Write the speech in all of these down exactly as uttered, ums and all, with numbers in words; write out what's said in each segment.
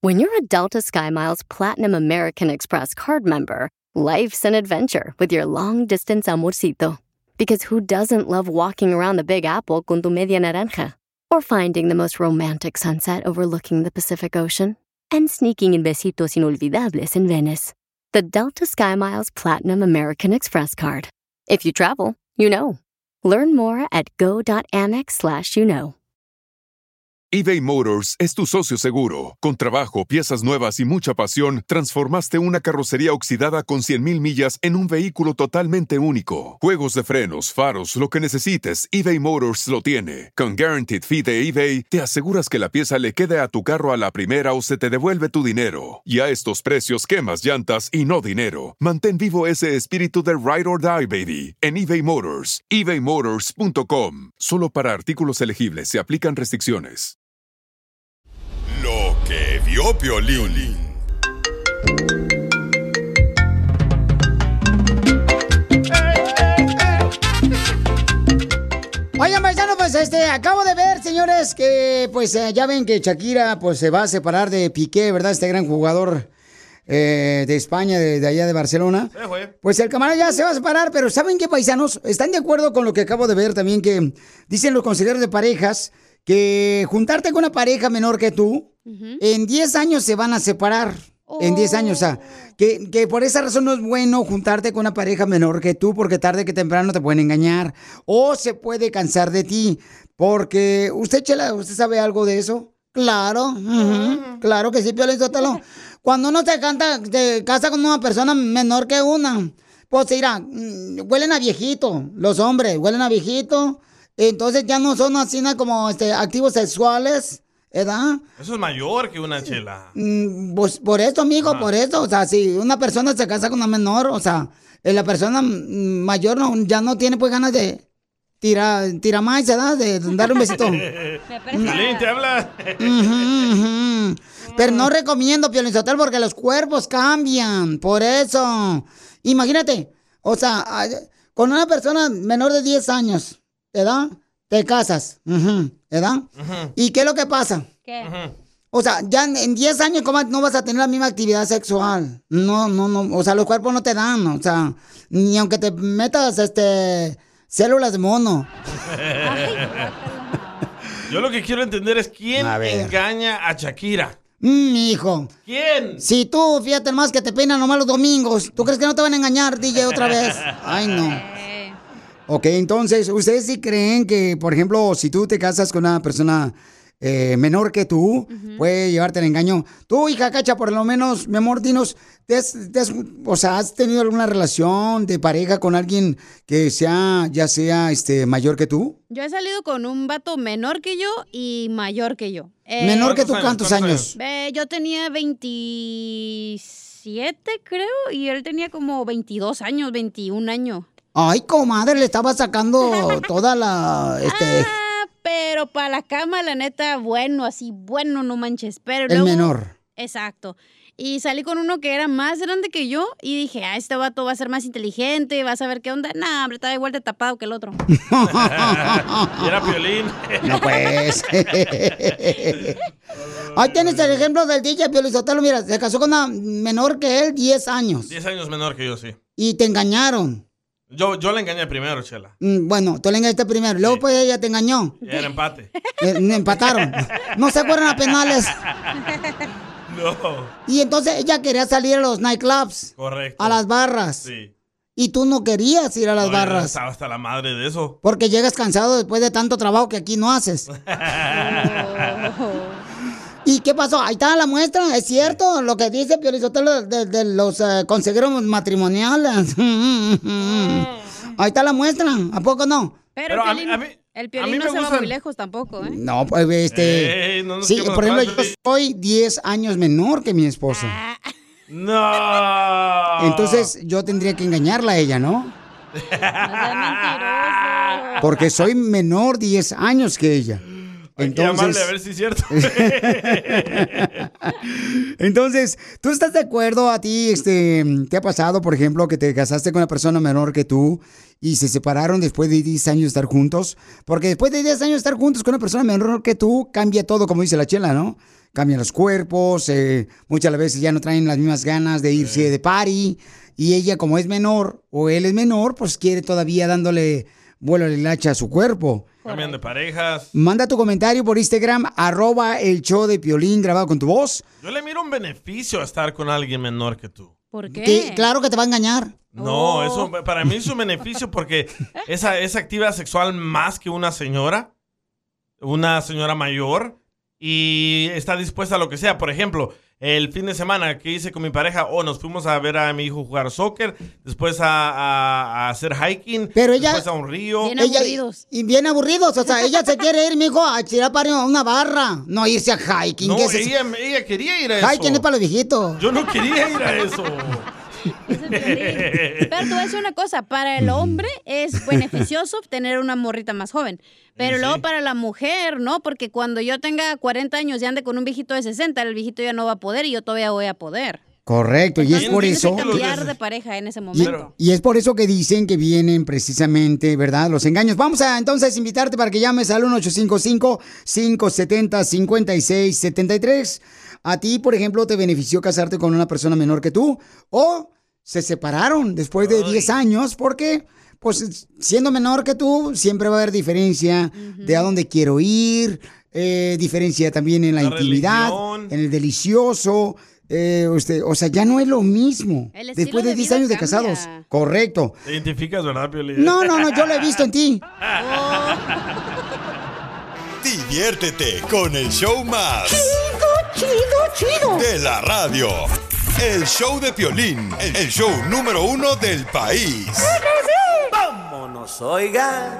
When you're a Delta SkyMiles Platinum American Express card member, life's an adventure with your long-distance amorcito. Because who doesn't love walking around the Big Apple con tu media naranja? Or finding the most romantic sunset overlooking the Pacific Ocean? And sneaking in besitos inolvidables in Venice. The Delta SkyMiles Platinum American Express card. If you travel, you know. Learn more at go.amex slash you know. eBay Motors es tu socio seguro. Con trabajo, piezas nuevas y mucha pasión, transformaste una carrocería oxidada con cien mil millas en un vehículo totalmente único. Juegos de frenos, faros, lo que necesites, eBay Motors lo tiene. Con Guaranteed Fee de eBay, te aseguras que la pieza le quede a tu carro a la primera o se te devuelve tu dinero. Y a estos precios, quemas llantas y no dinero. Mantén vivo ese espíritu de Ride or Die, baby, en eBay Motors. ebay motors punto com. Solo para artículos elegibles se aplican restricciones. Lo que vio Piolín. Oigan, paisanos, pues este, acabo de ver, señores, que pues eh, ya ven que Shakira pues se va a separar de Piqué, ¿verdad? Este gran jugador eh, de España, de, de allá de Barcelona. Sí, güey. Pues el camarada ya se va a separar, pero ¿saben qué, paisanos? ¿Están de acuerdo con lo que acabo de ver también que dicen los consejeros de parejas? Que juntarte con una pareja menor que tú, uh-huh. en diez años se van a separar. Oh. En diez años, o sea, que, que por esa razón no es bueno juntarte con una pareja menor que tú, porque tarde que temprano te pueden engañar. O se puede cansar de ti. Porque, ¿usted, Chela, usted sabe algo de eso? Claro, uh-huh. Uh-huh. Claro que sí, Piolín Sotelo. Cuando uno se, canta, se casa con una persona menor que una, pues mira, huelen a viejito, los hombres, huelen a viejito. Entonces ya no son así como este, activos sexuales, ¿verdad? Eso es mayor que una Chela. Mm, pues por eso, amigo, Ajá. por eso. O sea, si una persona se casa con una menor, o sea, la persona mayor no, ya no tiene pues ganas de tirar tira más, ¿verdad? De darle un besito. Piolín, ¿te habla? uh-huh, uh-huh. Pero no recomiendo, Piolín Sotelo, porque los cuerpos cambian. Por eso. Imagínate, o sea, con una persona menor de diez años... ¿verdad? Te casas, uh-huh, ¿verdad? Uh-huh. ¿Y qué es lo que pasa? ¿Qué? Uh-huh. O sea, ya en diez años ¿cómo no vas a tener la misma actividad sexual? No, no, no, o sea, los cuerpos no te dan, o sea, ni aunque te metas, este, células de mono. Yo lo que quiero entender es quién engaña a Shakira. Mm, hijo. ¿Quién? Si tú, fíjate más que te peinan nomás los domingos, ¿tú crees que no te van a engañar, D J, otra vez? Ay, no. Ok, entonces, ¿ustedes sí creen que, por ejemplo, si tú te casas con una persona eh, menor que tú, uh-huh. puede llevarte al engaño? Tú, hija Cacha, por lo menos, mi amor, dinos, ¿te has, te has, o sea, ¿has tenido alguna relación de pareja con alguien que sea, ya sea este, mayor que tú? Yo he salido con un vato menor que yo y mayor que yo. Eh, ¿Menor que tú cuántos años? Eh, yo tenía veintisiete, creo, y él tenía como veintidós años, veintiún años. Ay, comadre, le estaba sacando toda la... Este... Ah, pero para la cama, la neta, bueno, así, bueno, no manches. Pero el luego, menor. Exacto. Y salí con uno que era más grande que yo y dije, ah, este vato va a ser más inteligente, va a saber qué onda. Nah, hombre, estaba igual de tapado que el otro. Y era Piolín. No, pues. Ahí tienes el ejemplo del D J Piolín Sotelo. Mira, se casó con una menor que él, diez años. diez años menor que yo, sí. Y te engañaron. Yo, yo le engañé primero, Chela. Mm, bueno, tú le engañaste primero. Luego, sí. pues, ella te engañó. Y era empate. Eh, empataron. No se fueron a penales. No. Y entonces ella quería salir a los nightclubs. Correcto. A las barras. Sí. Y tú no querías ir a las no, barras. Estaba hasta la madre de eso. Porque llegas cansado después de tanto trabajo que aquí no haces. ¿Y qué pasó? Ahí está la muestra, es cierto lo que dice Piolín Sotelo de, de, de los uh, consejeros matrimoniales. Ahí está la muestra, ¿a poco no? Pero, Pero Piolín, a mí, el Piolín no se gustan... va muy lejos tampoco, ¿eh? No, pues este... Ey, no sí, por ejemplo, yo soy diez años menor que mi esposa. Ah. No. Entonces yo tendría que engañarla a ella, ¿no? No seas mentiroso. Porque soy menor diez años que ella. Hay Entonces, que llamarle a ver si es cierto. Entonces, ¿tú estás de acuerdo? A ti, este, ¿te ha pasado, por ejemplo, que te casaste con una persona menor que tú y se separaron después de diez años de estar juntos? Porque después de diez años de estar juntos con una persona menor que tú, cambia todo, como dice la Chela, ¿no? Cambian los cuerpos, eh, muchas veces ya no traen las mismas ganas de irse de party. Y ella, como es menor, o él es menor, pues quiere todavía dándole vuelo a la hilacha a su cuerpo. Cambian de parejas. Manda tu comentario por Instagram, arroba el show de Piolín, grabado con tu voz. Yo le miro un beneficio a estar con alguien menor que tú. ¿Por qué? Que, claro que te va a engañar. No, Oh. eso para mí es un beneficio porque esa, esa actividad sexual más que una señora, una señora mayor, y está dispuesta a lo que sea. Por ejemplo, el fin de semana que hice con mi pareja, oh, nos fuimos a ver a mi hijo jugar soccer, después a, a, a hacer hiking, Pero ella- después a un río. Bien Ella- aburridos. Y bien aburridos, o sea, ella se quiere ir, mijo, a tirar para una barra, no irse a hiking. No, ¿qué es eso? ella, ella quería ir a eso. Hiking es para los viejitos. Yo no quería ir a eso. Pero te voy a decir una cosa, para el hombre es beneficioso tener una morrita más joven, pero Sí, luego sí. para la mujer, ¿no? Porque cuando yo tenga cuarenta años y ande con un viejito de sesenta, el viejito ya no va a poder y yo todavía voy a poder. Correcto, y es Entonces, por tienes eso... que que- cambiar de pareja en ese Y, momento. y es por eso que dicen que vienen precisamente, ¿verdad? Los engaños. Vamos a entonces invitarte para que llames al uno ocho cinco cinco, cinco siete cero, cinco seis siete tres. A ti, por ejemplo, ¿te benefició casarte con una persona menor que tú? ¿O se separaron después de Ay. diez años? Porque, pues, siendo menor que tú, siempre va a haber diferencia de a dónde quiero ir, eh, diferencia también en la, La intimidad, religión. en el delicioso. Eh, usted, o sea, ya no es lo mismo. El estilo Después de de diez vida años de cambia. casados. Correcto. ¿Te identificas, verdad, Piolín? No, no, no, yo lo he visto en ti. Diviértete con el show más. Chido, chido, chido. De la radio. El show de Piolín. El show número uno del país. Vámonos, oiga.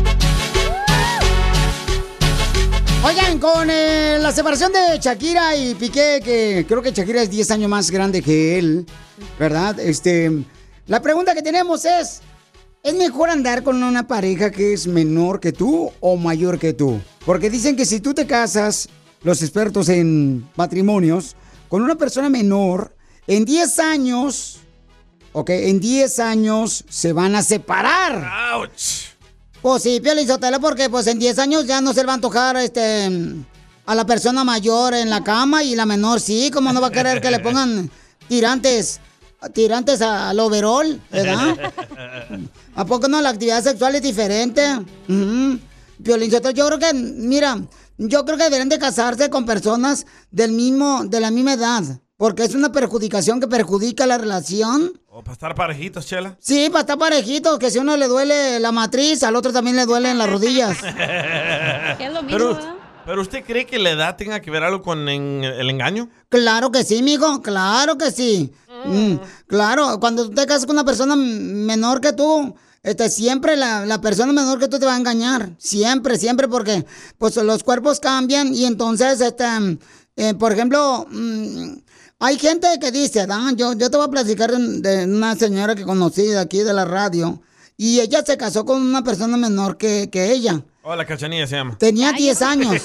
Oigan, con eh, la separación de Shakira y Piqué, que creo que Shakira es diez años más grande que él, ¿verdad? Este, la pregunta que tenemos es, ¿es mejor andar con una pareja que es menor que tú o mayor que tú? Porque dicen que si tú te casas, los expertos en matrimonios, con una persona menor, en diez años, ok, en diez años se van a separar. ¡Auch! Pues sí, Piolín Sotelo, porque pues en diez años ya no se le va a antojar este, a la persona mayor en la cama y la menor sí, como no va a querer que le pongan tirantes, tirantes al overall, ¿verdad? ¿A poco no? La actividad sexual es diferente. Uh-huh. Piolín Sotelo, yo creo que, mira, yo creo que deberían de casarse con personas del mismo, de la misma edad, porque es una perjudicación que perjudica la relación. O para estar parejitos, Chela. Sí, para estar parejitos, que si a uno le duele la matriz, al otro también le duelen las rodillas. Que es lo mismo, Pero, ¿verdad? pero ¿usted cree que la edad tenga que ver algo con en- el engaño? Claro que sí, mijo, claro que sí. Mm, claro, cuando tú te casas con una persona menor que tú, este, siempre la, la persona menor que tú te va a engañar. Siempre, siempre, porque pues los cuerpos cambian y entonces, este, eh, por ejemplo, mm, hay gente que dice, ¿no? yo, yo te voy a platicar de, de una señora que conocí de aquí de la radio y ella se casó con una persona menor que, que ella. Oh, la Cachanilla se llama. Tenía diez años.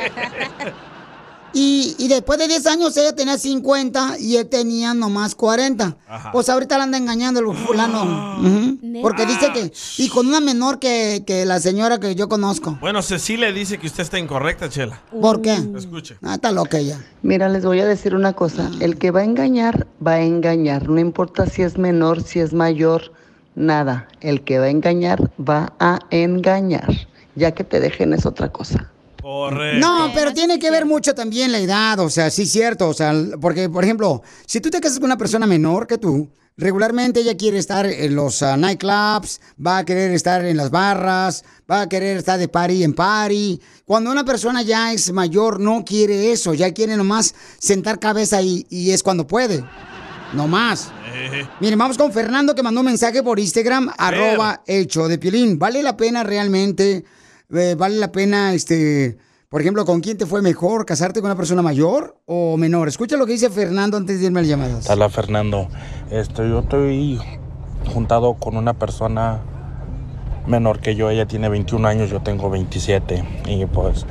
Y, y después de diez años ella tenía cincuenta y él tenía nomás cuarenta. Ajá. Pues ahorita la anda engañando el fulano. Ujú. Porque dice que... Y con una menor que, que la señora que yo conozco. Bueno, Cecilia dice que usted está incorrecta, Chela. ¿Por qué? Escuche. Ah, está loca ella. Mira, les voy a decir una cosa. El que va a engañar, va a engañar. No importa si es menor, si es mayor, nada. El que va a engañar, va a engañar. Ya que te dejen es otra cosa. Correcto. No, pero tiene que ver mucho también la edad, o sea, sí es cierto, o sea, porque, por ejemplo, si tú te casas con una persona menor que tú, regularmente ella quiere estar en los uh, nightclubs, va a querer estar en las barras, va a querer estar de party en party. Cuando una persona ya es mayor, no quiere eso, ya quiere nomás sentar cabeza y, y es cuando puede, no más. Eh, Miren, vamos con Fernando que mandó un mensaje por Instagram, arroba el show de Piolín. ¿Vale la pena realmente, eh, vale la pena, este, por ejemplo, con quién te fue mejor, casarte con una persona mayor o menor? Escucha lo que dice Fernando antes de irme a las llamadas. Hola Fernando, este, yo estoy juntado con una persona menor que yo, ella tiene veintiún años, yo tengo veintisiete y pues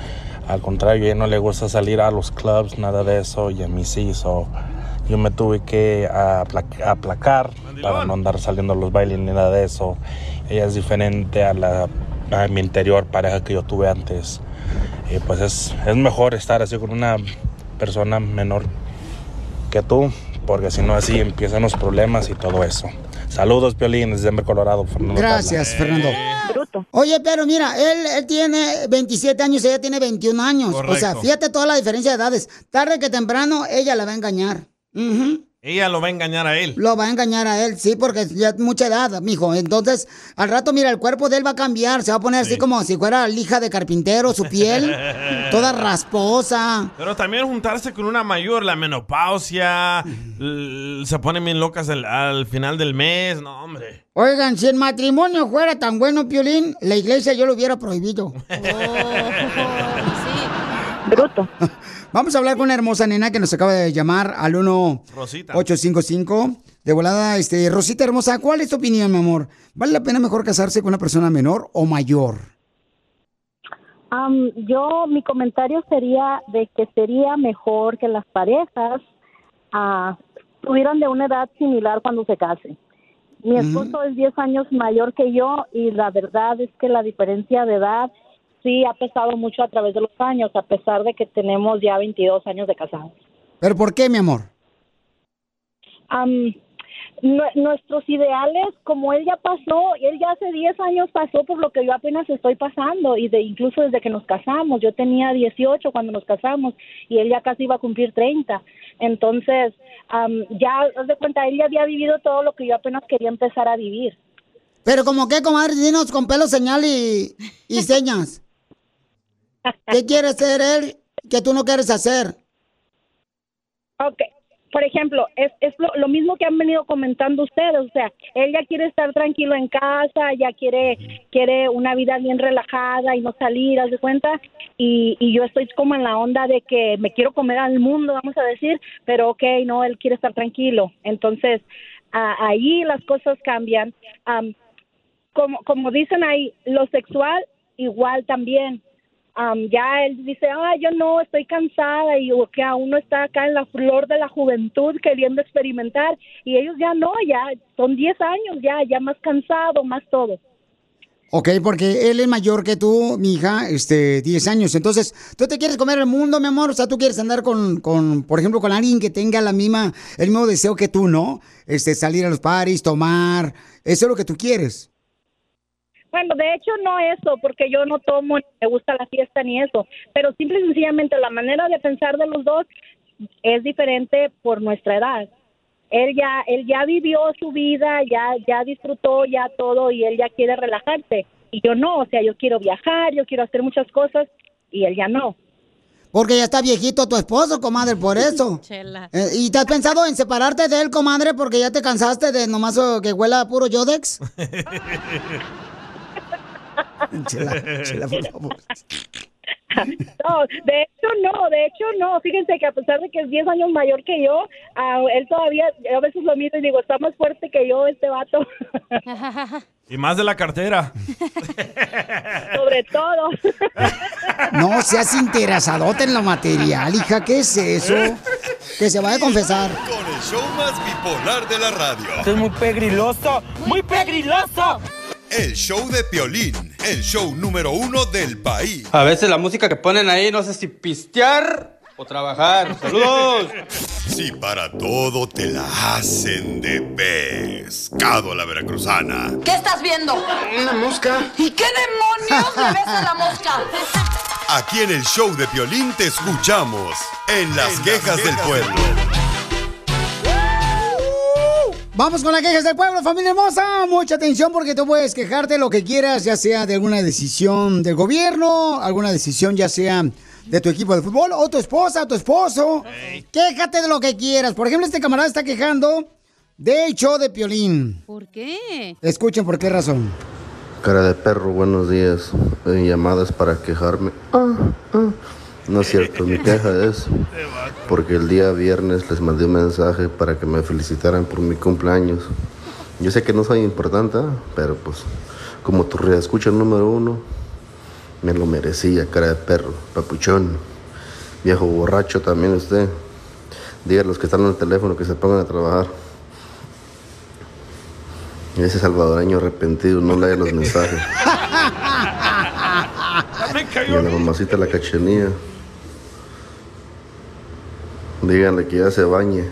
Al contrario, a ella no le gusta salir a los clubs, nada de eso, y a mí sí. So, yo me tuve que apla- aplacar para no andar saliendo a los bailes ni nada de eso. Ella es diferente a, la, a mi anterior pareja que yo tuve antes. Y pues es, es mejor estar así con una persona menor que tú, porque si no así empiezan los problemas y todo eso. Saludos, Piolín, desde Denver, Colorado. Fernando Gracias, Tabla. Fernando. Oye, pero mira, él, él tiene veintisiete años, ella tiene veintiún años. Correcto. O sea, fíjate toda la diferencia de edades. Tarde que temprano, ella la va a engañar. Ujú. Ella lo va a engañar a él. Lo va a engañar a él, sí, porque ya es mucha edad, mijo. Entonces, al rato, mira, el cuerpo de él va a cambiar. Se va a poner así como si fuera lija de carpintero, su piel, toda rasposa. Pero también juntarse con una mayor, la menopausia, l- se ponen bien locas al, al final del mes. No, hombre. Oigan, si el matrimonio fuera tan bueno, Piolín, la iglesia yo lo hubiera prohibido. Bruto. Vamos a hablar con una hermosa nena que nos acaba de llamar al uno ocho cinco cinco. De volada, este, Rosita hermosa, ¿cuál es tu opinión, mi amor? ¿Vale la pena mejor casarse con una persona menor o mayor? Um, yo, mi comentario sería de que sería mejor que las parejas uh, tuvieran de una edad similar cuando se casen. Mi esposo es diez años mayor que yo y la verdad es que la diferencia de edad sí ha pesado mucho a través de los años, a pesar de que tenemos ya veintidós años de casados. ¿Pero por qué, mi amor? Um, nu- nuestros ideales, como él ya pasó, él ya hace diez años pasó por lo que yo apenas estoy pasando, y de incluso desde que nos casamos, yo tenía dieciocho cuando nos casamos y él ya casi iba a cumplir treinta. Entonces, um, ya, haz de cuenta, él ya había vivido todo lo que yo apenas quería empezar a vivir. ¿Pero como qué, comadre? Dinos con pelo, señal y, y señas. ¿Qué quiere hacer él que tú no quieres hacer? Ok, por ejemplo, es, es lo, lo mismo que han venido comentando ustedes, o sea, él ya quiere estar tranquilo en casa, ya quiere quiere una vida bien relajada y no salir, haz de cuenta, y, y yo estoy como en la onda de que me quiero comer al mundo, vamos a decir, pero ok, no, él quiere estar tranquilo, entonces a, ahí las cosas cambian. Um, como, como dicen ahí, lo sexual igual también. Um, ya él dice, ah, yo no, estoy cansada, y o que aún no está acá en la flor de la juventud queriendo experimentar, y ellos ya no, ya son diez años, ya, ya más cansado, más todo. Ok, porque él es mayor que tú, mi hija, este, diez años. Entonces, ¿tú te quieres comer el mundo, mi amor? O sea, ¿tú quieres andar con, con, por ejemplo, con alguien que tenga la misma, el mismo deseo que tú, ¿no? Este, salir a los parties, tomar, eso es lo que tú quieres. Bueno, de hecho no eso, porque yo no tomo, ni me gusta la fiesta ni eso, pero simple y sencillamente la manera de pensar de los dos es diferente por nuestra edad. Él ya él ya vivió su vida, ya ya disfrutó ya todo y él ya quiere relajarse, y yo no, o sea, yo quiero viajar, yo quiero hacer muchas cosas y él ya no. Porque ya está viejito tu esposo, comadre, por eso. Chela. Eh, ¿Y te has pensado en separarte de él, comadre, porque ya te cansaste de nomás oh, que huela a puro Yodex? Chela, chela, por favor. No, de hecho no, de hecho no. Fíjense que a pesar de que es diez años mayor que yo, uh, él todavía, a veces lo miro y digo, está más fuerte que yo este vato. Y más de la cartera. Sobre todo. No seas interesadote en lo material, hija, ¿qué es eso? Que se vaya a confesar. Con el show más bipolar de la radio. Esto es muy pegriloso, muy pegriloso. El show de Piolín, el show número uno del país. A veces la música que ponen ahí, no sé si pistear o trabajar. ¡Saludos! Si para todo te la hacen de pescado a la veracruzana. ¿Qué estás viendo? Una mosca. ¿Y qué demonios le ves a la mosca? Aquí en el show de Piolín te escuchamos en las quejas del pueblo. Vamos con las quejas del pueblo, familia hermosa. Mucha atención porque tú puedes quejarte lo que quieras, ya sea de alguna decisión del gobierno, alguna decisión ya sea de tu equipo de fútbol, o tu esposa, o tu esposo. Hey. Quéjate de lo que quieras. Por ejemplo, este camarada está quejando del show de Piolín. ¿Por qué? Escuchen por qué razón. Cara de perro, buenos días. Eh, llamadas para quejarme. Ah, ah. No es cierto, mi queja es porque el día viernes les mandé un mensaje para que me felicitaran por mi cumpleaños. Yo sé que no soy importante, pero pues como tu reescucha número uno, Me lo merecía, cara de perro, papuchón. Viejo borracho también usted. Diga a los que están en el teléfono que se pongan a trabajar. Ese salvadoreño arrepentido no lea los mensajes. Y a la mamacita la Cachanilla, díganle que ya se bañe.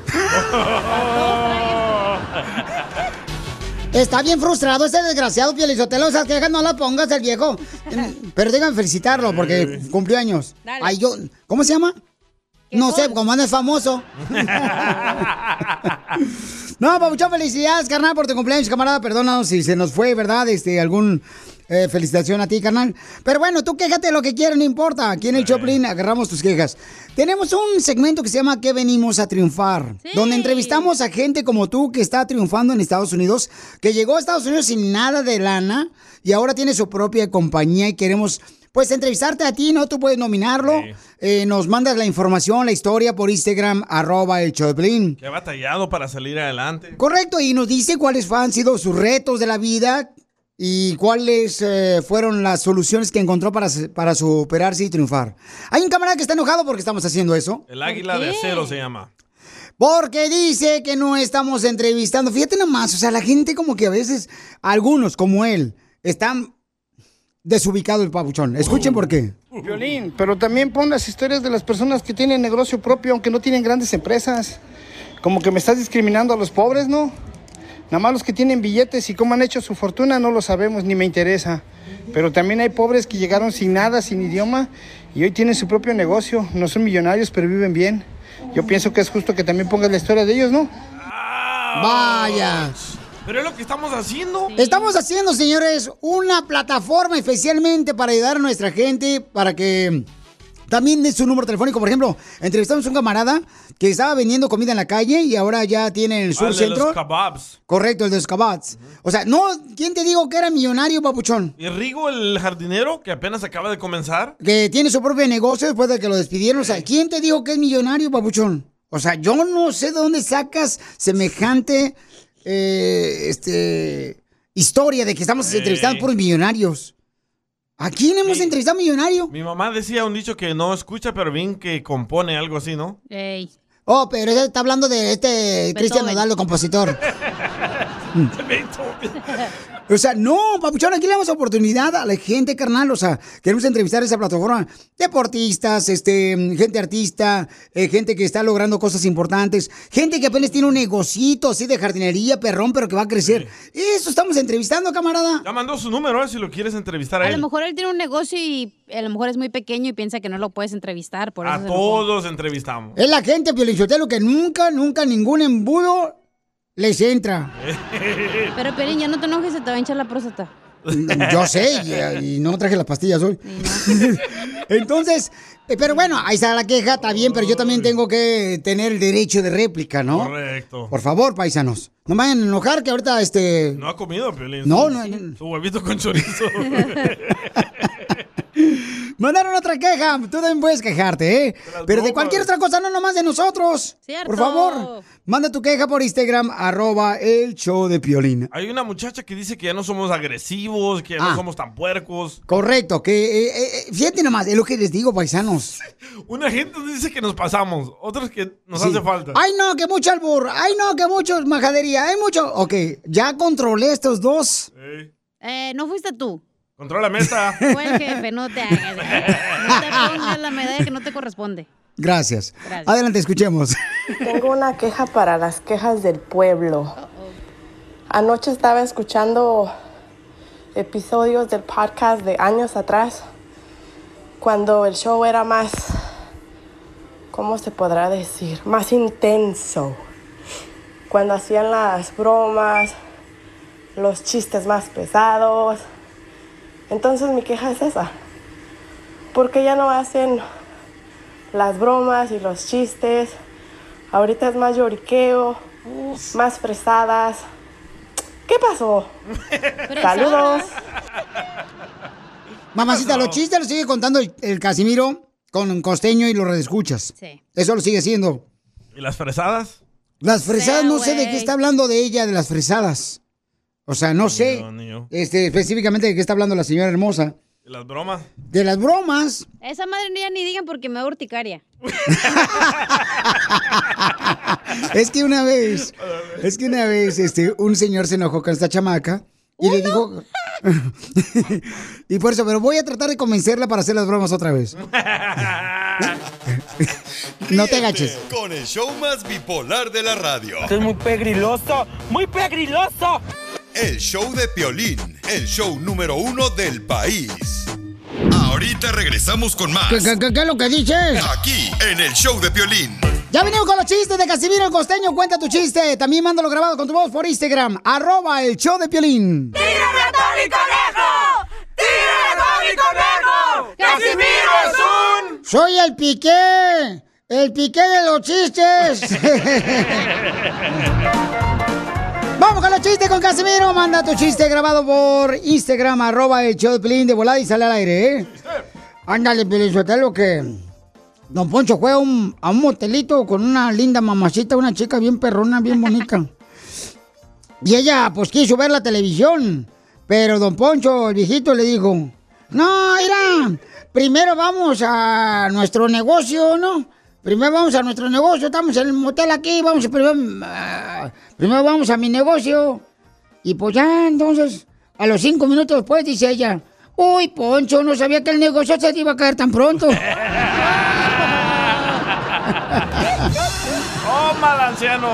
Está bien frustrado ese desgraciado Piolizotelo. Esas quejas no las pongas el viejo. Pero déjame felicitarlo porque cumplió años. Ay, yo, ¿cómo se llama? No sé, como no es famoso. No, papuchón, felicidades, carnal, por tu cumpleaños, camarada. Perdónanos si se nos fue, ¿verdad? Este, algún eh, felicitación a ti, carnal. Pero bueno, tú quéjate lo que quieras, no importa. Aquí en el Choplin agarramos tus quejas. Tenemos un segmento que se llama ¿Qué venimos a triunfar? Sí. Donde entrevistamos a gente como tú que está triunfando en Estados Unidos, que llegó a Estados Unidos sin nada de lana y ahora tiene su propia compañía y queremos... Pues entrevistarte a ti, ¿no? Tú puedes nominarlo. Sí. Eh, nos mandas la información, la historia por Instagram, arroba el Choplin. Que ha batallado para salir adelante. Correcto, y nos dice cuáles han sido sus retos de la vida y cuáles eh, fueron las soluciones que encontró para, para superarse y triunfar. Hay un camarada que está enojado porque estamos haciendo eso. El águila de acero se llama. Porque dice que no estamos entrevistando. Fíjate nomás, o sea, la gente como que a veces, algunos como él, están... desubicado el papuchón. Escuchen por qué. Violín, pero también pon las historias de las personas que tienen negocio propio, aunque no tienen grandes empresas. Como que me estás discriminando a los pobres, ¿no? Nada más los que tienen billetes y cómo han hecho su fortuna no lo sabemos, ni me interesa. Pero también hay pobres que llegaron sin nada, sin idioma, y hoy tienen su propio negocio. No son millonarios, pero viven bien. Yo pienso que es justo que también pongas la historia de ellos, ¿no? Vaya. Pero es lo que estamos haciendo. Sí. Estamos haciendo, señores, una plataforma especialmente para ayudar a nuestra gente, para que también dé su número telefónico. Por ejemplo, entrevistamos a un camarada que estaba vendiendo comida en la calle y ahora ya tiene el sur ah, centro. De los kebabs. Correcto, el de los kebabs. Uh-huh. O sea, no, ¿quién te dijo que era millonario, papuchón? Y Rigo, el jardinero, que apenas acaba de comenzar. Que tiene su propio negocio después de que lo despidieron. Sí. O sea, ¿quién te dijo que es millonario, papuchón? O sea, yo no sé de dónde sacas semejante... Eh, este historia de que estamos hey. entrevistando por millonarios. ¿A quién hemos mi, entrevistado millonario? Mi mamá decía un dicho que no escucha, pero bien que compone algo así, ¿no? Ey. Oh, pero ese está hablando de este Cristian Nodal, el compositor. O sea, no, papuchón, aquí le damos oportunidad a la gente, carnal. O sea, queremos entrevistar esa plataforma. Deportistas, este, gente artista, eh, gente que está logrando cosas importantes, gente que apenas tiene un negocito así de jardinería, perrón, pero que va a crecer. Sí. Eso estamos entrevistando, camarada. Ya mandó su número, ¿eh? Si lo quieres entrevistar a, a él. A lo mejor él tiene un negocio y a lo mejor es muy pequeño y piensa que no lo puedes entrevistar. Por eso a todos entrevistamos. Es la gente, Piolichotelo, que nunca, nunca ningún embudo les entra. Pero, Pelín, ya no te enojes, se te va a hinchar la próstata. Yo sé, y, y no traje las pastillas hoy. No. Entonces, pero bueno, ahí está la queja, está bien, pero yo también tengo que tener el derecho de réplica, ¿no? Correcto. Por favor, paisanos. No me vayan a enojar que ahorita, este... No ha comido, Pelín. No, su, no, no. Su huevito con chorizo. Mandaron otra queja, tú también puedes quejarte, ¿eh? Pero de cualquier otra cosa, no nomás de nosotros. Cierto. Por favor, manda tu queja por Instagram, arroba el show de Piolín. Hay una muchacha que dice que ya no somos agresivos, que ya ah, no somos tan puercos. Correcto, que eh, eh, fíjate nomás, es lo que les digo, paisanos. Una gente dice que nos pasamos, otros que nos sí. hace falta. Ay, no, que mucho albur, ay, no, que mucho majadería, hay mucho... Ok, ya controlé estos dos. Sí. Eh, no fuiste tú. Controla mesa. Fue el jefe, no te hagas. No te pongas la medalla que no te corresponde. Gracias. Gracias. Adelante, escuchemos. Tengo una queja para las quejas del pueblo. Uh-oh. Anoche estaba escuchando episodios del podcast de años atrás, cuando el show era más, ¿cómo se podrá decir? Más intenso. Cuando hacían las bromas, los chistes más pesados. Entonces mi queja es esa. ¿Por qué ya no hacen las bromas y los chistes? Ahorita es más lloriqueo, Uf. más fresadas. ¿Qué pasó? Saludos. Mamacita, los chistes los sigue contando el, el Casimiro con Costeño y los redescuchas. Sí. Eso lo sigue haciendo. ¿Y las fresadas? Las fresadas, sí, no sé de qué está hablando de ella, de las fresadas. O sea, no sé este, específicamente de qué está hablando la señora hermosa. ¿Las bromas? De las bromas. Esa madre ya ni digan porque me da urticaria. Es que una vez, es que una vez, este, un señor se enojó con esta chamaca y ¿Uno? le dijo... y por eso, pero voy a tratar de convencerla para hacer las bromas otra vez. No te agaches. Con el show más bipolar de la radio. Esto es muy pegriloso, muy pegriloso. El show de Piolín, el show número uno del país. Ahorita regresamos con más. ¿Qué, qué, qué, qué es lo que dices? Aquí, en el show de Piolín. Ya venimos con los chistes de Casimiro el Costeño. Cuenta tu chiste. También mándalo grabado con tu voz por Instagram. Arroba el show de Piolín. ¡Tírame a Tony Conejo! ¡Tírame a Tony Conejo! ¡Casimiro es un... Soy el Piqué. El Piqué de los chistes. Vamos con los chistes con Casimiro. Manda tu chiste grabado por Instagram, arroba el show de Piolín de volada y sale al aire, ¿eh? Ándale, Piolín, lo que... Don Poncho fue a un, a un motelito con una linda mamacita, una chica bien perrona, bien bonita. Y ella, pues, quiso ver la televisión. Pero Don Poncho, el viejito, le dijo... No, mira, primero vamos a nuestro negocio, ¿no? Primero vamos a nuestro negocio, estamos en el motel aquí, vamos a primero, uh, primero vamos a mi negocio. Y pues ya, entonces, a los cinco minutos después, dice ella, uy, Poncho, no sabía que el negocio se te iba a caer tan pronto. ¡Oh, mal anciano!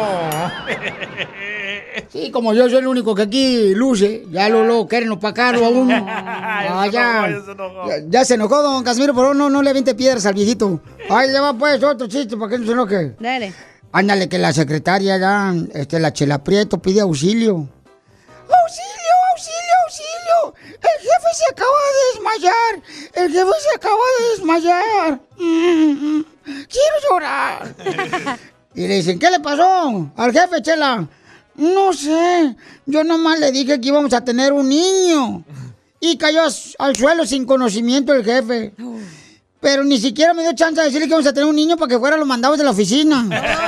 Sí, como yo soy el único que aquí luce, ya lo, lo quieren opacarlo a uno. Ah, ya, ya, ya, ya se enojó don Casimiro, pero no, no le aviente piedras al viejito. Ay, le va pues otro chiste para que no se enoje. Dale. Ándale, que la secretaria ya, este, la Chela Prieto pide auxilio. ¡Auxilio, auxilio, auxilio! ¡El jefe se acaba de desmayar! ¡El jefe se acaba de desmayar! Mm, ¡Quiero llorar! Y le dicen, ¿qué le pasó al jefe, Chela? No sé, yo nomás le dije que íbamos a tener un niño. Y cayó al suelo sin conocimiento el jefe. Pero ni siquiera me dio chance de decirle que íbamos a tener un niño para que fuera los mandados de la oficina.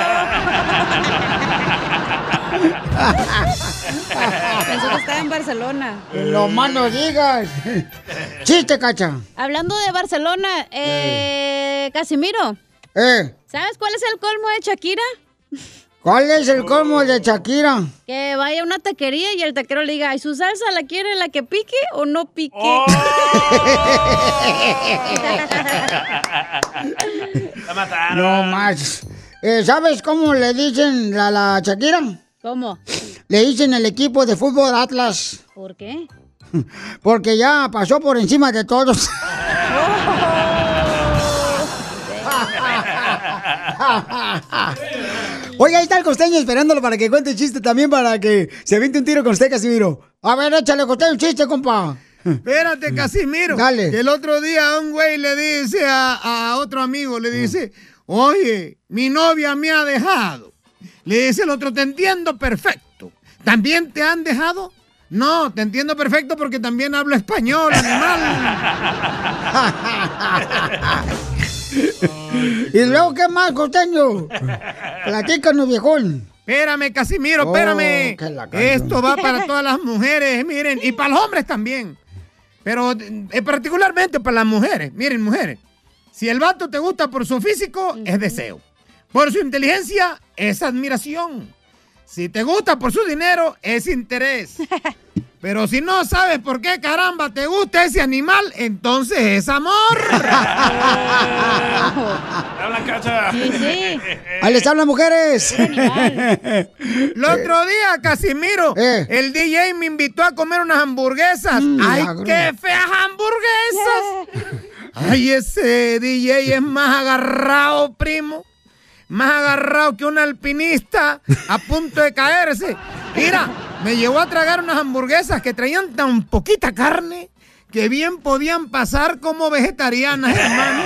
Pensó que estaba en Barcelona. No más no digas. Chiste, Cacha. Hablando de Barcelona, eh, Casimiro. Eh. ¿Sabes cuál es el colmo de Shakira? ¿Cuál es el colmo de Shakira? Que vaya a una taquería y el taquero le diga, ¿y su salsa la quiere la que pique o no pique? Oh. La mataron. No más. Eh, ¿Sabes cómo le dicen a la Shakira? ¿Cómo? Le dicen el equipo de fútbol Atlas. ¿Por qué? Porque ya pasó por encima de todos. Oiga, ahí está el Costeño esperándolo para que cuente el chiste también, para que se aviente un tiro con usted, Casimiro. A ver, échale, Costeño, un chiste, compa. Espérate, Casimiro. Dale. Que el otro día un güey le dice a, a otro amigo, le dice, oye, mi novia me ha dejado. Le dice el otro, te entiendo perfecto. ¿También te han dejado? No, te entiendo perfecto porque también hablo español, animal. ¿Y luego qué más, Costeño? Platícanos, viejón. Espérame, Casimiro, espérame. Oh, esto va para todas las mujeres, miren, y para los hombres también. Pero eh, particularmente para las mujeres. Miren, mujeres, si el vato te gusta por su físico, es deseo. Por su inteligencia, es admiración. Si te gusta por su dinero, es interés. Pero si no sabes por qué caramba te gusta ese animal, entonces es amor. ¡Habla, Cacha! Sí, sí. Ahí les hablan, mujeres. El otro día, Casimiro, eh. el D J me invitó a comer unas hamburguesas. Mm, ¡Ay, milagro. qué feas hamburguesas! ¡Ay, ese D J es más agarrado, primo! Más agarrado que un alpinista a punto de caerse. Mira, me llevó a tragar unas hamburguesas que traían tan poquita carne que bien podían pasar como vegetarianas, hermano.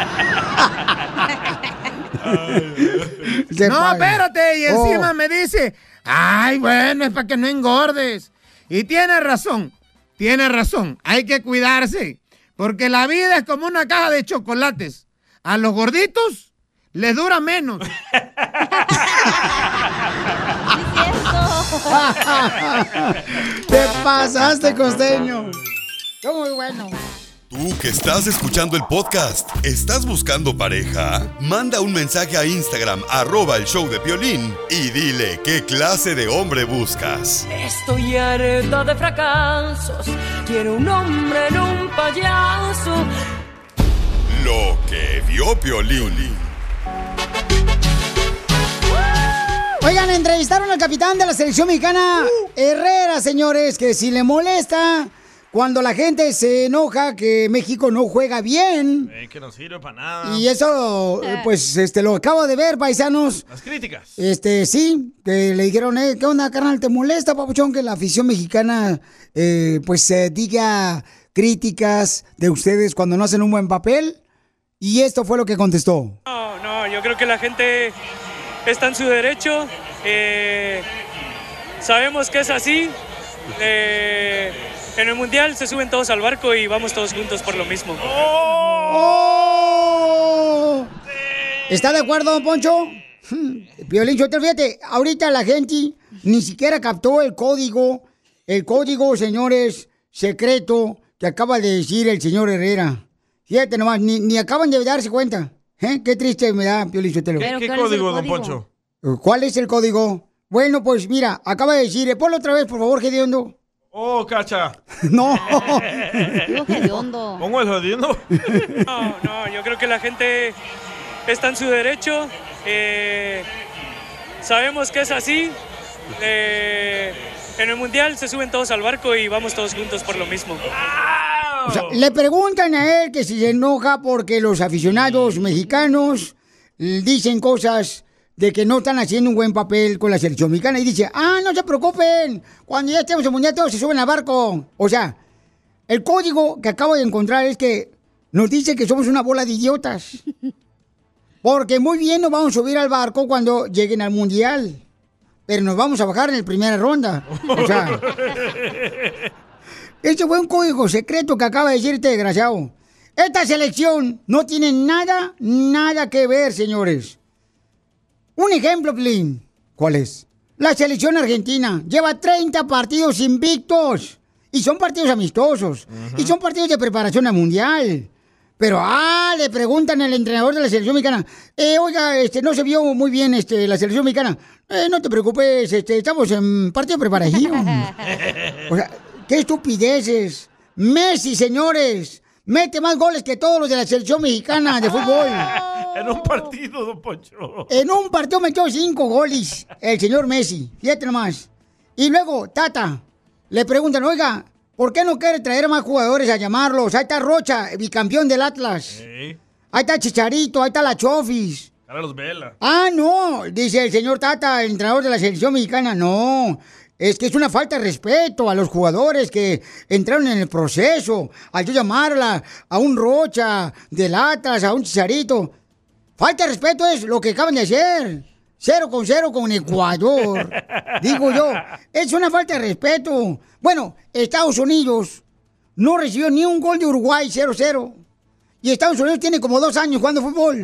No, espérate, y encima Oh. me dice, ay, bueno, es para que no engordes. Y tiene razón, tiene razón, hay que cuidarse, porque la vida es como una caja de chocolates. A los gorditos les dura menos. Te pasaste, Costeño. Está muy bueno. Tú que estás escuchando el podcast, ¿estás buscando pareja? Manda un mensaje a Instagram, arroba el show de Piolín, y dile qué clase de hombre buscas. Estoy harta de fracasos, quiero un hombre en un payaso. Lo que vio Piolín. Oigan, entrevistaron al capitán de la selección mexicana, Herrera, señores, que si le molesta cuando la gente se enoja que México no juega bien. Eh, que no sirve para nada. Y eso, eh, pues, este, lo acabo de ver, paisanos. Las críticas. Este, sí, que le dijeron, eh, ¿qué onda, carnal? ¿Te molesta, papuchón, que la afición mexicana, eh, pues, eh, diga críticas de ustedes cuando no hacen un buen papel? Y esto fue lo que contestó. No, no, yo creo que la gente está en su derecho. Eh, sabemos que es así. Eh, en el Mundial se suben todos al barco y vamos todos juntos por lo mismo. ¡Oh! ¿Está de acuerdo, don Poncho? Piolín, yo te fíjate, ahorita la gente ni siquiera captó el código, el código, señores, secreto que acaba de decir el señor Herrera. Fíjate nomás, ni, ni acaban de darse cuenta. ¿Eh? Qué triste me da, Piolín Sotelo. ¿Qué, ¿Qué código, don Poncho? ¿Cuál es el código? Bueno, pues mira, acaba de decir, ponlo otra vez, por favor, Gediondo. Oh, cacha. No. Digo Gediondo. ¿Pongo el Gediondo? No, no, yo creo que la gente está en su derecho. Eh, sabemos que es así. Eh, en el Mundial se suben todos al barco y vamos todos juntos por lo mismo. O sea, le preguntan a él que si se enoja porque los aficionados mexicanos dicen cosas de que no están haciendo un buen papel con la selección mexicana. Y dice, ah, no se preocupen, cuando ya estemos en el Mundial todos se suben al barco. O sea, el código que acabo de encontrar es que nos dice que somos una bola de idiotas. Porque muy bien nos vamos a subir al barco cuando lleguen al Mundial. Pero nos vamos a bajar en la primera ronda. O sea, este fue un código secreto que acaba de decir este desgraciado. Esta selección no tiene nada, nada que ver, señores. Un ejemplo, Plin. ¿Cuál es? La selección argentina lleva treinta partidos invictos. Y son partidos amistosos. Uh-huh. Y son partidos de preparación al Mundial. Pero, ah, le preguntan al entrenador de la selección mexicana, eh, oiga, este, no se vio muy bien este, la selección mexicana. Eh, no te preocupes, este, estamos en partido de preparación. O sea, qué estupideces. Messi, señores, mete más goles que todos los de la selección mexicana de fútbol. En un partido, don Poncho. En un partido metió cinco goles el señor Messi. Fíjate nomás. Y luego, Tata, le preguntan, oiga, ¿por qué no quiere traer más jugadores a llamarlos? Ahí está Rocha, bicampeón del Atlas. Sí. Ahí está Chicharito, ahí está la Chofis. Carlos Vela. Ah, no, dice el señor Tata, el entrenador de la selección mexicana. No, es que es una falta de respeto a los jugadores que entraron en el proceso. Al yo llamarla a un Rocha del Atlas, a un Chicharito. Falta de respeto es lo que acaban de hacer. Cero con cero con Ecuador. Digo yo, es una falta de respeto. Bueno, Estados Unidos no recibió ni un gol de Uruguay, cero cero. Y Estados Unidos tiene como dos años jugando fútbol.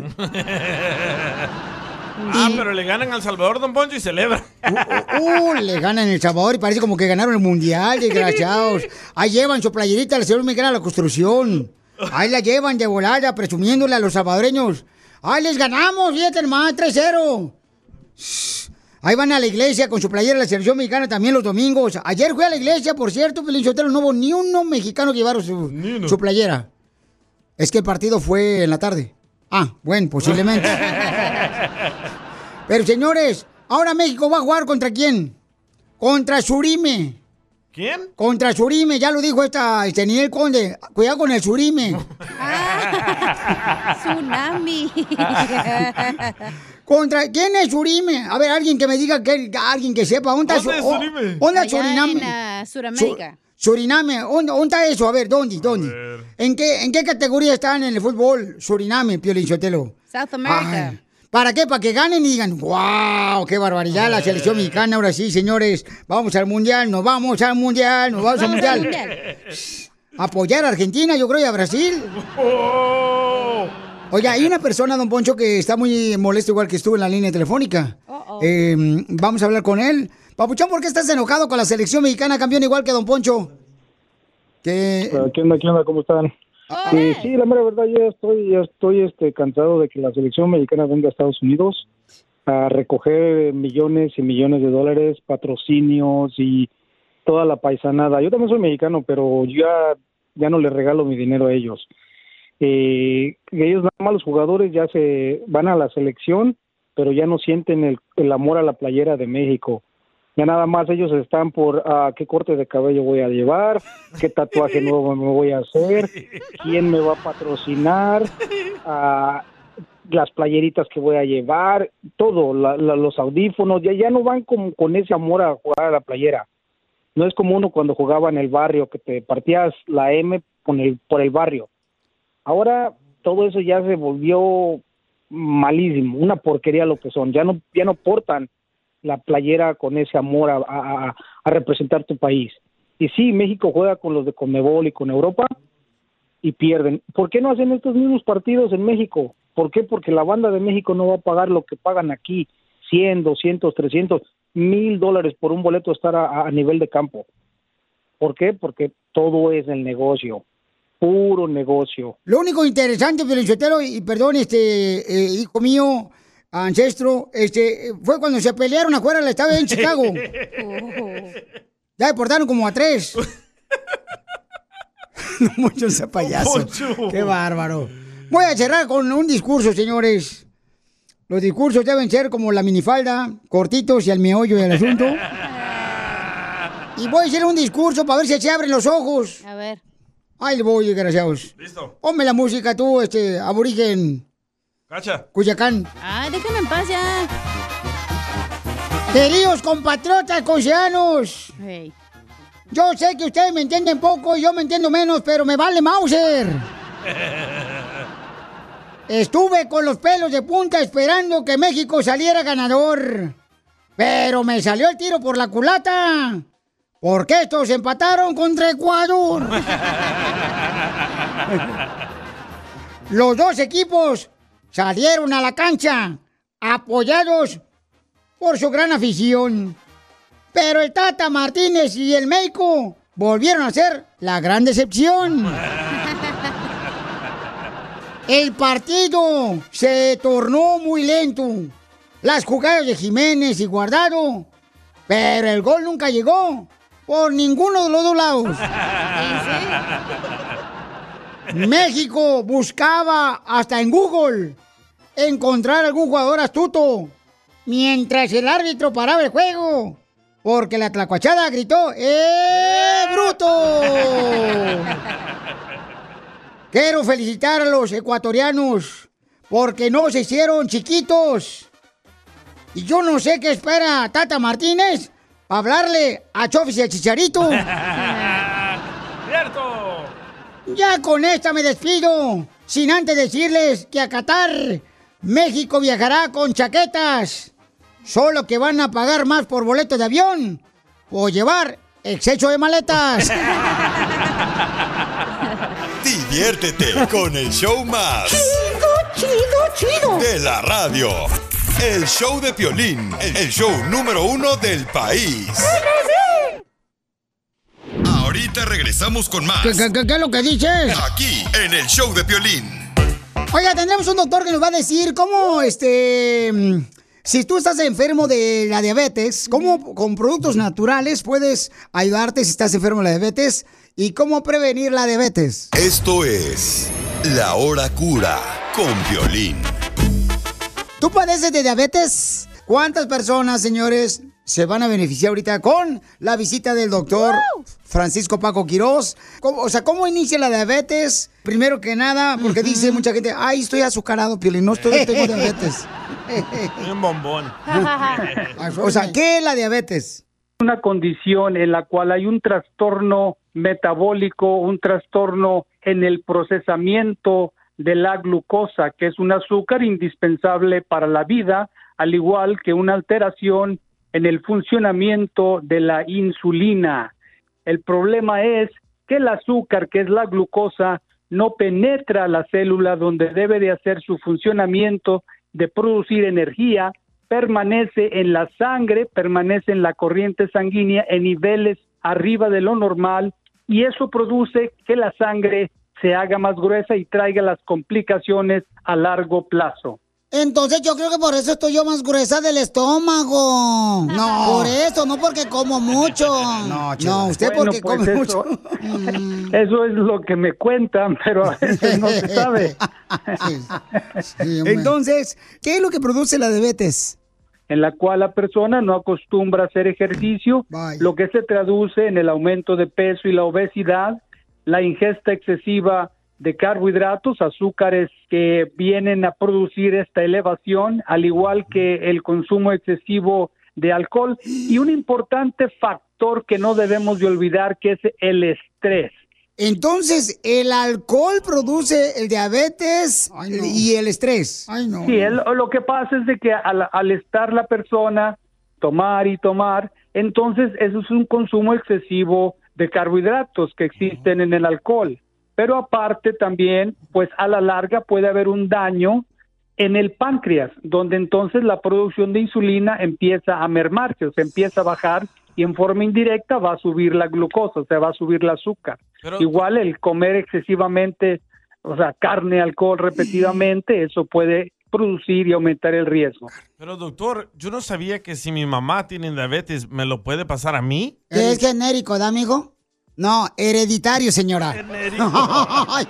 Ah, pero le ganan al Salvador, don Poncho, y celebra. Uh, uh, uh, le ganan El Salvador y parece como que ganaron el Mundial, desgraciados. Ahí llevan su playerita a la selección mexicana a la construcción. Ahí la llevan de volada, presumiéndole a los salvadoreños. ¡Ay, les ganamos! Fíjate, hermano, tres cero. Ahí van a la iglesia con su playera de la selección mexicana también los domingos. Ayer fui a la iglesia, por cierto, Pelín Sotelo, no hubo ni uno mexicano que llevaron su, no. su playera. Es que el partido fue en la tarde. Ah, bueno, posiblemente. Pero, señores, ahora México va a jugar ¿contra quién? Contra Surime. ¿Quién? Contra Surime, ya lo dijo esta, este Ninel Conde. Cuidado con el Surime. Ah, tsunami. ¿Contra quién es Surime? A ver, alguien que me diga, que alguien que sepa. ¿Dónde está su, Surime? ¿Dónde está Suriname? En uh, Suramérica. Su, Suriname, ¿dónde, ¿dónde está eso? A ver, ¿dónde? ¿Dónde? Ver. ¿En qué, ¿En qué categoría están en el fútbol Suriname, Piolín Sotelo? South America. Ay, ¿para qué? Para que ganen y digan, wow, qué barbaridad la selección mexicana. Ahora sí, señores, vamos al Mundial, nos vamos al Mundial, nos vamos, vamos al Mundial. mundial. Apoyar a Argentina, yo creo, y a Brasil. Oh. Oye, hay una persona, don Poncho, que está muy molesto, igual que estuvo en la línea telefónica. Uh-oh. Eh, vamos a hablar con él. Papuchón, ¿por qué estás enojado con la selección mexicana, campeón, igual que don Poncho? ¿Qué, ¿Qué onda, qué onda? ¿Cómo están? Sí, sí, la mera verdad, yo estoy, yo estoy este, cansado de que la selección mexicana venga a Estados Unidos a recoger millones y millones de dólares, patrocinios y toda la paisanada. Yo también soy mexicano, pero ya, ya no les regalo mi dinero a ellos. Eh, ellos nada más los jugadores ya se van a la selección, pero ya no sienten el, el amor a la playera de México. Ya nada más ellos están por uh, qué corte de cabello voy a llevar, qué tatuaje nuevo me voy a hacer, quién me va a patrocinar, uh, las playeritas que voy a llevar, todo, la, la, los audífonos, ya, ya no van con, con ese amor a jugar a la playera. No es como uno cuando jugaba en el barrio, que te partías la M con el, por el barrio. Ahora todo eso ya se volvió malísimo, una porquería lo que son, ya no, ya no portan la playera con ese amor a, a, a representar tu país. Y sí, México juega con los de Conmebol y con Europa y pierden. ¿Por qué no hacen estos mismos partidos en México? ¿Por qué? Porque la banda de México no va a pagar lo que pagan aquí, cien, doscientos, trescientos, mil dólares por un boleto estar a, a nivel de campo. ¿Por qué? Porque todo es el negocio, puro negocio. Lo único interesante, Felicitero, y perdón, este eh, hijo mío, ancestro, este, fue cuando se pelearon afuera del estadio en Chicago. Ya deportaron como a tres. No mucho ese payaso. Poncho. Qué bárbaro. Voy a cerrar con un discurso, señores. Los discursos deben ser como la minifalda, cortitos y al meollo del asunto. Y voy a hacer un discurso para ver si se abren los ojos. A ver. Ahí le voy, desgraciados. Listo. Ponme la música tú, este, aborigen. Cacha. Cuyacán. Ay, déjame en paz ya. Queridos compatriotas concianos. Hey. Yo sé que ustedes me entienden poco y yo me entiendo menos, pero me vale Mauser. Estuve con los pelos de punta esperando que México saliera ganador. Pero me salió el tiro por la culata. Porque estos empataron contra Ecuador. Los dos equipos salieron a la cancha apoyados por su gran afición. Pero el Tata Martínez y el México volvieron a ser la gran decepción. El partido se tornó muy lento. Las jugadas de Jiménez y Guardado, pero el gol nunca llegó por ninguno de los dos lados. México buscaba hasta en Google encontrar algún jugador astuto mientras el árbitro paraba el juego, porque la tlacuachada gritó ¡eh, bruto! Quiero felicitar a los ecuatorianos porque no se hicieron chiquitos. Y yo no sé qué espera Tata Martínez para hablarle a Chofis y a Chicharito. ¡Cierto! Ya con esta me despido, sin antes decirles que a Qatar, México viajará con chaquetas. Solo que van a pagar más por boleto de avión o llevar exceso de maletas. Diviértete con el show más Chido, chido, chido de la radio. El show de Piolín, el show número uno del país. Ahorita regresamos con más. ¿Qué, qué, qué, qué es lo que dices? Aquí, en el show de Piolín. Oiga, tendremos un doctor que nos va a decir cómo, este... si tú estás enfermo de la diabetes, cómo con productos naturales puedes ayudarte si estás enfermo de la diabetes y cómo prevenir la diabetes. Esto es La Hora Cura con Piolín. ¿Tú padeces de diabetes? ¿Cuántas personas, señores, se van a beneficiar ahorita con la visita del doctor Francisco Paco Quirós? ¿Cómo, o sea, ¿cómo inicia la diabetes? Primero que nada, porque dice mucha gente, ay, estoy azucarado, Piolín, no estoy, tengo diabetes. Un bombón. O sea, ¿qué es la diabetes? Una condición en la cual hay un trastorno metabólico, un trastorno en el procesamiento de la glucosa, que es un azúcar indispensable para la vida, al igual que una alteración en el funcionamiento de la insulina. El problema es que el azúcar, que es la glucosa, no penetra la célula donde debe de hacer su funcionamiento de producir energía, permanece en la sangre, permanece en la corriente sanguínea en niveles arriba de lo normal, y eso produce que la sangre se haga más gruesa y traiga las complicaciones a largo plazo. Entonces yo creo que por eso estoy yo más gruesa del estómago. No. Por eso, no porque como mucho. No, no usted Bueno, porque pues come eso, mucho. Eso es lo que me cuentan, pero a veces no se sabe. Entonces, ¿qué es lo que produce la diabetes? En la cual la persona no acostumbra a hacer ejercicio, Bye. lo que se traduce en el aumento de peso y la obesidad, la ingesta excesiva de carbohidratos, azúcares que vienen a producir esta elevación, al igual que el consumo excesivo de alcohol y un importante factor que no debemos de olvidar, que es el estrés. Entonces, el alcohol produce el diabetes y el estrés. Ay, no. Sí, el- lo que pasa es de que al, al estar la persona tomar y tomar, entonces eso es un consumo excesivo de carbohidratos que existen en el alcohol. Pero aparte también, pues a la larga puede haber un daño en el páncreas, donde entonces la producción de insulina empieza a mermarse, o sea, empieza a bajar y en forma indirecta va a subir la glucosa, o sea, va a subir el azúcar. Pero- Igual el comer excesivamente, o sea, carne, alcohol repetidamente, eso puede producir y aumentar el riesgo. Pero doctor, yo no sabía que si mi mamá tiene diabetes, ¿me lo puede pasar a mí? ¿Qué es genérico, da, amigo? No, hereditario, señora. Ay,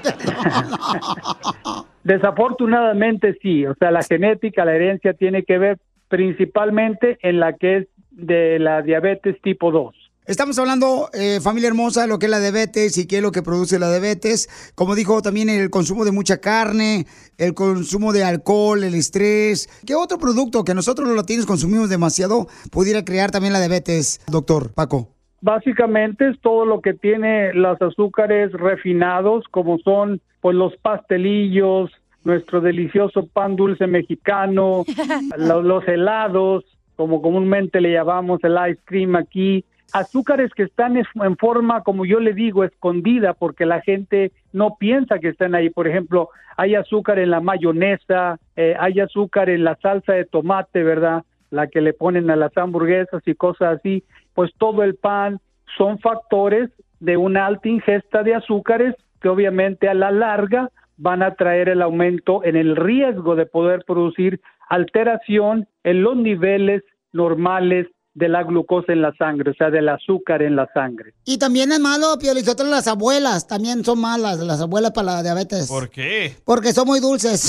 Desafortunadamente sí, o sea, la genética, la herencia tiene que ver principalmente en la que es de la diabetes tipo dos. Estamos hablando, eh, familia hermosa, de lo que es la diabetes y qué es lo que produce la diabetes. Como dijo también, el consumo de mucha carne, el consumo de alcohol, el estrés. ¿Qué otro producto que nosotros los latinos consumimos demasiado pudiera crear también la diabetes, doctor Paco? Básicamente es todo lo que tiene los azúcares refinados, como son pues los pastelillos, nuestro delicioso pan dulce mexicano, lo- los helados, como comúnmente le llamamos el ice cream aquí, azúcares que están es- en forma, como yo le digo, escondida, porque la gente no piensa que están ahí. Por ejemplo, hay azúcar en la mayonesa, eh, hay azúcar en la salsa de tomate, ¿verdad?, la que le ponen a las hamburguesas y cosas así. Pues todo el pan son factores de una alta ingesta de azúcares que obviamente a la larga van a traer el aumento en el riesgo de poder producir alteración en los niveles normales de la glucosa en la sangre, o sea, del azúcar en la sangre. Y también es malo, Piolizotelo, las abuelas. También son malas las abuelas para la diabetes. ¿Por qué? Porque son muy dulces.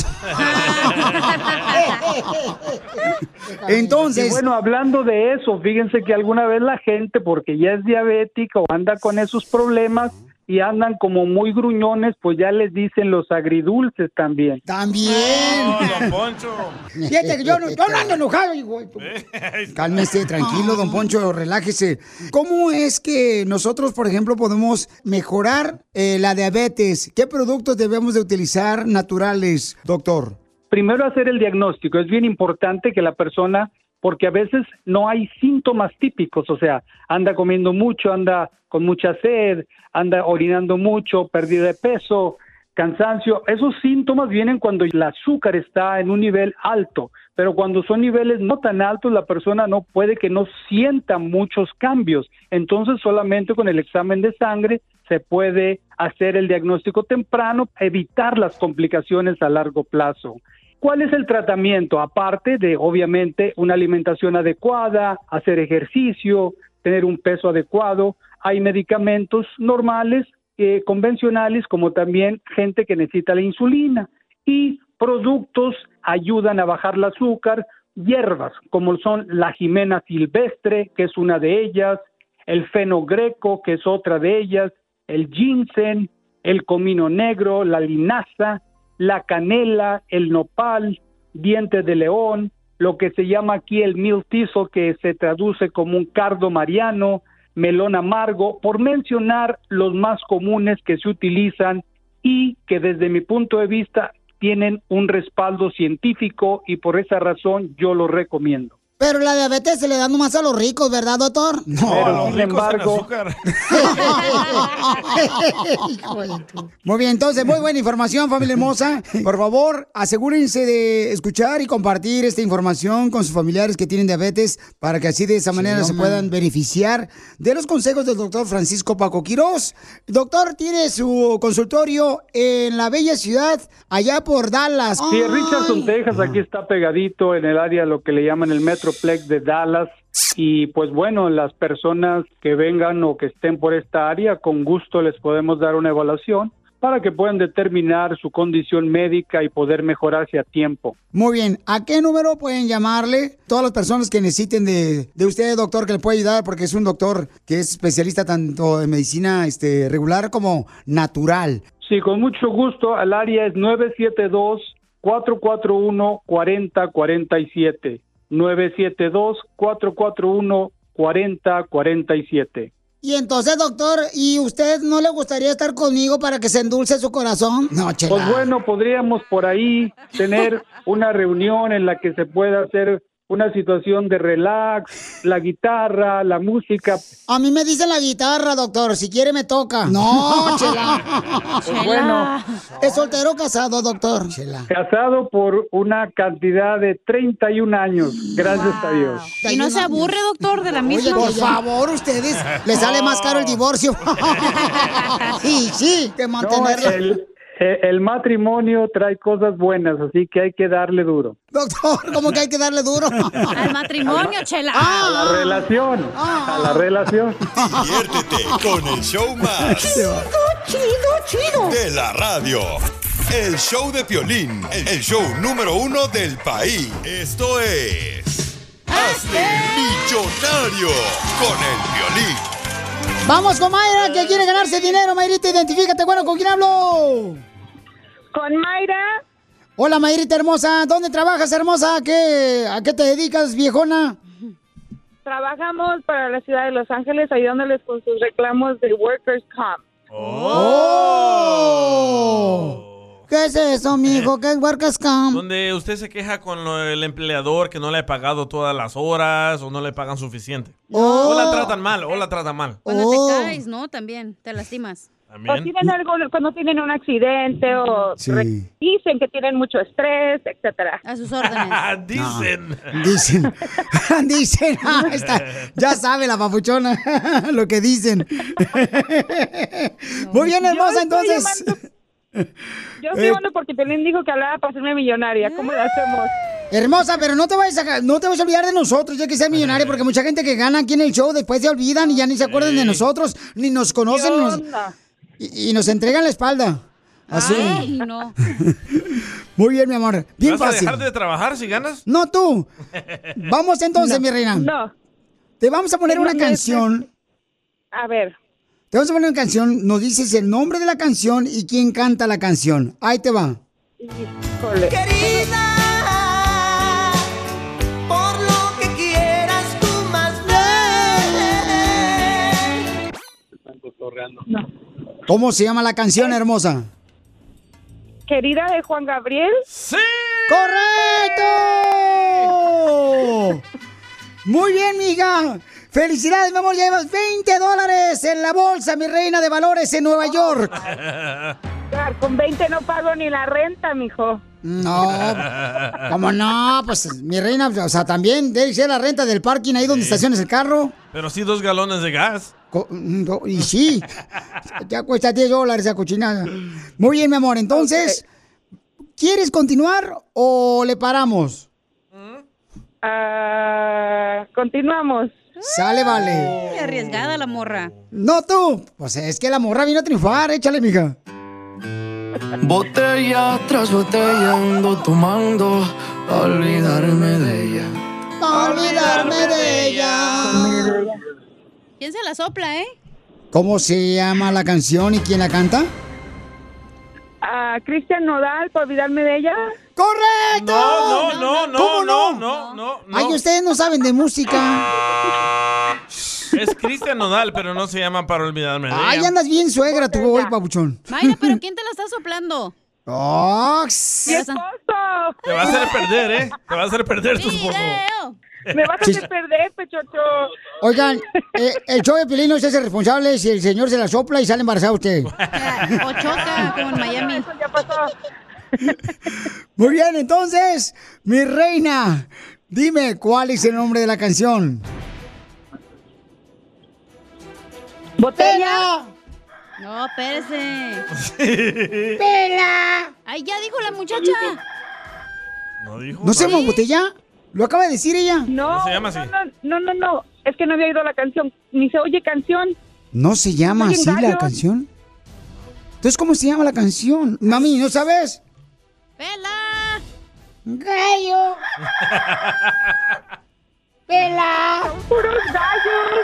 Entonces... Y bueno, hablando de eso, fíjense que alguna vez la gente, porque ya es diabética o anda con esos problemas y andan como muy gruñones, pues ya les dicen los agridulces también. También. Oh, don Poncho. Fíjate que yo no, yo no ando enojado, hijo. Cálmese, tranquilo, don Poncho, relájese. ¿Cómo es que nosotros, por ejemplo, podemos mejorar eh, la diabetes? ¿Qué productos debemos de utilizar naturales, doctor? Primero hacer el diagnóstico. Es bien importante que la persona, porque a veces no hay síntomas típicos, o sea, anda comiendo mucho, anda con mucha sed, anda orinando mucho, pérdida de peso, cansancio. Esos síntomas vienen cuando el azúcar está en un nivel alto, pero cuando son niveles no tan altos, la persona no puede que no sienta muchos cambios. Entonces, solamente con el examen de sangre se puede hacer el diagnóstico temprano, evitar las complicaciones a largo plazo. ¿Cuál es el tratamiento? Aparte de, obviamente, una alimentación adecuada, hacer ejercicio, tener un peso adecuado, hay medicamentos normales, eh, convencionales, como también gente que necesita la insulina. Y productos ayudan a bajar el azúcar, hierbas, como son la jimena silvestre, que es una de ellas, el fenogreco, que es otra de ellas, el ginseng, el comino negro, la linaza, la canela, el nopal, diente de león, lo que se llama aquí el miltizo, que se traduce como un cardo mariano, melón amargo, por mencionar los más comunes que se utilizan y que desde mi punto de vista tienen un respaldo científico y por esa razón yo lo recomiendo. Pero la diabetes se le da nomás a los ricos, ¿verdad, doctor? No, a los ricos en azúcar. Muy bien, entonces, muy buena información, familia hermosa. Por favor, asegúrense de escuchar y compartir esta información con sus familiares que tienen diabetes para que así de esa manera Sí, se man. puedan beneficiar de los consejos del doctor Francisco Paco Quirós. Doctor, tiene su consultorio en la bella ciudad, allá por Dallas. Sí, Richardson, Texas, aquí está pegadito en el área, lo que le llaman el Metroplex de Dallas. Y pues bueno, las personas que vengan o que estén por esta área, con gusto les podemos dar una evaluación para que puedan determinar su condición médica y poder mejorarse a tiempo. Muy bien, ¿a qué número pueden llamarle todas las personas que necesiten de, de usted, doctor, que le puede ayudar? Porque es un doctor que es especialista tanto en medicina este, regular como natural. Sí, con mucho gusto. El área es nueve siete dos, cuatro cuatro uno, cuatro cero cuatro siete. nueve siete dos, cuatro cuatro uno, cuatro cero cuatro siete. Y entonces, doctor, ¿y usted no le gustaría estar conmigo para que se endulce su corazón? No, chela. Pues bueno, podríamos por ahí tener una reunión en la que se pueda hacer una situación de relax, la guitarra, la música. A mí me dicen la guitarra, doctor. Si quiere, me toca. No, chela. Pues bueno. ¿Es soltero o casado, doctor? Chela. Casado por una cantidad de treinta y un años, gracias a Dios. Y no se aburre, doctor, de la misma. Oye, por favor, ustedes, les sale más caro el divorcio. Sí, sí, que No, mantenerlo. el, el matrimonio trae cosas buenas, así que hay que darle duro. Doctor, ¿cómo que hay que darle duro? Al matrimonio, chela. A la relación, a la relación. Diviértete con el show más Chido, chido, chido. de la radio. El show de Piolín, el show número uno del país. Esto es... ¡Hazte millonario con el Piolín! Vamos con Mayra, que quiere ganarse dinero. Mayrita, identifícate. Bueno, ¿con quién hablo? Con Mayra. Hola, Mayrita hermosa. ¿Dónde trabajas, hermosa? ¿A qué, a qué te dedicas, viejona? Trabajamos para la ciudad de Los Ángeles ayudándoles con sus reclamos de Workers' Comp. ¡Oh! ¿Qué es eso, mijo? ¿Qué es Workers' Comp? Donde usted se queja con lo- el empleador que no le ha pagado todas las horas o no le pagan suficiente. Oh. O la tratan mal, o la tratan mal. Cuando Oh. te caes, ¿no? También te lastimas. O tienen algo, cuando tienen un accidente o Sí. re- dicen que tienen mucho estrés, etcétera. A sus órdenes. Dicen. Dicen, dicen, ah, está, ya sabe la papuchona lo que dicen. Muy bien, hermosa, Yo estoy entonces. llamando- Yo estoy Eh. llamando porque Pelín dijo que hablaba para hacerme millonaria. ¿Cómo le hacemos? Hermosa, pero no te vayas a, no te vayas a olvidar de nosotros, ya que seas millonaria, porque mucha gente que gana aquí en el show después se olvidan y ya ni se acuerdan de nosotros, ni nos conocen, ¿Qué nos- onda? y, y nos entregan la espalda. Así. Ay, no. Muy bien, mi amor. Bien ¿Vas a fácil. dejar de trabajar si ganas? No tú. Vamos entonces, No, mi reina. No. Te vamos a poner No, una me- canción. A ver. Te vamos a poner una canción. Nos dices el nombre de la canción y quién canta la canción. Ahí te va. Híjole. Querida, por lo que quieras tú más ver. No. ¿Cómo se llama la canción, hermosa? Querida de Juan Gabriel. ¡Sí! ¡Correcto! Muy bien, mija. Felicidades, mi amor. Ya llevas veinte dólares en la bolsa, mi reina de valores en Nueva York. Claro, con veinte no pago ni la renta, mijo. No, ¿cómo no? Pues, mi reina, o sea, también debe ser la renta del parking ahí donde estaciones el carro. Pero sí dos galones de gas. Co- no, Y sí, ya cuesta diez dólares esa cochinada. Muy bien, mi amor. Entonces, ¿quieres continuar o le paramos? Ah, continuamos. Sale, vale. Qué arriesgada la morra. No tú. Pues es que la morra vino a triunfar. Échale, mija. Botella tras botella ando tomando a olvidarme de ella. Olvidarme de ella. ¿Quién se la sopla, eh? ¿Cómo se llama la canción y quién la canta? Ah, Cristian Nodal, por olvidarme de ella. ¡Correcto! No, no, no, no, ¿Cómo no, no? no, no, no. Ay, ustedes no saben de música. Es Cristian Nodal, pero no se llama Para olvidarme de Ay, ella. andas bien suegra tú hoy, papuchón. Mayra, ¿pero quién te la está soplando? Oh, ¡Mi esposo! Te va a hacer perder, ¿eh? Te va a hacer perder tu esposo. ¡Video! Me vas a Sí. hacer perder, pechocho. Oigan, eh, el show de Piolín no se hace responsable si el señor se la sopla y sale embarazado usted. O choca, como en Miami. Eso ya pasó. Muy bien, entonces, mi reina, dime cuál es el nombre de la canción. ¿Botella? No, espérese. ¡Pela! Ay, ya dijo la muchacha. No dijo. ¿No se llama Botella? Lo acaba de decir ella. No, No se llama así. no, no, no, no. Es que no había oído la canción. Ni se oye canción. ¿No se llama Oye, así la gallos. canción? Entonces, ¿cómo se llama la canción? Mami, ¿no sabes? ¡Pela! ¡Gallo! ¡Pela! Son puros gallos.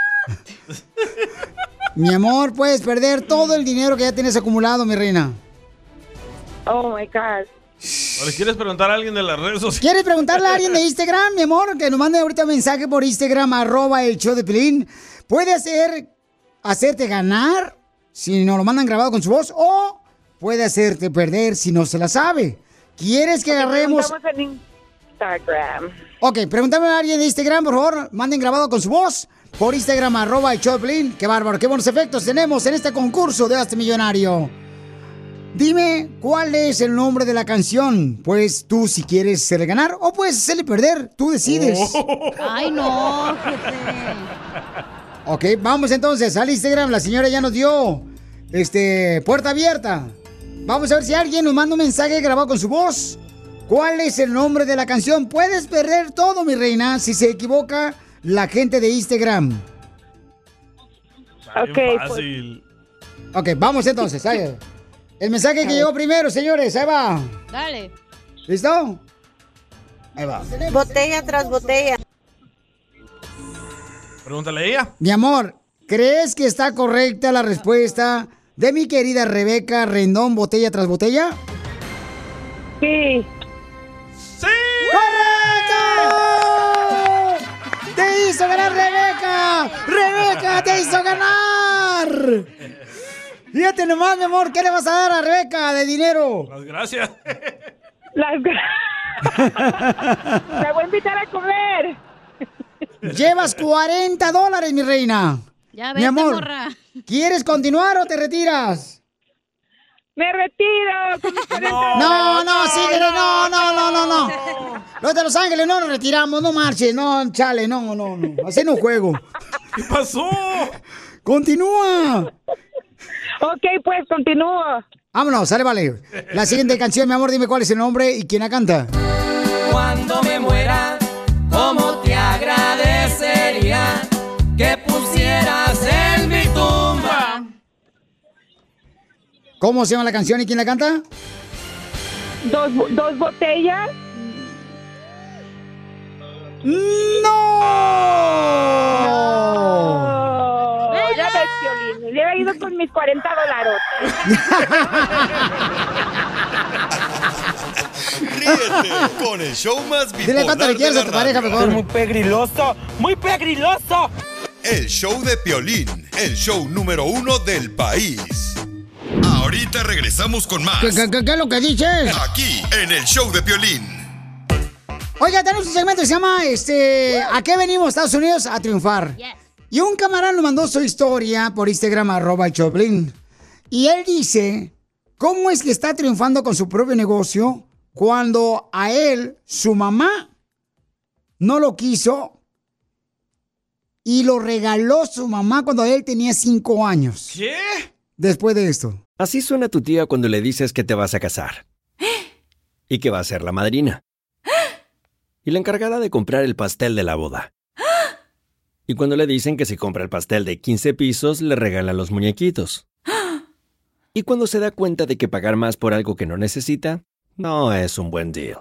Mi amor, puedes perder todo el dinero que ya tienes acumulado, mi reina. Oh, my God. ¿O le quieres preguntar a alguien de las redes sociales? ¿Quieres preguntarle a alguien de Instagram, mi amor? Que nos mande ahorita un mensaje por Instagram, arroba el show de Piolín. Puede hacer, hacerte ganar si no lo mandan grabado con su voz, o puede hacerte perder si no se la sabe. ¿Quieres que Ok, agarremos? preguntamos en Instagram. Ok, pregúntame a alguien de Instagram, por favor. Manden grabado con su voz por Instagram, arroba el show de Piolín. Qué bárbaro, qué buenos efectos tenemos en este concurso de Hazte Millonario. Dime cuál es el nombre de la canción. Pues tú si quieres hacerle ganar o puedes hacerle perder. Tú decides. Oh. Ay, no, jefe. Ok, vamos entonces al Instagram. La señora ya nos dio este, puerta abierta. Vamos a ver si alguien nos manda un mensaje grabado con su voz. ¿Cuál es el nombre de la canción? Puedes perder todo, mi reina, si se equivoca la gente de Instagram. Está bien Ok, pues. fácil. Ok, vamos entonces. Ahí. El mensaje que llegó primero, señores. Ahí va. Dale. ¿Listo? Ahí va. Botella tras botella. Pregúntale a ella. Mi amor, ¿crees que está correcta la respuesta de mi querida Rebeca Rendón, botella tras botella? Sí. ¡Sí! ¡Correcto! ¡Te hizo ganar Rebeca! ¡Rebeca te hizo ganar! Fíjate nomás, mi amor, ¿qué le vas a dar a Rebeca de dinero? Las gracias. Las gra- Me voy a invitar a comer. Llevas cuarenta dólares, mi reina. Ya Mi vete, amor, morra. ¿quieres continuar o te retiras? Me retiro. Con mis cuarenta No, dólares. no, síguele, no, no, no, no, no. Los de Los Ángeles no nos retiramos, no marches, no, chale, no, no, no. Así no juego. ¿Qué pasó? Continúa. Ok, pues continúo. Vámonos, sale, vale. La siguiente canción, mi amor, dime cuál es el nombre y quién la canta. Cuando me muera, ¿cómo te agradecería que pusieras en mi tumba? ¿Cómo se llama la canción y quién la canta? Dos, dos botellas. ¡No! Oh, ya ves, Piolín. Le he ido con mis cuarenta dólares. Ríete con el show más Dile cuánto le bipolar de quieres la a tu pareja, radio. mejor. Muy pegriloso, muy pegriloso. El show de Piolín, el show número uno del país. Ahorita regresamos con más. ¿Qué, qué, qué, qué es lo que dices? Aquí, en el show de Piolín. Oiga, tenemos un segmento que se llama, este, ¿a qué venimos, Estados Unidos? A triunfar. Yes. Y un camarada nos mandó su historia por Instagram, arroba el Choplin. Y él dice, ¿cómo es que está triunfando con su propio negocio cuando a él, su mamá, no lo quiso y lo regaló su mamá cuando él tenía cinco años? ¿Qué? Después de esto. Así suena tu tía cuando le dices que te vas a casar. Y que va a ser la madrina. Y la encargada de comprar el pastel de la boda. Y cuando le dicen que si compra el pastel de quince pisos, le regalan los muñequitos. Y cuando se da cuenta de que pagar más por algo que no necesita, no es un buen deal.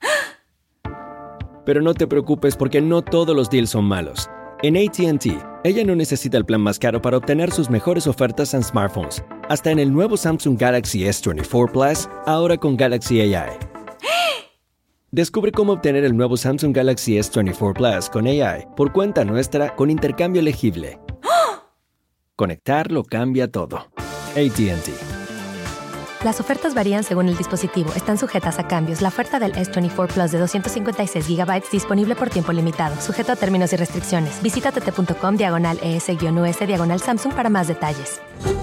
Pero no te preocupes porque no todos los deals son malos. En A T and T, ella no necesita el plan más caro para obtener sus mejores ofertas en smartphones. Hasta en el nuevo Samsung Galaxy S veinticuatro Plus, ahora con Galaxy A I. Descubre cómo obtener el nuevo Samsung Galaxy S veinticuatro Plus con A I por cuenta nuestra con intercambio elegible. Conectar lo cambia todo. A T and T. Las ofertas varían según el dispositivo. Están sujetas a cambios. La oferta del S veinticuatro Plus de doscientos cincuenta y seis gigabytes disponible por tiempo limitado. Sujeto a términos y restricciones. Visita tt.com diagonal es-us diagonal Samsung para más detalles.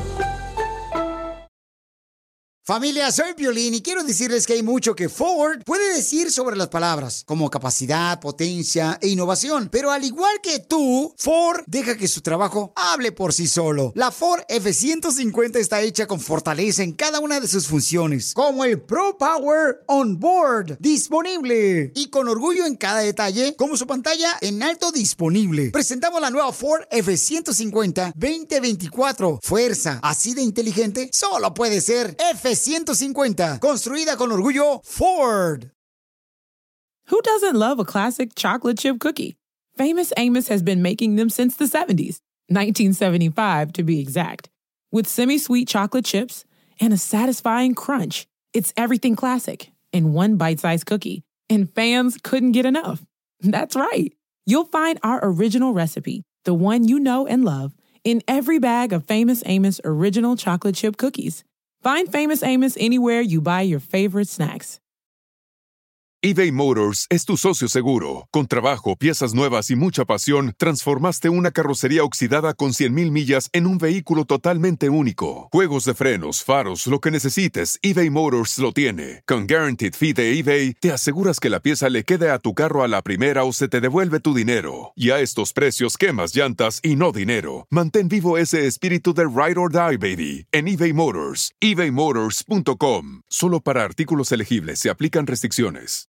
Familia, soy Piolín y quiero decirles que hay mucho que Ford puede decir sobre las palabras, como capacidad, potencia e innovación. Pero al igual que tú, Ford deja que su trabajo hable por sí solo. La Ford F ciento cincuenta está hecha con fortaleza en cada una de sus funciones, como el Pro Power On Board disponible y con orgullo en cada detalle, como su pantalla en alto disponible. Presentamos la nueva Ford F ciento cincuenta veinte veinticuatro. Fuerza así de inteligente solo puede ser F ciento cincuenta, construida con orgullo Ford. Who doesn't love a classic chocolate chip cookie? Famous Amos has been making them since the seventies, nineteen seventy-five to be exact. With semi-sweet chocolate chips and a satisfying crunch, it's everything classic in one bite-sized cookie, and fans couldn't get enough. That's right. You'll find our original recipe, the one you know and love, in every bag of Famous Amos original chocolate chip cookies. Find Famous Amos anywhere you buy your favorite snacks. eBay Motors es tu socio seguro. Con trabajo, piezas nuevas y mucha pasión, transformaste una carrocería oxidada con cien mil millas en un vehículo totalmente único. Juegos de frenos, faros, lo que necesites, eBay Motors lo tiene. Con Guaranteed Fee de eBay, te aseguras que la pieza le quede a tu carro a la primera o se te devuelve tu dinero. Y a estos precios, quemas llantas y no dinero. Mantén vivo ese espíritu de Ride or Die, baby, en eBay Motors. ebay motors punto com. Solo para artículos elegibles se aplican restricciones.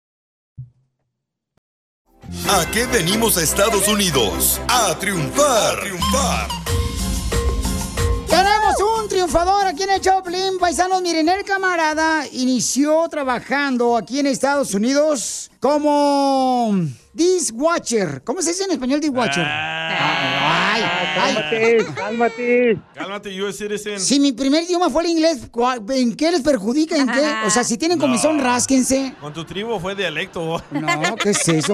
¿A qué venimos a Estados Unidos? ¡A triunfar! ¡A triunfar! Tenemos un triunfador aquí en el Choplin, paisanos. Miren, el camarada inició trabajando aquí en Estados Unidos como dishwasher. ¿Cómo se dice en español dishwasher? Ah, ay, cálmate, cálmate. Cálmate, U S Citizen. Si mi primer idioma fue el inglés, ¿en qué les perjudica? ¿En qué? O sea, si tienen comezón, no. Rásquense. Con tu tribu fue dialecto. No, ¿qué es eso?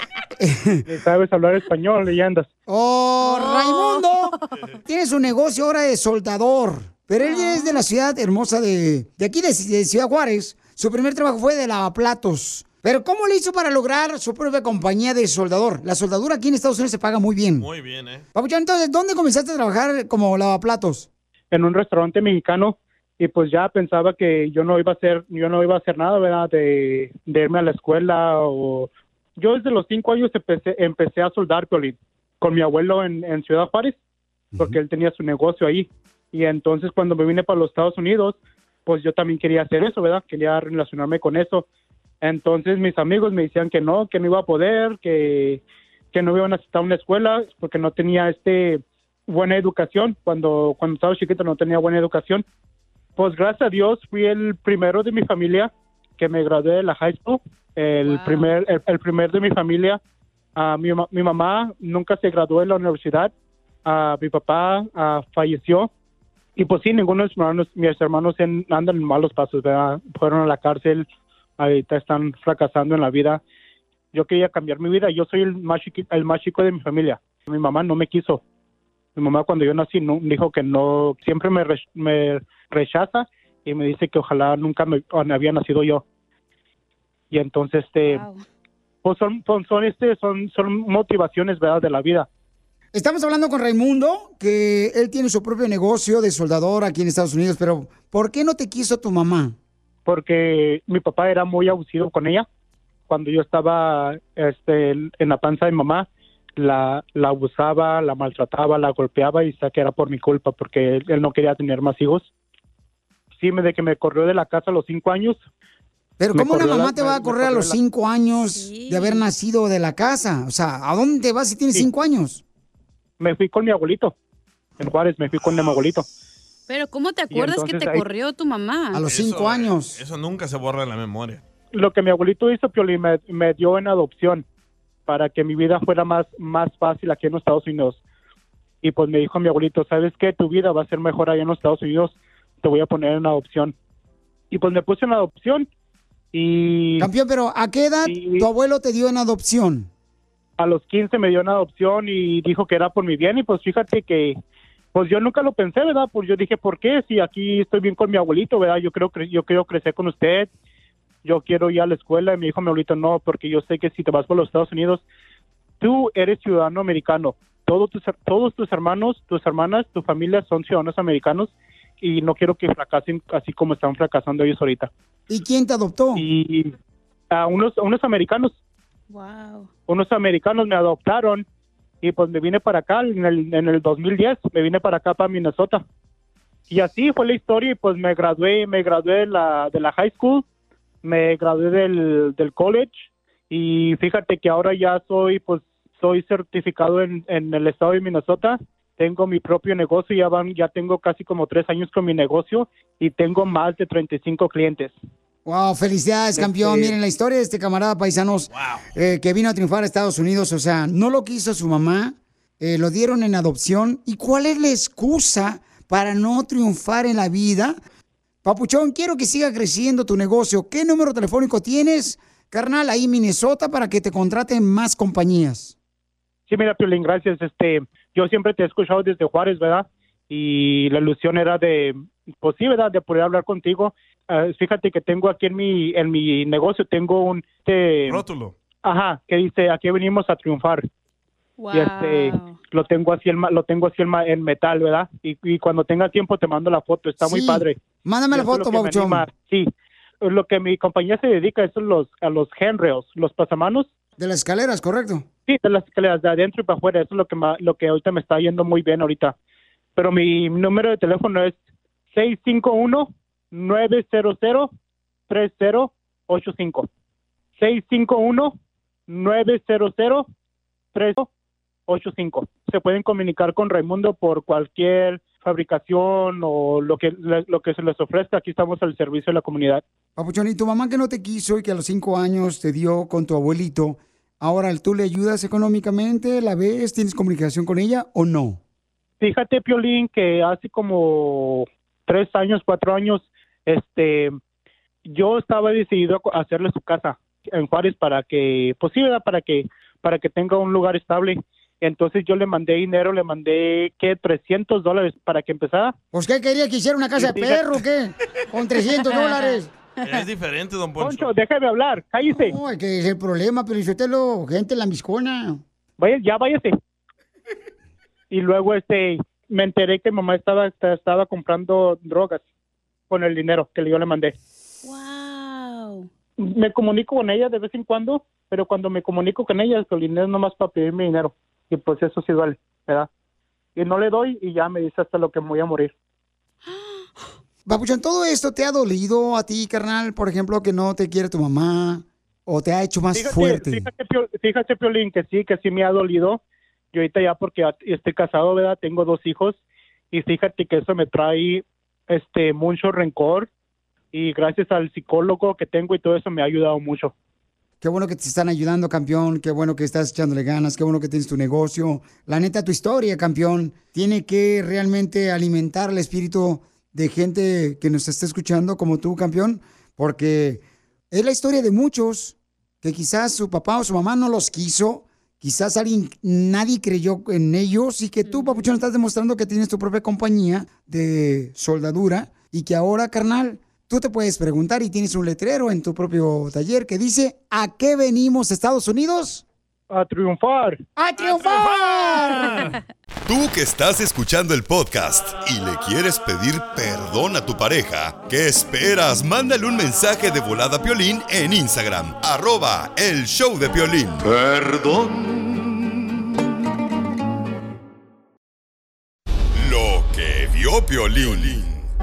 ¿Sabes hablar español, leyendas? Oh, Raimundo tiene su negocio ahora de soldador, pero él es de la ciudad hermosa de, de aquí, de, de Ciudad Juárez. Su primer trabajo fue de lavaplatos. Pero ¿cómo le hizo para lograr su propia compañía de soldador? La soldadura aquí en Estados Unidos se paga muy bien. Muy bien, ¿eh? Papuchón, entonces, ¿dónde comenzaste a trabajar como lavaplatos? En un restaurante mexicano. Y pues ya pensaba que yo no iba a hacer, yo no iba a hacer nada, ¿verdad? De, de irme a la escuela o... Yo desde los cinco años empecé, empecé a soldar, Piolín, con mi abuelo en, en Ciudad Juárez, porque uh-huh. él tenía su negocio ahí. Y entonces cuando me vine para los Estados Unidos, pues yo también quería hacer eso, ¿verdad? Quería relacionarme con eso. Entonces mis amigos me decían que no, que no iba a poder, que, que no iba a necesitar una escuela, porque no tenía este buena educación. Cuando, cuando estaba chiquito no tenía buena educación. Pues gracias a Dios fui el primero de mi familia que me gradué de la high school. El wow. primer el, el primer de mi familia. Uh, mi, mi mamá nunca se graduó de la universidad. Uh, mi papá uh, falleció. Y pues sí, ninguno de mis hermanos, mis hermanos en, andan en malos pasos, ¿verdad? Fueron a la cárcel, ahorita están fracasando en la vida. Yo quería cambiar mi vida. Yo soy el más, chiqui, el más chico de mi familia. Mi mamá no me quiso. Mi mamá cuando yo nací no, dijo que no, siempre me, re, me rechaza y me dice que ojalá nunca me, me había nacido yo. Y entonces, este, wow. pues son, son, son, este, son, son motivaciones, ¿verdad?, de la vida. Estamos hablando con Raimundo, que él tiene su propio negocio de soldador aquí en Estados Unidos, pero ¿por qué no te quiso tu mamá? Porque mi papá era muy abusivo con ella. Cuando yo estaba este, en la panza de mi mamá, la, la abusaba, la maltrataba, la golpeaba y sé que era por mi culpa, porque él, él no quería tener más hijos. Sí, de que me corrió de la casa a los cinco años. Pero ¿cómo una mamá la, te va a correr a los cinco años sí. de haber nacido de la casa? O sea, ¿a dónde te vas si tienes sí. cinco años? Me fui con mi abuelito. En Juárez me fui con mi abuelito. Pero ¿cómo te acuerdas que te ahí, corrió tu mamá? A los cinco eso, años. Eso nunca se borra en la memoria. Lo que mi abuelito hizo, Piolín, me, me dio en adopción para que mi vida fuera más, más fácil aquí en los Estados Unidos. Y pues me dijo mi abuelito, ¿sabes qué? Tu vida va a ser mejor allá en los Estados Unidos. Te voy a poner en adopción. Y pues me puse en adopción. Y campeón, pero ¿a qué edad y, tu abuelo te dio en adopción? A los quince me dio en adopción y dijo que era por mi bien y pues fíjate que pues yo nunca lo pensé, ¿verdad? Pues yo dije, ¿por qué? Si aquí estoy bien con mi abuelito, ¿verdad? Yo creo que yo quiero crecer con usted, yo quiero ir a la escuela. Y me dijo mi abuelito, no, porque yo sé que si te vas por los Estados Unidos, tú eres ciudadano americano. Todos tus, todos tus hermanos, tus hermanas, tu familia son ciudadanos americanos y no quiero que fracasen así como están fracasando ellos ahorita. ¿Y quién te adoptó? Y a unos, a unos americanos. Wow. Unos americanos me adoptaron y pues me vine para acá en el, en el dos mil diez, me vine para acá, para Minnesota. Y así fue la historia y pues me gradué, me gradué de la, de la high school, me gradué del, del college y fíjate que ahora ya soy, pues, soy certificado en, en el estado de Minnesota. Tengo mi propio negocio, ya van, ya tengo casi como tres años con mi negocio y tengo más de treinta y cinco clientes. Wow, felicidades, campeón. Este- Miren la historia de este camarada paisanos eh, que vino a triunfar a Estados Unidos. O sea, no lo quiso su mamá, eh, lo dieron en adopción. ¿Y cuál es la excusa para no triunfar en la vida? Papuchón, quiero que siga creciendo tu negocio. ¿Qué número telefónico tienes, carnal, ahí en Minnesota para que te contraten más compañías? Sí, mira, Piolín, gracias. Este, yo siempre te he escuchado desde Juárez, ¿verdad? Y la ilusión era de, pues sí, ¿verdad? De poder hablar contigo. Uh, fíjate que tengo aquí en mi, en mi negocio, tengo un... Este, rótulo. Ajá, que dice, aquí venimos a triunfar. Wow. Y este, lo tengo así, en, lo tengo así en, en metal, ¿verdad? Y, y cuando tenga tiempo te mando la foto, está muy Sí. padre. Mándame la Y eso es foto, lo que me Papuchón. anima. Sí, lo que mi compañía se dedica es los, a los handrails, los pasamanos. De las escaleras, correcto. Sí, de las escaleras, de adentro y para afuera, eso es lo que, ma- lo que ahorita me está yendo muy bien ahorita. Pero mi número de teléfono es seis cinco uno, nueve cero cero, tres cero ocho cinco. seis cinco uno, nueve cero cero, tres cero ocho cinco. Se pueden comunicar con Raimundo por cualquier fabricación o lo que, lo que se les ofrezca. Aquí estamos al servicio de la comunidad. Papuchón, ¿y tu mamá que no te quiso y que a los cinco años te dio con tu abuelito, ahora tú le ayudas económicamente, la ves, tienes comunicación con ella o no? Fíjate, Piolín, que hace como tres años, cuatro años, este, yo estaba decidido a hacerle su casa en Juárez para que, pues sí, ¿verdad? Para que, para que tenga un lugar estable. Entonces yo le mandé dinero, le mandé, ¿qué? trescientos dólares para que empezara. ¿Pues qué quería que hiciera una casa de perro o qué? Con trescientos dólares. Es diferente, don Poncho. Poncho, déjeme hablar, cállese. No, es que es el problema, pero yo te lo, gente lambiscona. Vaya, ya váyase. Y luego este me enteré que mamá estaba estaba comprando drogas con el dinero que yo le mandé. Wow. Me comunico con ella de vez en cuando, pero cuando me comunico con ella, el dinero es nomás para pedirme dinero. Y pues eso sí duele, ¿verdad? Y no le doy y ya me dice hasta lo que me voy a morir. Papuchón, ¿todo esto te ha dolido a ti, carnal? Por ejemplo, que no te quiere tu mamá o te ha hecho más Fíjate, fuerte. Fíjate, Pio- fíjate, Piolín, que sí, que sí me ha dolido. Yo ahorita ya porque ya estoy casado, ¿verdad? Tengo dos hijos y fíjate que eso me trae este mucho rencor y gracias al psicólogo que tengo y todo eso me ha ayudado mucho. Qué bueno que te están ayudando, campeón. Qué bueno que estás echándole ganas. Qué bueno que tienes tu negocio. La neta, tu historia, campeón, tiene que realmente alimentar el espíritu de gente que nos está escuchando como tú, campeón, porque es la historia de muchos que quizás su papá o su mamá no los quiso, quizás alguien, nadie creyó en ellos y que tú, papuchón, estás demostrando que tienes tu propia compañía de soldadura y que ahora, carnal, tú te puedes preguntar y tienes un letrero en tu propio taller que dice, ¿a qué venimos, Estados Unidos? A triunfar. ¡A triunfar! Tú que estás escuchando el podcast y le quieres pedir perdón a tu pareja, ¿qué esperas? Mándale un mensaje de volada a Piolín en Instagram, arroba el show de Piolín. Perdón. Lo que vio Piolín.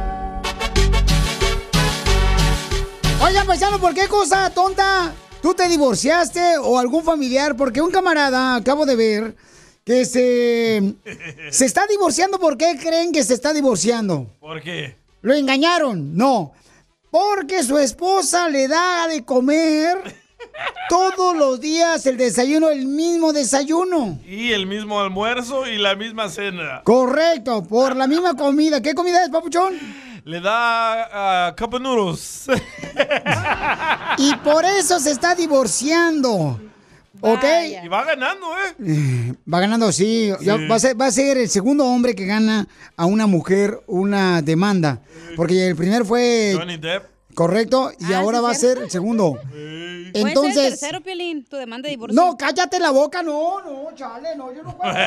Oigan, paisano, ¿por qué cosa tonta tú te divorciaste o algún familiar? Porque un camarada, acabo de ver, que se, se está divorciando. ¿Por qué creen que se está divorciando? ¿Por qué? ¿Lo engañaron? No. Porque su esposa le da de comer todos los días el desayuno, el mismo desayuno. Y el mismo almuerzo y la misma cena. Correcto, por la misma comida. ¿Qué comida es, papuchón? Le da uh, cup of noodles. Y por eso se está divorciando. ¿Ok? Y va ganando, ¿eh? Eh, Va ganando, sí. Ya Sí. va, a ser, va a ser el segundo hombre que gana a una mujer una demanda. Porque el primero fue Johnny Depp. correcto y Ah, ahora sí, va a cierto. ser el segundo. Puede ser el Entonces, tercero, Piolín, tu demanda de divorcio. no, cállate la boca, no, no, chale, no, yo no puedo.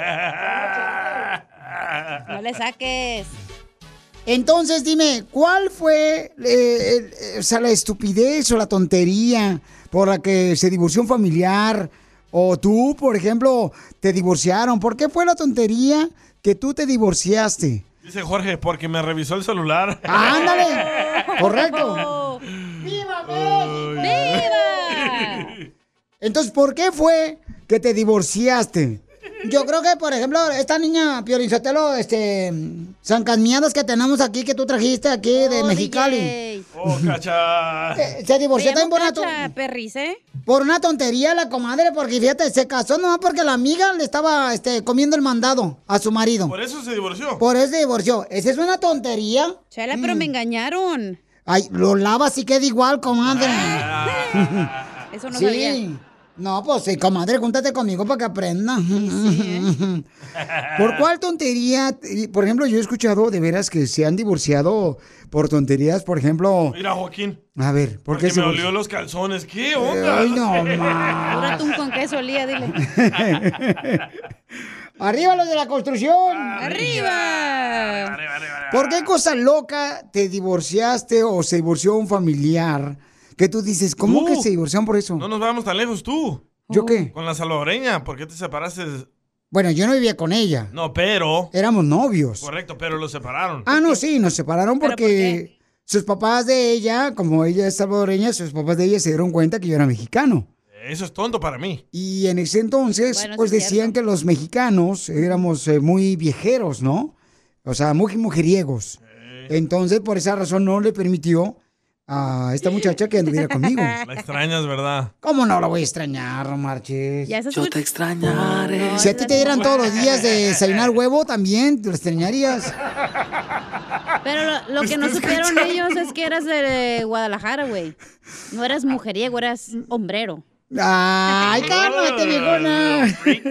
No le saques. Entonces, dime, ¿cuál fue eh, el- eh, o sea, la estupidez o la tontería por la que se divorció un familiar? O tú, por ejemplo, te divorciaron. ¿Por qué fue la tontería que tú te divorciaste? Dice Jorge, porque me revisó el celular. ¡Ándale! Correcto. Oh, ¡Viva ¡Viva! Entonces, ¿por qué fue que te divorciaste? Yo creo que, por ejemplo, esta niña Piolín Sotelo, este, zancasmiadas que tenemos aquí, que tú trajiste aquí de Oh, Mexicali. D J. Oh, cacha. Eh, se divorció Me llamo también por una, Cacha, to- perris, ¿eh? por una tontería la comadre, porque fíjate, se casó nomás porque la amiga le estaba este, comiendo el mandado a su marido. Por eso se divorció. Por eso se divorció. ¿Esa es una tontería? Chela, pero me engañaron. Ay, lo lavas y queda igual, comadre. Eso no sí. sabía. No, pues sí, comadre, júntate conmigo para que aprenda. ¿eh? ¿Por cuál tontería? Y, por ejemplo, yo he escuchado de veras que se han divorciado por tonterías, por ejemplo. Mira, Joaquín. A ver, ¿por Porque qué se me divorció? olió los calzones. ¿Qué onda? Ay, no, ma. Pura atún con queso olía, dile. ¡Arriba los de la construcción! ¡Arriba! ¿Por qué cosa loca te divorciaste o se divorció un familiar? Que tú dices, ¿cómo Tú. que se divorciaron por eso? No nos vamos tan lejos tú. ¿Yo qué? Con la salvadoreña. ¿Por qué te separaste? Bueno, yo no vivía con ella. No, pero... Éramos novios. Correcto, pero lo separaron. Ah, no, sí, nos separaron ¿Pero porque sus papás de ella, como ella es salvadoreña, sus papás de ella se dieron cuenta que yo era mexicano. Eso es tonto para mí. Y en ese entonces, Bueno, pues sí es decían que los mexicanos éramos eh, muy viejeros, ¿no? O sea, muy mujeriegos. Entonces, por esa razón no le permitió a esta muchacha que anduviera conmigo. La extrañas, ¿verdad? ¿Cómo no la voy a extrañar, no marches? Ya se Yo te extrañaré. Si a ti te dieran todos los días de desayunar huevo, también te lo extrañarías. Pero lo, lo que no supieron ellos es que eras de Guadalajara, güey. No eras mujeriego, eras hombrero. ¡Ay, cálmate, viejona!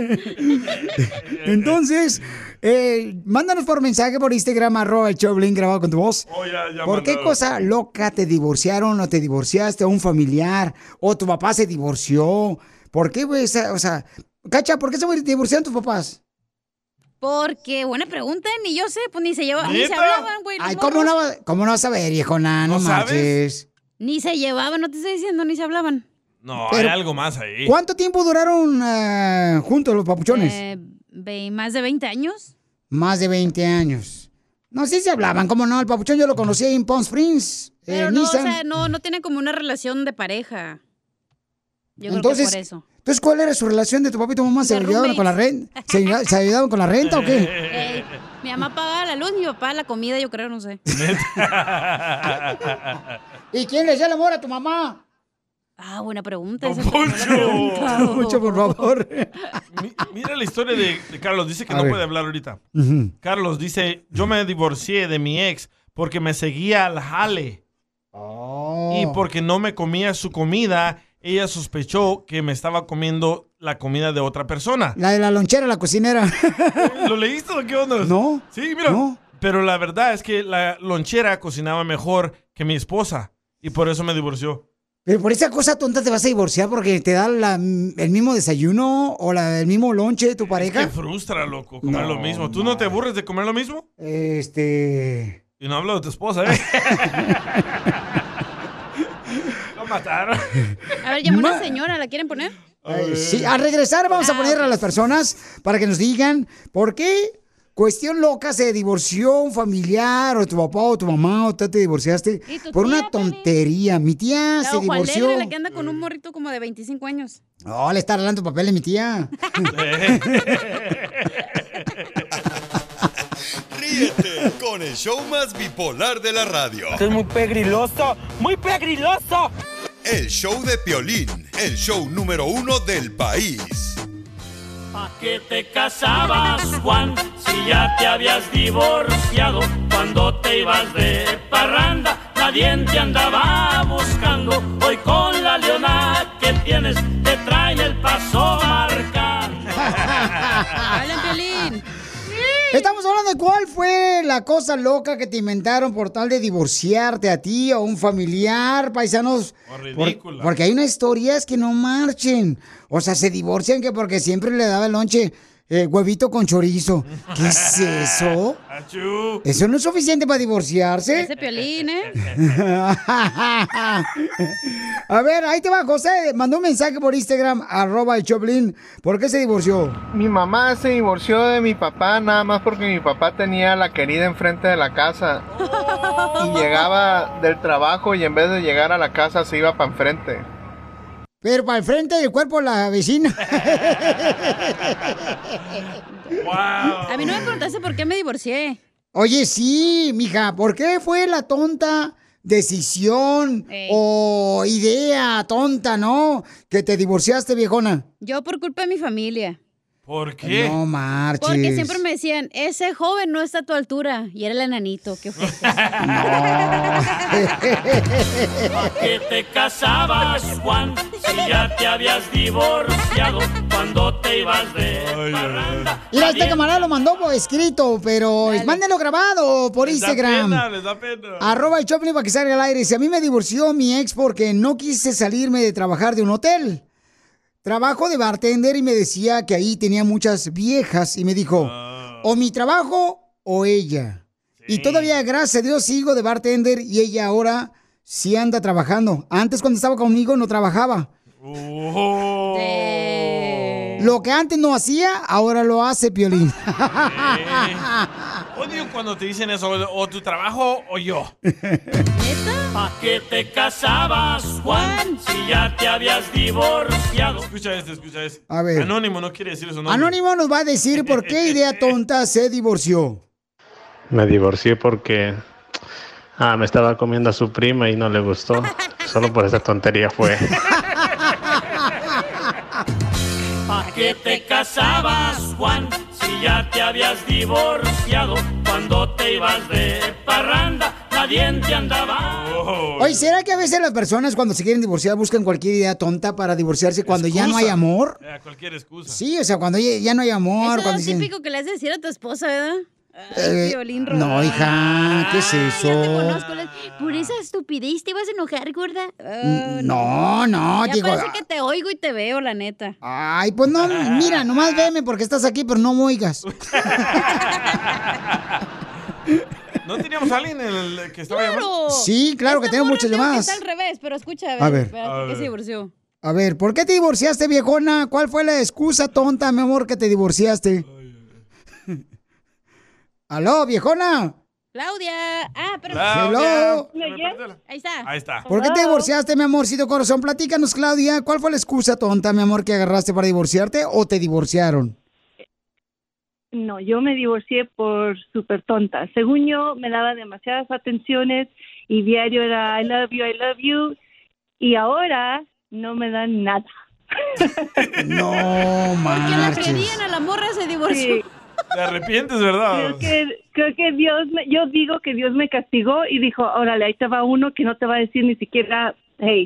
Entonces, eh, mándanos por mensaje por Instagram, arroba el Choplin grabado con tu voz. Oh, ya, ya ¿Por qué mandaron. cosa loca te divorciaron o te divorciaste a un familiar o tu papá se divorció? ¿Por qué, güey? O sea, o sea, Cacha, ¿por qué se divorciaron tus papás? Porque, buena pregunta, ni yo sé, pues ni se llevaban, ni se ¿Neta? hablaban, güey. los Ay, ¿cómo morros. no, va- ¿cómo no vas a ver, viejona? No, ¿No sabes? marches. Ni se llevaban, no te estoy diciendo, ni se hablaban. No, Pero- hay algo más ahí. ¿Cuánto tiempo duraron ah, juntos los papuchones? Eh, ve- ¿Más de veinte años? Más de veinte años. No, sí se hablaban, ¿cómo no? El papuchón yo lo conocí ahí en Palm Springs, Pero en no, o Nissan. sea, no, no tiene como una relación de pareja. Yo Entonces, creo que por eso. Entonces, ¿cuál era su relación de tu papá y tu mamá? ¿Se De ayudaban con la renta? ¿Se, ayuda- ¿Se ayudaban con la renta o qué? Ey, mi mamá pagaba la luz, mi papá la comida, yo creo, no sé. ¿Y quién le hacía el amor a tu mamá? Ah, buena pregunta. Don esa no me la he preguntado. Mucho, por favor. Mi- Mira la historia de, de Carlos. Dice que A no ver. puede hablar ahorita. Ujú. Carlos dice, yo me divorcié de mi ex porque me seguía al jale. Oh. Y porque no me comía su comida, ella sospechó que me estaba comiendo la comida de otra persona. La de la lonchera, la cocinera. ¿Lo leíste o qué onda? No. Sí, mira. No. Pero la verdad es que la lonchera cocinaba mejor que mi esposa. Y por eso me divorció. Pero por esa cosa tonta te vas a divorciar porque te da la- el mismo desayuno o la, el mismo lonche de tu Te pareja. frustra, loco, comer No, lo mismo. ¿Tú no te aburres de comer lo mismo? Este... Y no hablo de tu esposa, ¿eh? Lo mataron. A ver, llamó Ma- una señora, ¿la quieren poner? Ay, sí, al regresar vamos a Ah, poner a ok. las personas para que nos digan por qué cuestión loca se divorció un familiar o tu papá o tu mamá o tú te divorciaste ¿Y tu por tía, una tontería. Mi tía La se ojo divorció. alegre, la que anda con un morrito como de veinticinco años. No, le está hablando papel de mi tía. Ríete con el show más bipolar de la radio. Esto es muy pegriloso, muy pegriloso. El show de Piolín, el show número uno del país. ¿Pa' qué te casabas, Juan, si ya te habías divorciado cuando te ibas de parranda? nadie te andaba buscando. Hoy con la leona que tienes te trae el paso marcado. ¡Hablen, Piolín! Estamos hablando de cuál fue la cosa loca que te inventaron por tal de divorciarte a ti o a un familiar, paisanos. O ridícula. Por- porque hay unas historias que no marchen. O sea, se divorcian que porque siempre le daba el lonche eh, huevito con chorizo. ¿Qué es eso? Achú. ¿Eso no es suficiente para divorciarse? Ese Piolín, ¿eh? A ver, ahí te va, José. Mandó un mensaje por Instagram, arroba el Choplin. ¿Por qué se divorció? Mi mamá se divorció de mi papá nada más porque mi papá tenía a la querida enfrente de la casa. Y llegaba del trabajo y en vez de llegar a la casa se iba para enfrente. Pero para el frente del cuerpo la vecina. A mí no me preguntaste por qué me divorcié. Oye, sí, mija, ¿por qué fue la tonta decisión Ey. o idea tonta, no? Que te divorciaste, viejona. Yo por culpa de mi familia. ¿Por qué? No marches. Porque siempre me decían, ese joven no está a tu altura. Y era el enanito. ¿Qué fue? ¿Para qué te casabas, Juan? Si ya te habías divorciado cuando te ibas de parranda. Mira, este camarada lo mandó por escrito, pero mándenlo grabado por Les da Instagram. pena, les da pena. Arroba el Choplin para que salga al aire. Si a mí me divorció mi ex porque no quise salirme de trabajar de un hotel. Trabajo de bartender y me decía que ahí tenía muchas viejas y me dijo, o mi trabajo o ella. Y todavía, gracias a Dios, sigo de bartender y ella ahora sí anda trabajando. Antes cuando estaba conmigo no trabajaba. Oh. Lo que antes no hacía, ahora lo hace, Piolín. Odio cuando te dicen eso, o tu trabajo o yo. ¿Para qué te casabas, Juan? Si ya te habías divorciado. Escucha este, escucha este. A ver. Anónimo no quiere decir eso. nombre. Anónimo nos va a decir por qué idea tonta se divorció. Me divorcié porque ah, me estaba comiendo a su prima y no le gustó. Solo por esa tontería fue. ¿Para qué te casabas, Juan? Si ya te habías divorciado. Cuando te ibas de parranda, nadie te andaba. Oye, ¿será que a veces las personas cuando se quieren divorciar buscan cualquier idea tonta para divorciarse cuando ya no hay amor? Eh, cualquier excusa. Sí, o sea, cuando ya, ya no hay amor. Eso cuando es dicen, típico que le has de decir a tu esposa, ¿verdad? eh, Ay, Piolín no, Rojo. hija, ¿qué es eso? Ya te conozco. les- Por esa estupidez te ibas a enojar, gorda. Ah, No, no, Ya digo. parece que te oigo y te veo, la neta. Ay, pues no, mira, nomás veme porque estás aquí, pero no me oigas. ¿No teníamos a alguien en el que estaba llamando? Sí, claro que Esta tenemos morra muchas creo que llamadas. Está al revés, pero escucha, a ver. A ver. espérate, A ¿por qué ver. se divorció? A ver, ¿por qué te divorciaste, viejona? ¿Cuál fue la excusa tonta, mi amor, que te divorciaste? ¿Aló, viejona? Claudia. Ah, pero. Hello. Ahí está. Ahí está. ¿Por qué te divorciaste, mi amorcito corazón? Platícanos, Claudia. ¿Cuál fue la excusa tonta, mi amor, que agarraste para divorciarte o te divorciaron? No, yo me divorcié por súper tonta. Según yo, me daba demasiadas atenciones y diario era I love you, I love you. Y ahora no me dan nada. No, Porque la marches. querían a la morra, se divorció. Sí. Te arrepientes, ¿verdad? Creo que, creo que Dios, me, yo digo que Dios me castigó y dijo, órale, ahí te va uno que no te va a decir ni siquiera, hey.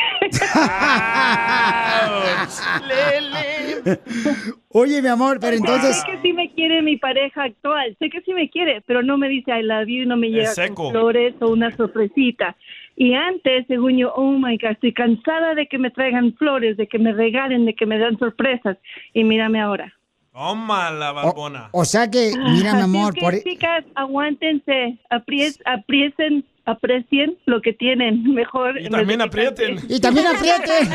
Oye, mi amor, pero entonces... Sé que sí me quiere mi pareja actual, sé que sí me quiere, pero no me dice I love you, no me llega seco. con flores o una sorpresita. Y antes, según yo, oh my God, estoy cansada de que me traigan flores, de que me regalen, de que me dan sorpresas. Y mírame ahora. Toma la barbona. O sea que, mira, mi Así amor, es que, por... e- chicas, aguántense, apries, apriesen, aprecien lo que tienen, mejor. Y también aprieten. Y también aprieten.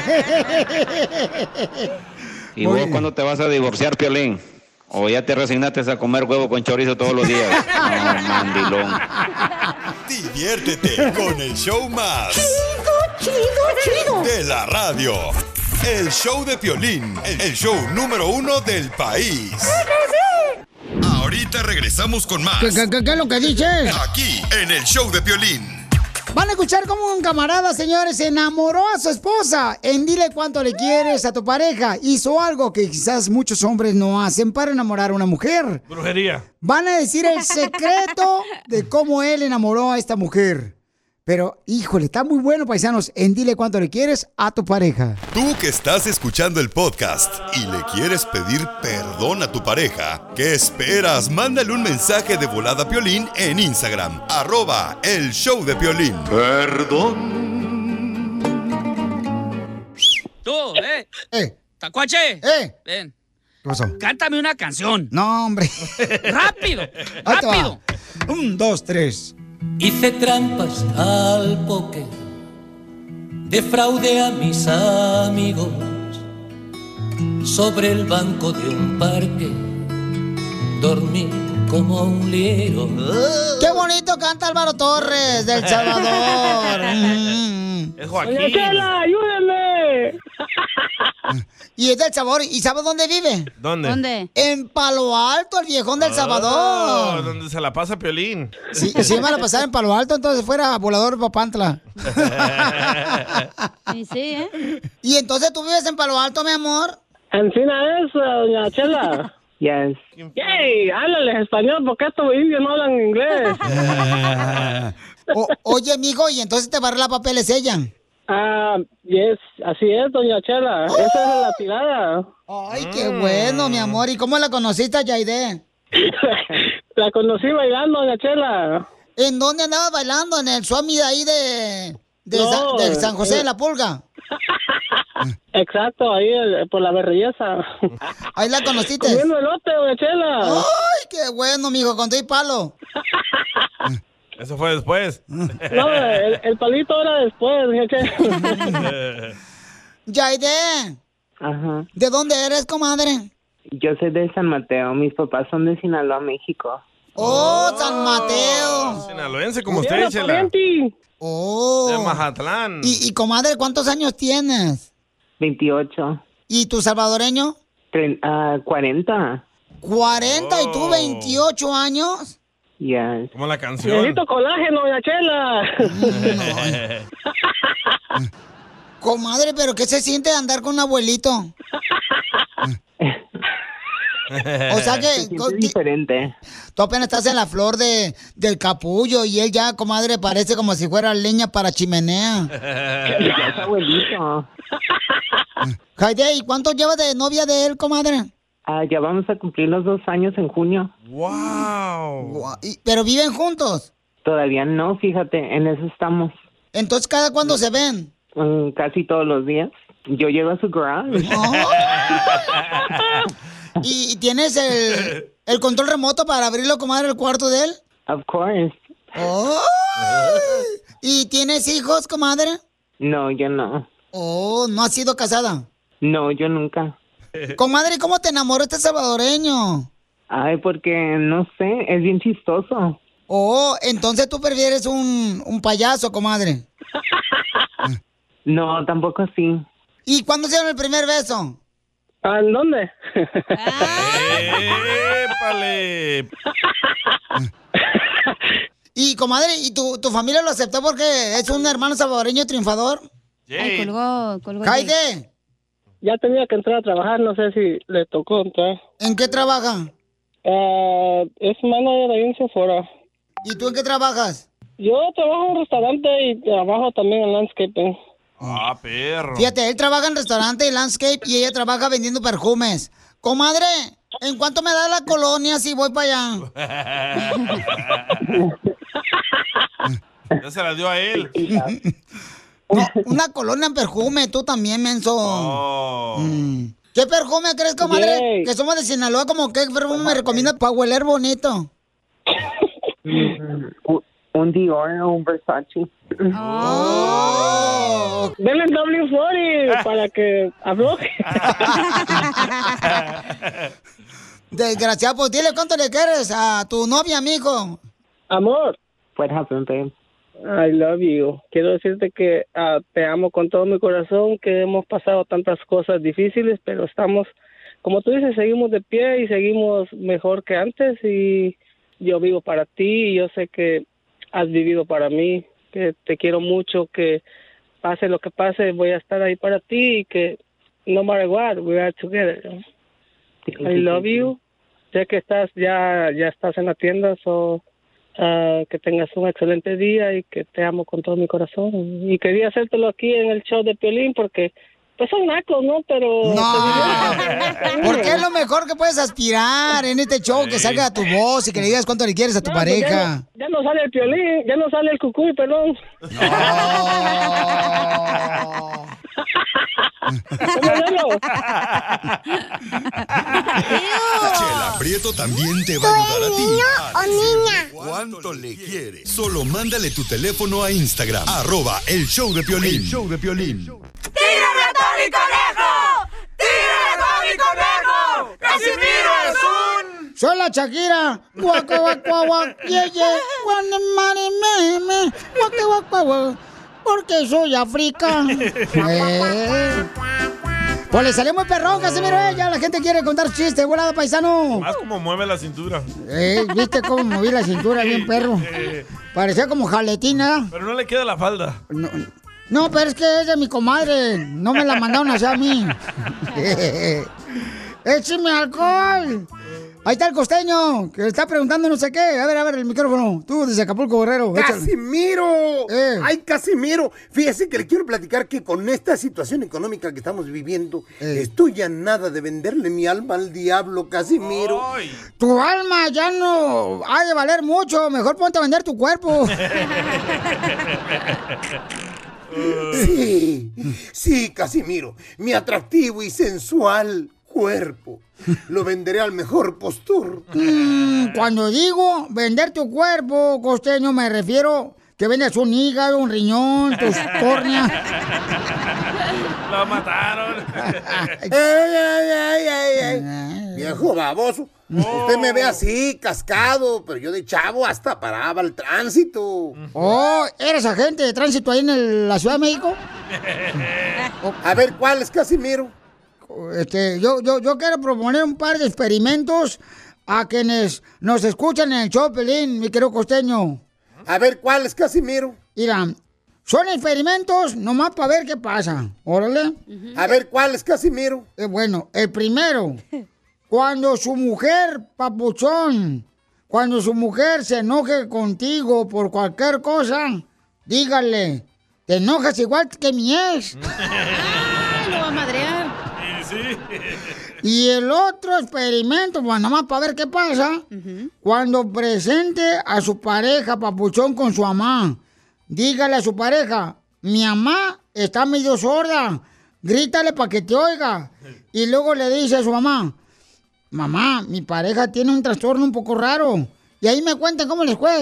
¿Y vos cuándo te vas a divorciar, Piolín? ¿O ya te resignaste a comer huevo con chorizo todos los días? No, mandilón. Diviértete con el show más Chido, chido, chido. de la radio. El show de Piolín, el show número uno del país. Ahorita regresamos con más. ¿Qué, qué, qué, qué es lo que dices? Aquí, en el show de Piolín. Van a escuchar cómo un camarada, señores, enamoró a su esposa. En dile cuánto le quieres a tu pareja. Hizo algo que quizás muchos hombres no hacen para enamorar a una mujer. Brujería. Van a decir el secreto de cómo él enamoró a esta mujer. Pero, híjole, está muy bueno, paisanos, en Dile Cuánto Le Quieres a tu pareja. Tú que estás escuchando el podcast y le quieres pedir perdón a tu pareja, ¿qué esperas? Mándale un mensaje de volada a Piolín en Instagram, arroba el show de Piolín. Perdón. Tú, ¿eh? ¡Eh! ¡Tacuache! ¡Eh! Ven. ¿Qué pasó? Cántame una canción. No, hombre. ¡Rápido! Ahí te va. ¡Rápido! Un, dos, tres. Hice trampas al póker, defraudé a mis amigos sobre el banco de un parque, dormí como un liro. ¡Qué bonito canta Álvaro Torres del Salvador! Es Joaquín. ¡Doña Chela, ayúdenme! Y es del Salvador. ¿Y sabe dónde vive? ¿Dónde? ¿Dónde? En Palo Alto, el viejón del Salvador. Oh, donde se la pasa Piolín. Sí, si iban a pasar en Palo Alto, entonces fuera volador Papantla. Sí, sí, ¿eh? ¿Y entonces tú vives en Palo Alto, mi amor? Encina eso, doña Chela. Yes. ¡Yay! Háblales español porque estos indios no hablan inglés. O- oye, amigo, ¿y entonces te barra la papeles ella? Ah, yes, así es, doña Chela. Esa es la tirada. Ay, qué bueno, mi amor. ¿Y cómo la conociste a Yaide? La conocí bailando, doña Chela. ¿En dónde andabas bailando? ¿En el Suami de ahí de, de, No, Sa- de San José de eh. la Pulga? Exacto, ahí eh, por la berrilleza. ¿Ahí la conociste? Comiendo elote, doña Chela. ¡Ay, qué bueno, mijo! Con todo y palo. Eso fue después. No, el, el palito era después, doña Chela. Yaide, Ajá. ¿de dónde eres, comadre? Yo soy de San Mateo. Mis papás son de Sinaloa, México. ¡Oh, San Mateo! Sinaloense como Mira, usted, Chela. pariente. ¡Oh! De Mazatlán. Y, y, comadre, ¿cuántos años tienes? veintiocho. ¿Y tu salvadoreño? Tre- ah, cuarenta. ¿cuarenta y tú Oh. veintiocho años? Yes. Como la canción. Necesito colágeno, doña Chela. Comadre, ¿pero qué se siente andar con un abuelito? O sea que... Se siente diferente. Tú apenas estás en la flor de, del capullo y él ya, comadre, parece como si fuera leña para chimenea. Ya es abuelito. Jaide, ¿y cuánto llevas de novia de él, comadre? Ah, ya vamos a cumplir los dos años en junio. ¡Wow! Y- ¿Pero viven juntos? Todavía no, fíjate, en eso estamos. Entonces, ¿cada cuándo se ven? Mm, casi todos los días. Yo llego a su garage. ¿Y, y tienes el, el control remoto para abrirlo, comadre, el cuarto de él? Of course. ¡Oh! ¿Y tienes hijos, comadre? No, yo no. Oh, ¿no has sido casada? No, yo nunca. Comadre, ¿cómo te enamoró este salvadoreño? Ay, porque no sé, es bien chistoso. Oh, entonces tú prefieres un, un payaso, comadre. No, tampoco así. ¿Y cuándo se dieron el primer beso? ¿En dónde? ¡Épale! Y, comadre, ¿y tu, tu familia lo aceptó porque es un hermano salvadoreño triunfador? Ay, colgó, colgó. ¡Jaide! Ya tenía que entrar a trabajar, no sé si le tocó entrar. ¿En qué trabaja? Ah, es manager ahí en Sephora. ¿Y tú en qué trabajas? Yo trabajo en un restaurante y trabajo también en landscaping. Ah, perro. Fíjate, él trabaja en restaurante y landscape y ella trabaja vendiendo perfumes. Comadre, ¿en cuánto me da la colonia si voy para allá? Ya se la dio a él. No, una colonia en perfume, tú también, menso. Oh. Mm. ¿Qué perfume crees, comadre? Yay. Que somos de Sinaloa, como qué perfume me recomienda para hueler bonito. Un- Un Dior o un Versace. Oh. Denle W cuarenta para que afloje. Desgraciado, pues dile cuánto le quieres a tu novia, amigo. Amor, What happened, babe? I love you. Quiero decirte que ah, te amo con todo mi corazón, que hemos pasado tantas cosas difíciles, pero estamos, como tú dices, seguimos de pie y seguimos mejor que antes y yo vivo para ti y yo sé que has vivido para mí, que te quiero mucho, que pase lo que pase, voy a estar ahí para ti y que no matter what, we are together. I love you. Sé que estás ya ya estás en la tienda, so ah, que tengas un excelente día y que te amo con todo mi corazón. Y quería hacértelo aquí en el show de Piolín porque, pues son nacos, ¿no? Pero... No, porque es lo mejor que puedes aspirar en este show, que salga tu voz y que le digas cuánto le quieres a tu No, pues pareja. Ya no, ya no sale el Piolín, ya no sale el cucuy, perdón. Chela Prieto también te va a ayudar a ti. ¿Niño a o niña? ¿Cuánto le quieres? Solo mándale tu teléfono a Instagram, arroba el show de Piolín. El show de Piolín. ¡Tira ratón y conejo! ¡Tira ratón y conejo! ¡Casimiro es un... Soy la Shakira. Guaca, guaca, guaca, yeah, yeah. Guane, mare, me, me. Guaca, guaca, guaca. Porque soy África. Eh. Pues le salió muy perrón, Casimiro, eh. Ya la gente quiere contar chistes, volada, paisano. Más como mueve la cintura. Eh, ¿viste cómo moví la cintura bien, perro? Parecía como jaletina. Pero no le queda la falda. No, no, pero es que es de mi comadre. No me la mandaron hacia mí. ¡Écheme alcohol! Ahí está el costeño, que está preguntando no sé qué. A ver, a ver, el micrófono. Tú, desde Acapulco, Guerrero. échale. ¡Casimiro! Eh. ¡Ay, Casimiro! Fíjese que le quiero platicar que con esta situación económica que estamos viviendo, Eh. estoy a nada de venderle mi alma al diablo, Casimiro. Tu alma ya no ha de valer mucho. Mejor ponte a vender tu cuerpo. Sí, sí, Casimiro. Mi atractivo y sensual cuerpo. Lo venderé al mejor postor. Mm, cuando digo vender tu cuerpo, costeño, me refiero que vendes un hígado, un riñón, tus córneas. Lo mataron. ¡Ey, ey, ey, ey, ey! Viejo baboso. Usted me ve así, cascado, pero yo de chavo hasta paraba el tránsito. Oh, ¿eres agente de tránsito ahí en el- la Ciudad de México? A ver, ¿cuál es, Casimiro? Este, yo, yo, yo quiero proponer un par de experimentos a quienes nos escuchan en el show, Pelín, mi querido costeño. A ver, ¿cuál es, Casimiro? Mira, son experimentos nomás para ver qué pasa. Órale. A ver, ¿cuál es, Casimiro? Eh, bueno, el primero. Cuando su mujer, papuchón, cuando su mujer se enoje contigo por cualquier cosa, dígale, te enojas igual que mi ex. Lo va a madrear. Y el otro experimento, bueno, nomás para ver qué pasa, cuando presente a su pareja, papuchón, con su mamá, dígale a su pareja, mi mamá está medio sorda, grítale para que te oiga. Y luego le dice a su mamá, mamá, mi pareja tiene un trastorno un poco raro. Y ahí me cuentan cómo les fue.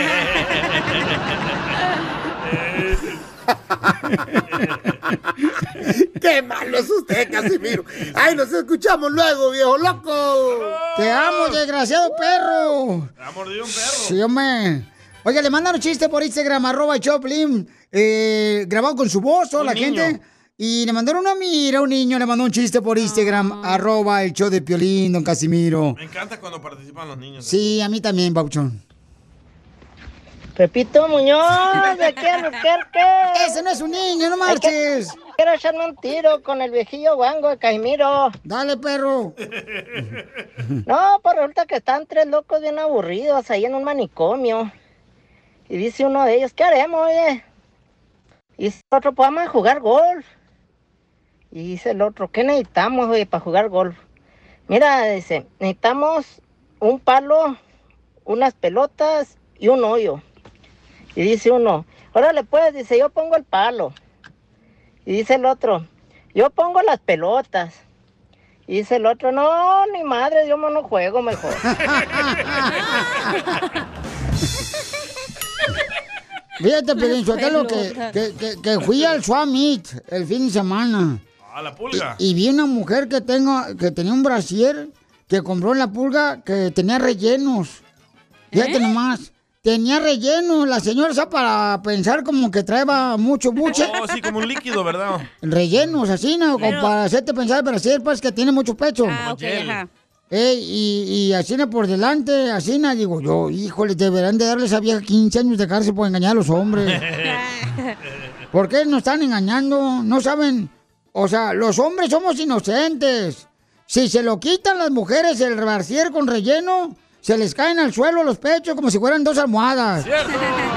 ¡Qué malo es usted, Casimiro! ¡Ay, nos escuchamos luego, viejo loco! ¡Te amo, desgraciado perro! ¿Te ha mordido un perro? Sí, hombre. Oiga, le mandaron chiste por Instagram, arroba Choplin, eh, grabado con su voz, toda Un la niño. gente. Y le mandaron una mira, un niño le mandó un chiste por Instagram, arroba el show de Piolín, don Casimiro. Me encanta cuando participan los niños. Sí, a mí también, Pauchón. Pepito Muñoz, de aquí a Albuquerque. Ese no es un niño, no marches. Quiero echarme un tiro con el viejillo guango de Casimiro. Dale, perro. No, pues resulta que están tres locos bien aburridos ahí en un manicomio. Y dice uno de ellos, ¿qué haremos, oye? Y dice el otro, pues vamos a jugar golf. Y dice el otro, ¿qué necesitamos, oye, para jugar golf? Mira, dice, necesitamos un palo, unas pelotas y un hoyo. Y dice uno, órale pues, dice, yo pongo el palo. Y dice el otro, yo pongo las pelotas. Y dice el otro, no, ni madre, yo no juego mejor. Fíjate, Pelín, Sotelo, que, que, que, que fui al Swamit el fin de semana. A la pulga. Y, y vi una mujer que, tengo, que tenía un brasier que compró en la pulga que tenía rellenos. Fíjate ¿Eh? nomás. Tenía rellenos. La señora, o sea, para pensar como que traeba mucho buche. Oh, sí, como un líquido, ¿verdad? Rellenos, así, ¿no? Como Pero- para hacerte pensar el brasier, pues, que tiene mucho pecho. Ah, ok, ajá. Ey, y, y así na por delante, así na, digo yo, híjole, deberán de darle a esa vieja quince años de cárcel por engañar a los hombres. ¿Por qué nos están engañando? No saben. O sea, los hombres somos inocentes. Si se lo quitan las mujeres el brasier con relleno, se les caen al suelo los pechos como si fueran dos almohadas. ¡Cierto!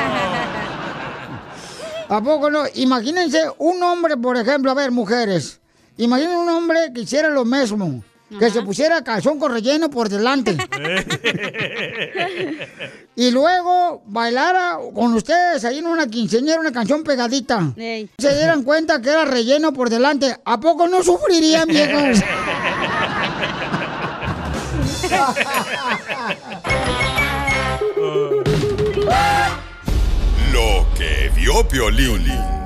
¿A poco no? Imagínense un hombre, por ejemplo, a ver, mujeres. Imaginen un hombre que hiciera lo mismo. Que se pusiera calzón con relleno por delante. Y luego bailara con ustedes ahí en una quinceañera una canción pegadita. Ey. Se dieran cuenta que era relleno por delante. ¿A poco no sufrirían, viejos? Lo que vio Piolín.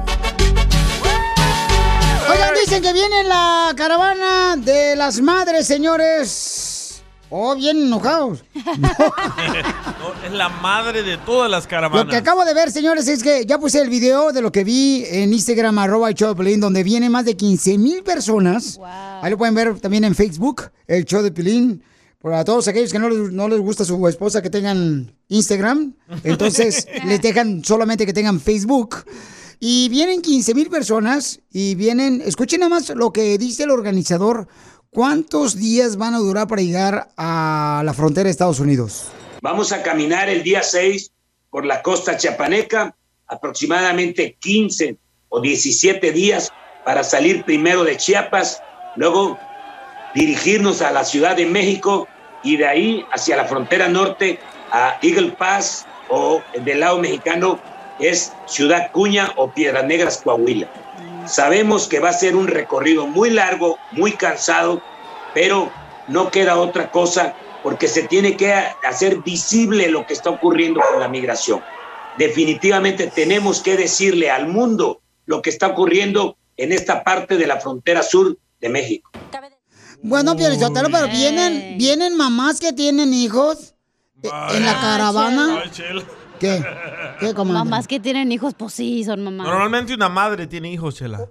Oigan, dicen que viene la caravana de las madres, señores. Oh, bien enojados. No, es la madre de todas las caravanas. Lo que acabo de ver, señores, es que ya puse el video de lo que vi en Instagram, arroba el show de Piolín, donde vienen más de quince mil personas. Wow. Ahí lo pueden ver también en Facebook, el show de Piolín. Para todos aquellos que no les, no les gusta su esposa que tengan Instagram, entonces les dejan solamente que tengan Facebook. Y vienen quince mil personas y vienen, escuchen nada más lo que dice el organizador, cuántos días van a durar para llegar a la frontera de Estados Unidos. Vamos a caminar el día seis por la costa chiapaneca, aproximadamente quince o diecisiete días para salir primero de Chiapas, luego dirigirnos a la Ciudad de México y de ahí hacia la frontera norte a Eagle Pass, o del lado mexicano es Ciudad Cuña o Piedras Negras, Coahuila. Sabemos que va a ser un recorrido muy largo, muy cansado, pero no queda otra cosa porque se tiene que hacer visible lo que está ocurriendo con la migración. Definitivamente tenemos que decirle al mundo lo que está ocurriendo en esta parte de la frontera sur de México. Bueno, Piolizotelo, pero vienen, vienen mamás que tienen hijos en la caravana. Ay, Chela. ¿Qué? ¿Qué, comadre? Mamás que tienen hijos, pues sí, son mamás. Normalmente una madre tiene hijos, Chela.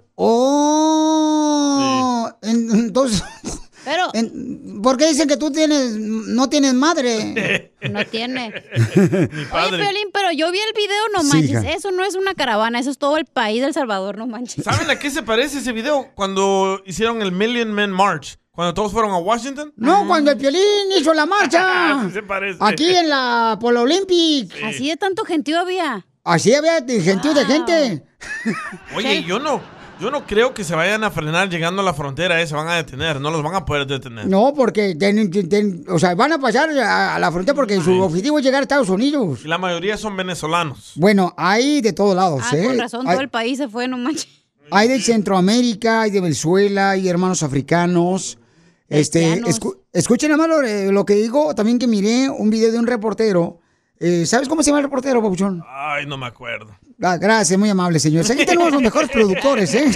Oh, sí. Entonces, pero en, ¿por qué dicen que tú tienes, no tienes madre? No tiene. Mi padre. Oye, Piolín, pero yo vi el video, no Sí, manches. hija. Eso no es una caravana, eso es todo el país de El Salvador, no manches. ¿Saben a qué se parece ese video? Cuando hicieron el Million Man March. Cuando todos fueron a Washington. No, cuando el Piolín hizo la marcha. Así se parece. Aquí en la Polo Olympic. Sí. Así de tanto gentío había. Así había de gentío de gente. Oye, yo no, yo no creo que se vayan a frenar llegando a la frontera, eh, se van a detener, no los van a poder detener. No, porque ten- ten- ten- o sea, van a pasar a, a la frontera porque su objetivo es llegar a Estados Unidos. Y la mayoría son venezolanos. Bueno, hay de todos lados, Ah, ¿eh? con razón, hay, todo el país se fue, no manches. hay de Centroamérica, hay de Venezuela, hay hermanos africanos. Este, Haitianos. escu- escuchen nada más lo, eh, lo que digo, también que miré un video de un reportero. Eh, ¿Sabes cómo se llama el reportero, Papuchón? Ay, no me acuerdo. Ah, gracias, muy amable, señores. Aquí tenemos los mejores productores, ¿eh?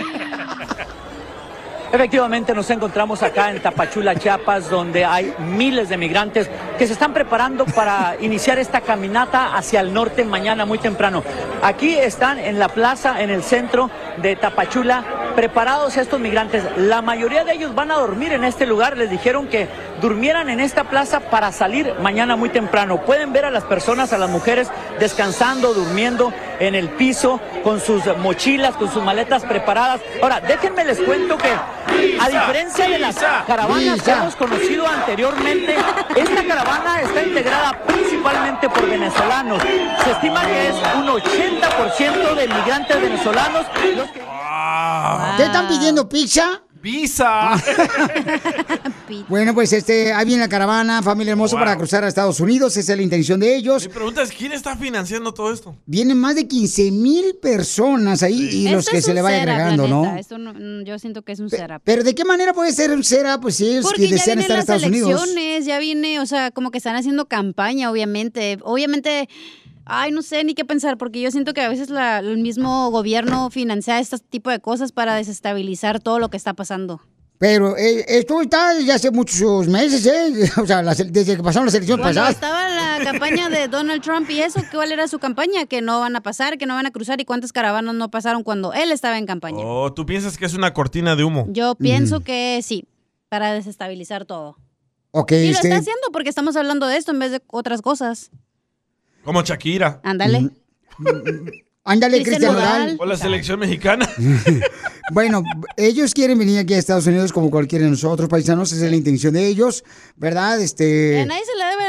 Efectivamente, nos encontramos acá en Tapachula, Chiapas, donde hay miles de migrantes que se están preparando para iniciar esta caminata hacia el norte mañana muy temprano. Aquí están en la plaza, en el centro de Tapachula, preparados estos migrantes. La mayoría de ellos van a dormir en este lugar. Les dijeron que durmieran en esta plaza para salir mañana muy temprano. Pueden ver a las personas, a las mujeres, descansando, durmiendo en el piso, con sus mochilas, con sus maletas preparadas. Ahora, déjenme les cuento que, a diferencia de las caravanas que hemos conocido anteriormente, esta caravana está integrada principalmente por venezolanos. Se estima que es un ochenta por ciento de migrantes venezolanos los que... ¿Qué están pidiendo, pizza? ¡Visa! Bueno, pues este, ahí viene la caravana, familia hermosa, Wow. para cruzar a Estados Unidos. Esa es la intención de ellos. Mi pregunta es, ¿quién está financiando todo esto? Vienen más de quince mil personas ahí y los Esto que es se un le vaya setup, agregando, la ¿no? neta. Esto no, mm, yo siento que es un setup. Pero ¿de qué manera puede ser un cera, pues si ellos Porque que ya desean vienen estar en las Estados Unidos? elecciones, ya viene, o sea, como que están haciendo campaña, obviamente. Obviamente, ay, no sé ni qué pensar, porque yo siento que a veces la- el mismo gobierno financia este tipo de cosas para desestabilizar todo lo que está pasando. Pero eh, esto está ya hace muchos meses, ¿eh? O sea, las- desde que pasaron las elecciones Cuando pasadas. estaba la campaña de Donald Trump y eso, ¿cuál era su campaña? Que no van a pasar, que no van a cruzar, y cuántas caravanas no pasaron cuando él estaba en campaña. ¿O tú piensas que es una cortina de humo? Yo pienso que sí, para desestabilizar todo. Ok, Y lo este... está haciendo porque estamos hablando de esto en vez de otras cosas. Como Shakira. Ándale. Ándale, Cristian Cristian Nodal. Nodal. O la selección mexicana. Bueno, ellos quieren venir aquí a Estados Unidos como cualquiera de nosotros, paisanos. Esa es la intención de ellos, ¿verdad? Este... A nadie se le debe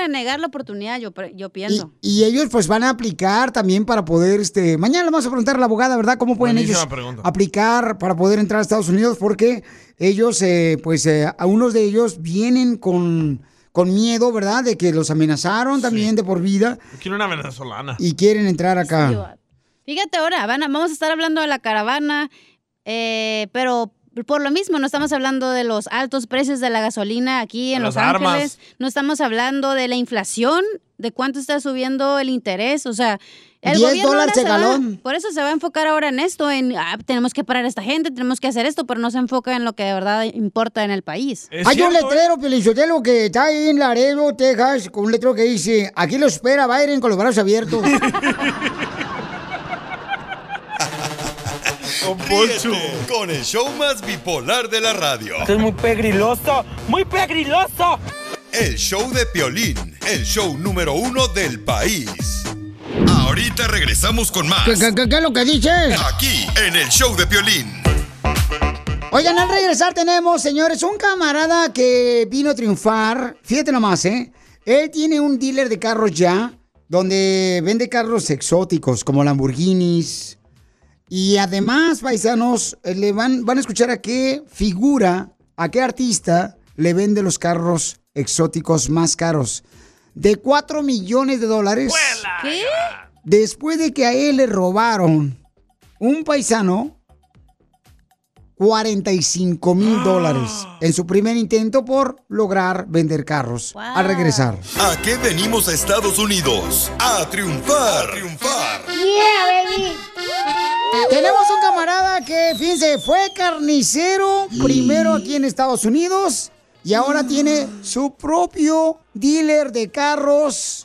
de negar la oportunidad, yo, yo pienso. Y ellos pues van a aplicar también para poder, este, mañana le vamos a preguntar a la abogada, ¿verdad? ¿Cómo pueden Buenísima ellos pregunta. aplicar para poder entrar a Estados Unidos? Porque ellos, eh, pues, eh, a unos de ellos vienen con, con miedo, ¿verdad? De que los amenazaron también de por vida Yo quiero una venezolana. y quieren entrar acá. Fíjate ahora, van a- vamos a estar hablando de la caravana, eh, pero por lo mismo no estamos hablando de los altos precios de la gasolina aquí en De Los las armas. Ángeles, no estamos hablando de la inflación, de cuánto está subiendo el interés, o sea, el diez gobierno ahora dólares se el va- galón. por eso se va a enfocar ahora en esto, en ah, tenemos que parar a esta gente, tenemos que hacer esto, pero no se enfoca en lo que de verdad importa en el país. Hay un letrero, Pielichotelo, que está ahí en Laredo, Texas, con un letrero que dice, aquí lo espera Biden con los brazos abiertos. Ríete con el show más bipolar de la radio. Esto es muy pegriloso, muy pegriloso. El show de Piolín, el show número uno del país. Ahorita regresamos con más. ¿Qué, qué, qué- qué es lo que dices? Aquí, en el show de Piolín. Oigan, al regresar tenemos, señores, un camarada que vino a triunfar. Fíjate nomás, ¿eh? Él tiene un dealer de carros ya, donde vende carros exóticos, como Lamborghinis. Y además, paisanos, eh, le van, van a escuchar a qué figura, a qué artista le vende los carros exóticos más caros. De cuatro millones de dólares. ¿Qué? Después de que a él le robaron un paisano cuarenta y cinco mil dólares en su primer intento por lograr vender carros. Al regresar. ¿A qué venimos a Estados Unidos? A triunfar. A triunfar. Yeah, baby. Tenemos un camarada que, fíjense, fue carnicero primero aquí en Estados Unidos y ahora tiene su propio dealer de carros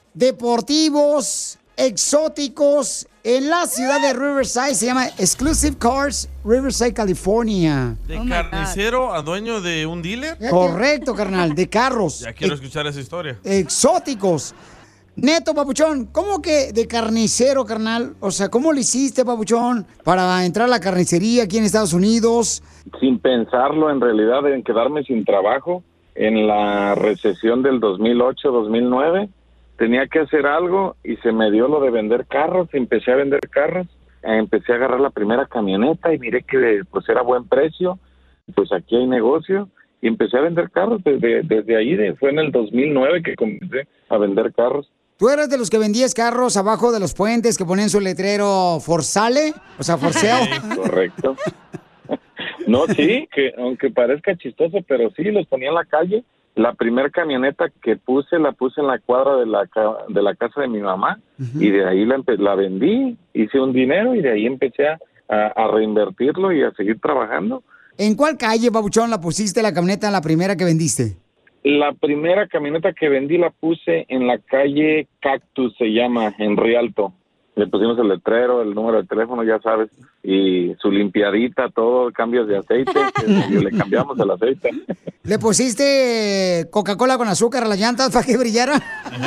deportivos, exóticos, en la ciudad de Riverside. Se llama Exclusive Cars, Riverside, California. ¿De carnicero a dueño de un dealer? Correcto, carnal, de carros. Ya quiero escuchar esa historia. Exóticos. Neto, papuchón, ¿cómo que de carnicero, carnal? O sea, ¿cómo le hiciste, papuchón, para entrar a la carnicería aquí en Estados Unidos? Sin pensarlo, en realidad, en quedarme sin trabajo en la recesión del dos mil ocho dos mil nueve, tenía que hacer algo y se me dio lo de vender carros. Empecé a vender carros, eh, empecé a agarrar la primera camioneta y miré que pues era buen precio, pues aquí hay negocio, y empecé a vender carros desde, desde ahí, de, fue en el dos mil nueve que comencé a vender carros. ¿Tú eras de los que vendías carros abajo de los puentes que ponían su letrero Forsale? O sea, Forseo. Sí, correcto. No, sí, que aunque parezca chistoso, pero sí, los ponía en la calle. La primera camioneta que puse, la puse en la cuadra de la ca- de la casa de mi mamá, y de ahí la, empe- la vendí, hice un dinero y de ahí empecé a, a, a reinvertirlo y a seguir trabajando. ¿En cuál calle, papuchón, la pusiste la camioneta, la primera que vendiste? La primera camioneta que vendí la puse en la calle Cactus, se llama, en Rialto. Le pusimos el letrero, el número de teléfono, ya sabes, y su limpiadita, todo, cambios de aceite, y le cambiamos el aceite. ¿Le pusiste Coca-Cola con azúcar a las llantas para que brillara?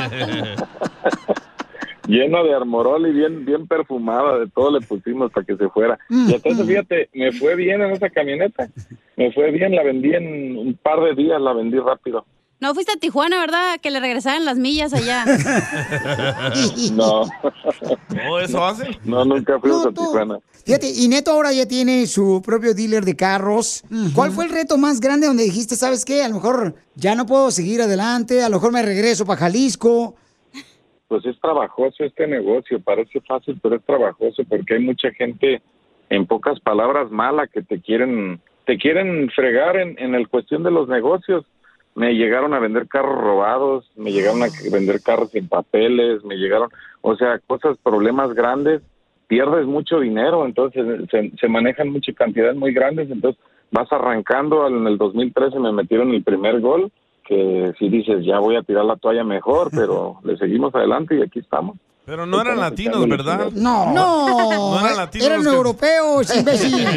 Lleno de armorol y bien bien perfumada, de todo le pusimos para que se fuera. Y entonces, fíjate, me fue bien en esa camioneta, me fue bien, la vendí en un par de días, la vendí rápido. No fuiste a Tijuana, ¿verdad? Que le regresaran las millas allá. No. ¿Oh, eso hacen? No, nunca fuimos a Tijuana. Fíjate, y Neto ahora ya tiene su propio dealer de carros. ¿Cuál fue el reto más grande donde dijiste, sabes qué, a lo mejor ya no puedo seguir adelante, a lo mejor me regreso para Jalisco? Pues es trabajoso este negocio, parece fácil, pero es trabajoso porque hay mucha gente, en pocas palabras, mala, que te quieren te quieren fregar en, en el cuestión de los negocios. Me llegaron a vender carros robados, me llegaron a vender carros sin papeles, me llegaron, o sea, cosas, problemas grandes, pierdes mucho dinero, entonces se, se manejan muchas cantidades muy grandes, entonces vas arrancando. En el dos mil trece me metieron el primer gol, que si dices, ya voy a tirar la toalla mejor, pero le seguimos adelante y aquí estamos. Pero no eran latinos, ¿verdad? No, no, No eran latinos eran los que- europeos, imbécil.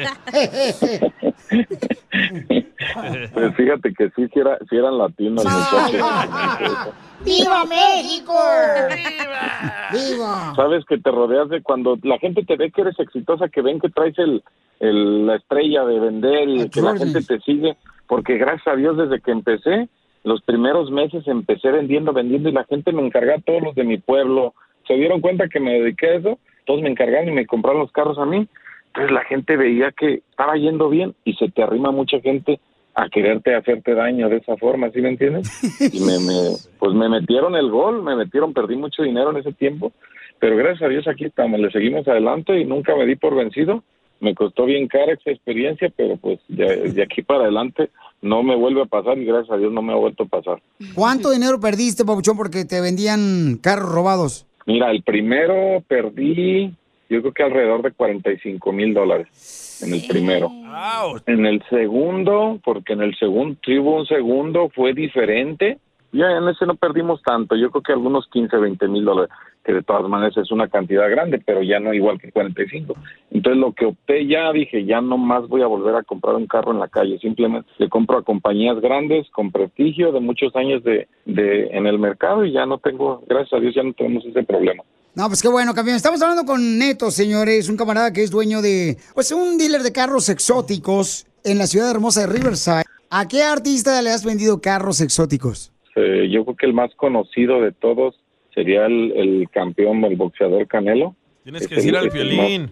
Pues fíjate que sí, sí, era, sí eran latinos, muchachos. ¡Viva México! ¡Viva! ¡Viva! Sabes que te rodeas de cuando la gente te ve que eres exitosa, que ven que traes el, el la estrella de vender y que la gente te sigue, porque gracias a Dios desde que empecé los primeros meses empecé vendiendo, vendiendo y la gente me encargaba, todos los de mi pueblo, se dieron cuenta que me dediqué a eso, todos me encargaban y me compraron los carros a mí. Entonces la gente veía que estaba yendo bien y se te arrima mucha gente a quererte hacerte daño de esa forma, ¿sí me entiendes? Y me, me, pues me metieron el gol, me metieron, perdí mucho dinero en ese tiempo, pero gracias a Dios aquí estamos, le seguimos adelante y nunca me di por vencido. Me costó bien cara esa experiencia, pero pues de, de aquí para adelante no me vuelve a pasar y gracias a Dios no me ha vuelto a pasar. ¿Cuánto dinero perdiste, Papuchón, porque te vendían carros robados? Mira, el primero perdí, yo creo que alrededor de cuarenta y cinco mil dólares en el primero. En el segundo, porque en el segundo, si hubo un segundo, fue diferente. Ya en ese no perdimos tanto, yo creo que algunos quince, veinte mil dólares, que de todas maneras es una cantidad grande, pero ya no igual que cuarenta y cinco. Entonces lo que opté ya, dije, ya no más voy a volver a comprar un carro en la calle, simplemente le compro a compañías grandes, con prestigio, de muchos años de, de en el mercado y ya no tengo, gracias a Dios ya no tenemos ese problema. No, pues qué bueno, campeón. Estamos hablando con Neto, señores, un camarada que es dueño de, pues, un dealer de carros exóticos en la ciudad hermosa de Riverside. ¿A qué artista le has vendido carros exóticos? Eh, yo creo que el más conocido de todos sería el, el campeón, el boxeador Canelo. Tienes que decir al Piolín.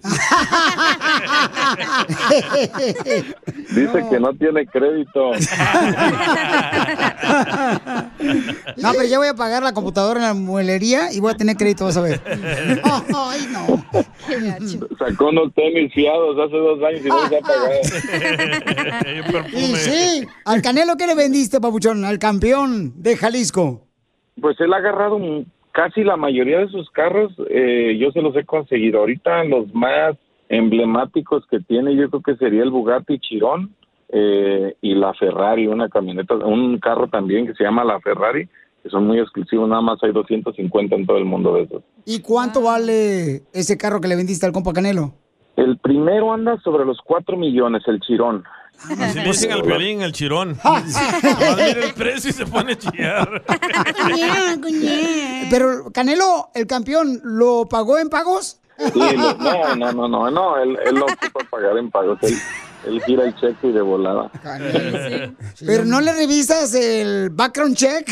Dice que no tiene crédito. No, pero ya voy a pagar la computadora en la muelería y voy a tener crédito, vas a ver. Ay, no. Sacó unos tenis fiados hace dos años y no se ha pagado. Y sí, al Canelo, ¿qué le vendiste, papuchón? Al campeón de Jalisco. Pues él ha agarrado un... Casi la mayoría de sus carros eh, yo se los he conseguido. Ahorita los más emblemáticos que tiene yo creo que sería el Bugatti Chiron eh, y la Ferrari, una camioneta, un carro también que se llama la Ferrari, que son muy exclusivos, nada más hay doscientos cincuenta en todo el mundo de esos. ¿Y cuánto vale ese carro que le vendiste al compa Canelo? El primero anda sobre los cuatro millones, el Chirón. Así le dicen al Piolín, el Chirón. Mira el precio y se pone a chillar. Pero, Canelo, el campeón, ¿lo pagó en pagos? Sí, lo, no, no, no, no, no, él, él no ocupa pagar en pagos, él, él gira el cheque y de volada. Pero no le revisas el background check.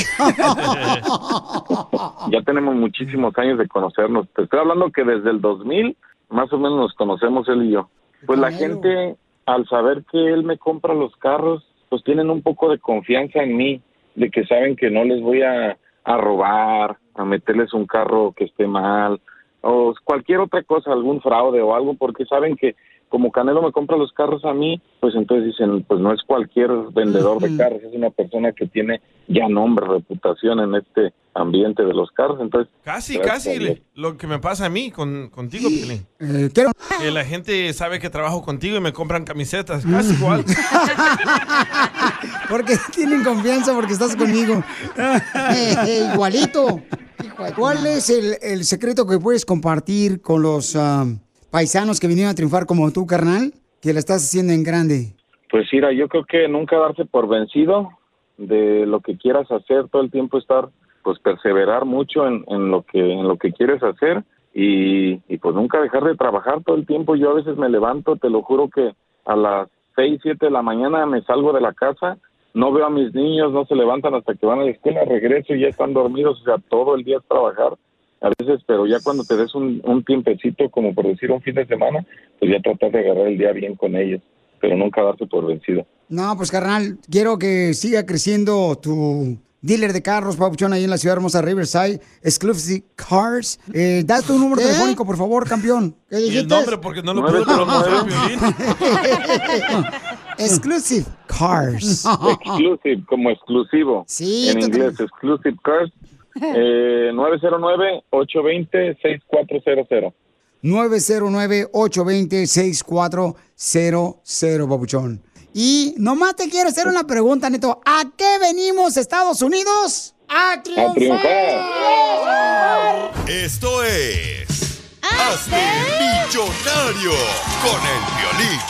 Ya tenemos muchísimos años de conocernos. Te estoy hablando que desde el dos mil, más o menos nos conocemos él y yo. Pues la gente, al saber que él me compra los carros, pues tienen un poco de confianza en mí, de que saben que no les voy a, a robar, a meterles un carro que esté mal, o cualquier otra cosa, algún fraude o algo, porque saben que como Canelo me compra los carros a mí, pues entonces dicen, pues no es cualquier vendedor de carros, es una persona que tiene ya nombre, reputación en este ambiente de los carros, entonces... Casi, casi le, lo que me pasa a mí con, contigo, Piolín. Eh, quiero... Que la gente sabe que trabajo contigo y me compran camisetas, casi igual. Porque tienen confianza porque estás conmigo. Eh, eh, igualito. ¿Cuál es el, el secreto que puedes compartir con los uh, paisanos que vinieron a triunfar como tú, carnal? Que la estás haciendo en grande. Pues mira, yo creo que nunca darse por vencido de lo que quieras hacer, todo el tiempo estar, pues perseverar mucho en, en lo que en lo que quieres hacer y, y pues nunca dejar de trabajar todo el tiempo. Yo a veces me levanto, te lo juro que a las seis, siete de la mañana me salgo de la casa, no veo a mis niños, no se levantan hasta que van a la escuela, regreso y ya están dormidos, o sea, todo el día es trabajar. A veces, pero ya cuando te des un, un tiempecito, como por decir un fin de semana, pues ya tratas de agarrar el día bien con ellos, pero nunca darse por vencido. No, pues carnal, quiero que siga creciendo tu dealer de carros, papuchón, ahí en la ciudad hermosa Riverside, Exclusive Cars. Eh, da tu número ¿Qué? telefónico, por favor, campeón. ¿Qué dijiste? El nombre, porque no lo puedo pronunciar, Piolín. Exclusive Cars. Exclusive, como exclusivo. Sí. En inglés, Exclusive Cars. Eh, nueve cero nueve, ocho dos cero, seis cuatro cero cero. nueve cero nueve, ocho dos cero, seis cuatro cero cero, papuchón. Y nomás te quiero hacer una pregunta, Neto. ¿A qué venimos, Estados Unidos? ¡A triunfar! ¡A triunfar! Esto es... ¡Hazte millonario con el Piolín!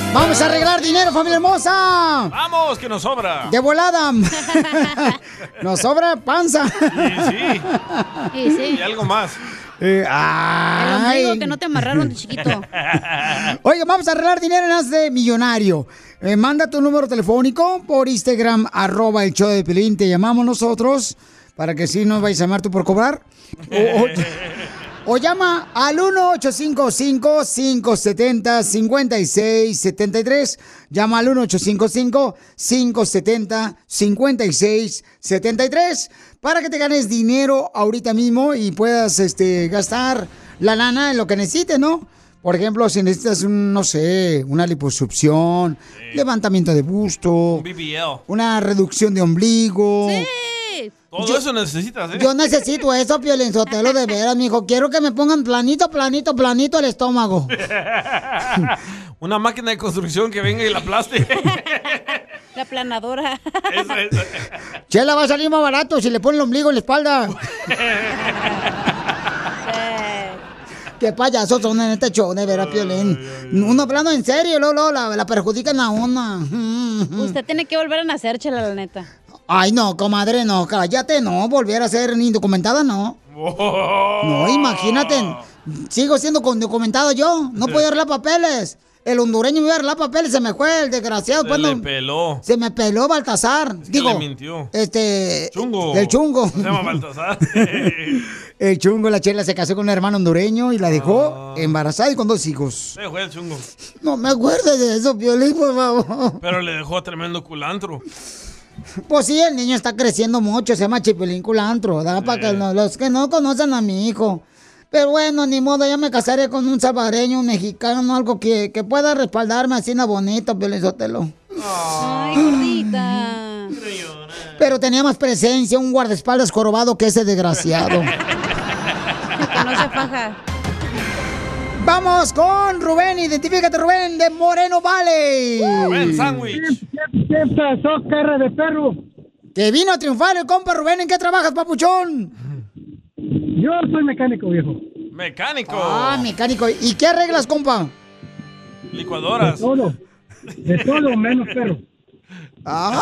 Vamos a arreglar dinero, familia hermosa. Vamos, que nos sobra. De volada. Nos sobra panza. Sí, sí. Sí, sí. Y algo más. Eh, El ay. ombligo que no te amarraron de chiquito. Oye, vamos a arreglar dinero en Haz de Millonario. Eh, manda tu número telefónico por Instagram, arroba el show de Piolín. Te llamamos nosotros para que si no vayas a llamar tú por cobrar. O, o, o llama al uno ocho cinco cinco, cinco siete cero, cinco seis siete tres. Llama al uno ocho cinco cinco, cinco siete cero, cinco seis siete tres para que te ganes dinero ahorita mismo y puedas este, gastar la lana en lo que necesites, ¿no? Por ejemplo, si necesitas, un, no sé, una liposucción, sí. levantamiento de busto, Un B B L. una reducción de ombligo. Sí. Todo Yo- eso necesitas, ¿eh? Yo necesito eso, Piolín Sotelo, de veras, mijo. Quiero que me pongan planito, planito, planito el estómago. Una máquina de construcción que venga y la aplaste. La planadora. Eso, eso. Chela, va a salir más barato si le pone el ombligo en la espalda. Qué payasos son en este show, de veras, Piolín. Uno hablando en serio, luego, luego la, la perjudican a una. Usted tiene que volver a nacer, Chela, la neta. Ay, no, comadre, no, cállate, no. Volver a ser indocumentada, no. No, imagínate. Sigo siendo indocumentado yo. No puedo arreglar papeles. El hondureño me iba a arreglar papeles, se me fue el desgraciado. Se pues, le no- peló. se me peló Baltasar. Es que Digo, le mintió. este. Chungo. El chungo. Se llama Baltasar. El chungo, la Chela se casó con un hermano hondureño y la dejó embarazada y con dos hijos. Se fue el chungo. No me acuerdes de eso, Piolín, por favor. Pero le dejó tremendo culantro. Pues sí, el niño está creciendo mucho, se llama Chipilín Culantro, ¿da? Para que no- los que no conocen a mi hijo. Pero bueno, ni modo, ya me casaré con un salvadoreño, un mexicano, algo que, que pueda respaldarme así na bonito, Piolín Sotelo. Ay, gordita. Pero tenía más presencia, un guardaespaldas jorobado que ese desgraciado. Que no se faja. Vamos con Rubén, identifícate, Rubén, de Moreno Valley. Rubén Sandwich. ¿Qué pasó, cara de perro? Que vino a triunfar el compa Rubén. ¿En qué trabajas, papuchón? Yo soy mecánico, viejo. Mecánico. Ah, mecánico. ¿Y qué arreglas, compa? Licuadoras. De todo. De todo menos perro. ¡Ay!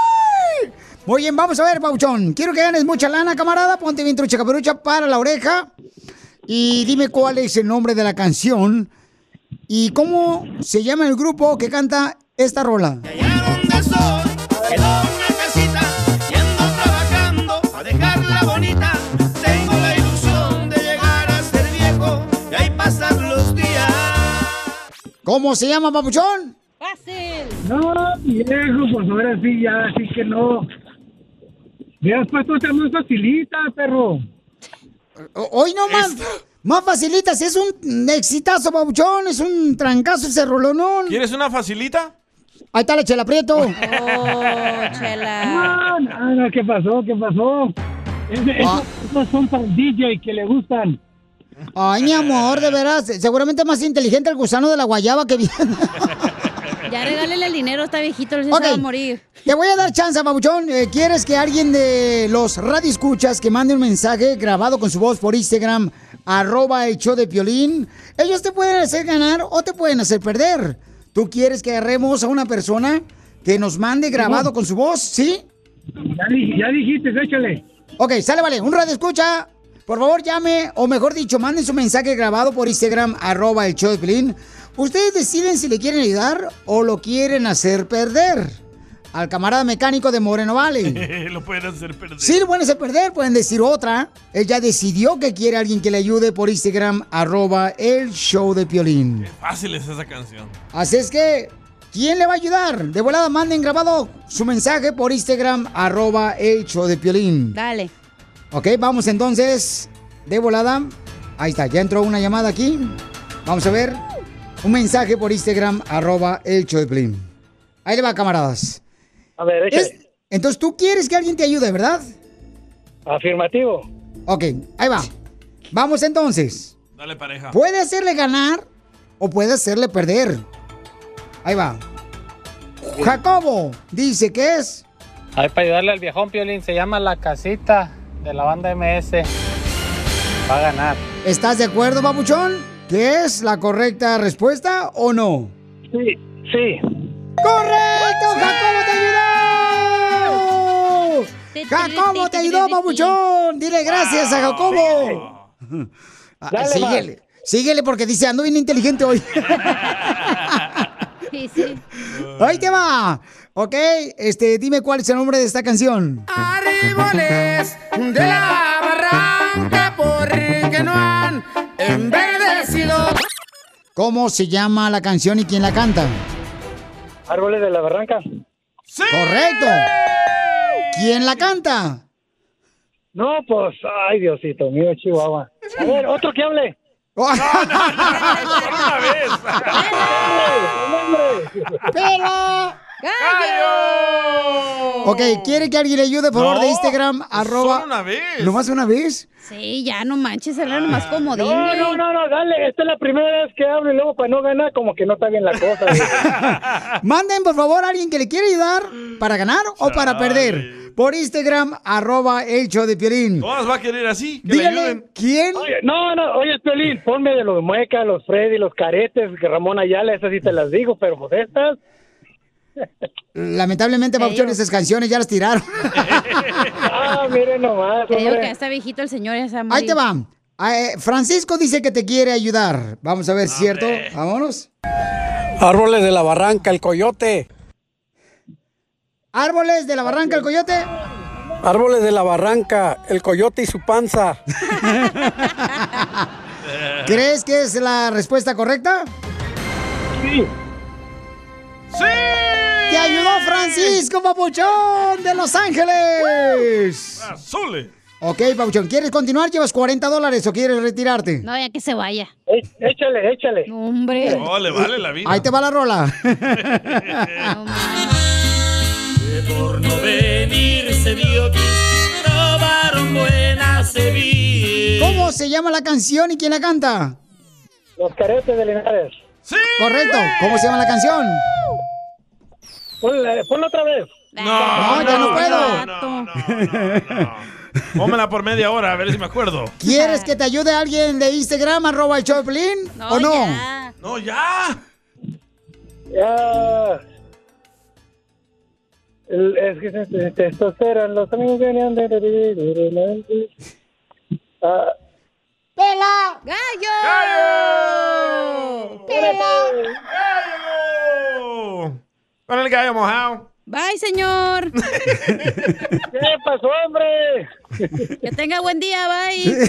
Muy bien, vamos a ver, papuchón. Quiero que ganes mucha lana, camarada. Ponte bien trucha caperucha para la oreja. Y dime cuál es el nombre de la canción. Y cómo se llama el grupo que canta esta rola. ¿Dónde soy? Quedó una casita, yendo trabajando a dejarla bonita. Tengo la ilusión de llegar a ser viejo y ahí pasar los días. ¿Cómo se llama, papuchón? Fácil. No, viejo, pues ahora sí, ya, así que no. Ya has puesto otra más facilita, perro. O- Hoy no más. Más facilitas, es un exitazo, papuchón. Es un trancazo ese rolonón. ¿Quieres una facilita? Ahí está la Chela Prieto. Oh, Chela. No, no, no, ¿qué pasó? ¿Qué pasó? Ese- Ah. esos, esos son para el D J que le gustan. Ay, mi amor, de veras. Seguramente es más inteligente el gusano de la guayaba que viene. Ya regálele el dinero a esta viejito, se Ok. va a morir. Te voy a dar chance, papuchón. Eh, ¿Quieres que alguien de los radioescuchas que mande un mensaje grabado con su voz por Instagram, arroba el show de Piolín? Ellos te pueden hacer ganar o te pueden hacer perder. ¿Tú quieres que agarremos a una persona que nos mande grabado con su voz? ¿Sí? Ya, di- ya dijiste, échale. Ok, sale, vale. Un radioescucha, por favor llame, o mejor dicho, manden su mensaje grabado por Instagram, arroba el show de Piolín. Ustedes deciden si le quieren ayudar o lo quieren hacer perder. Al camarada mecánico de Moreno Valley. Lo pueden hacer perder. Sí, lo pueden hacer perder, pueden decir otra. Él ya decidió que quiere a alguien que le ayude por Instagram, arroba el show de Piolín. Fácil es esa canción. Así es que, ¿quién le va a ayudar? De volada, manden grabado su mensaje por Instagram, arroba el show de Piolín. Dale. Ok, vamos entonces, de volada. Ahí está, ya entró una llamada aquí. Vamos a ver. Un mensaje por Instagram, arroba el show de Piolín. Ahí le va, camaradas. A ver, échale. Es- entonces, tú quieres que alguien te ayude, ¿verdad? Afirmativo. Ok, ahí va. Vamos entonces. Dale, pareja. Puede hacerle ganar o puede hacerle perder. Ahí va. Jacobo dice que es. Ahí para ayudarle al viejón Piolín, se llama La Casita de la banda M S. Va a ganar. ¿Estás de acuerdo, babuchón? ¿Que es la correcta respuesta o no? Sí, Sí. ¡Correcto! ¡Jacobo te ayudó! ¡Jacobo te ayudó, papuchón! Dile gracias a Jacobo. Ah, Dale, síguele, síguele porque dice, ando bien inteligente hoy. Sí, sí. Ahí te va. Ok, este, dime cuál es el nombre de esta canción. Árboles de la barranca porque no han enverdecido. ¿Cómo se llama la canción y quién la canta? Árboles de la barranca. ¡Sí! Correcto. ¿Quién la canta? No, pues, ay, Diosito mío, Chihuahua. A ver, otro que hable. Una vez. ¡Pelo! ¡Gallo! Ok, ¿quiere que alguien le ayude, por favor, No, de Instagram? Arroba. solo una vez. ¿Nomás una vez? Sí, ya no manches, era nomás comodín. No, güey. no, no, no, dale, esta es la primera vez que hablo y luego para no ganar como que no está bien la cosa. güey. Manden, por favor, a alguien que le quiera ayudar para ganar o para perder. Por Instagram, arroba el show de Piolín. Todas va a querer así, que le Dígale, ayuden. ¿quién? Oye, no, no, oye, Piolín, ponme de los Muecas, los Freddy, los Caretes, que Ramón Ayala, esas sí te las digo, pero pues estas... Lamentablemente, Papuchón, esas canciones ya las tiraron. Ah, miren nomás, Te digo hombre. que ya está viejito el señor, ya se va a Ahí morir. te va. Eh, Francisco dice que te quiere ayudar. Vamos a ver, ¿cierto? Vámonos. Árboles de la barranca, el coyote. Árboles de la barranca, el coyote. Árboles de la barranca, el coyote y su panza. ¿Crees que es la respuesta correcta? Sí. ¡Sí! ¡Te ayudó Francisco, Papuchón, de Los Ángeles! Azules. Ok, Papuchón, ¿quieres continuar? ¿Llevas cuarenta dólares o quieres retirarte? No, ya que se vaya. É- Échale, échale. No, hombre. No, le vale la vida. Ahí te va la rola. Que por no venir se vio que robaron buena Sevilla. ¿Cómo se llama la canción y quién la canta? Los Caretes de Linares. ¡Sí! Correcto. ¿Cómo se llama la canción? Ponla, ponla otra vez. No, No, ya no puedo. No, no, no, no. Pónmela por media hora, a ver si me acuerdo. ¿Quieres que te ayude alguien de Instagram, arroba el show de Piolín, No, o no? ya. No, ya. Ya. El- es que se- se- se- estos eran los amigos que venían de... Ah, ¡Pela! ¡Gallo! ¡Gallo! ¡Pela! ¡Gallo! Con el gallo mojado. Bye, señor. ¿Qué pasó, hombre? Que tenga buen día, bye.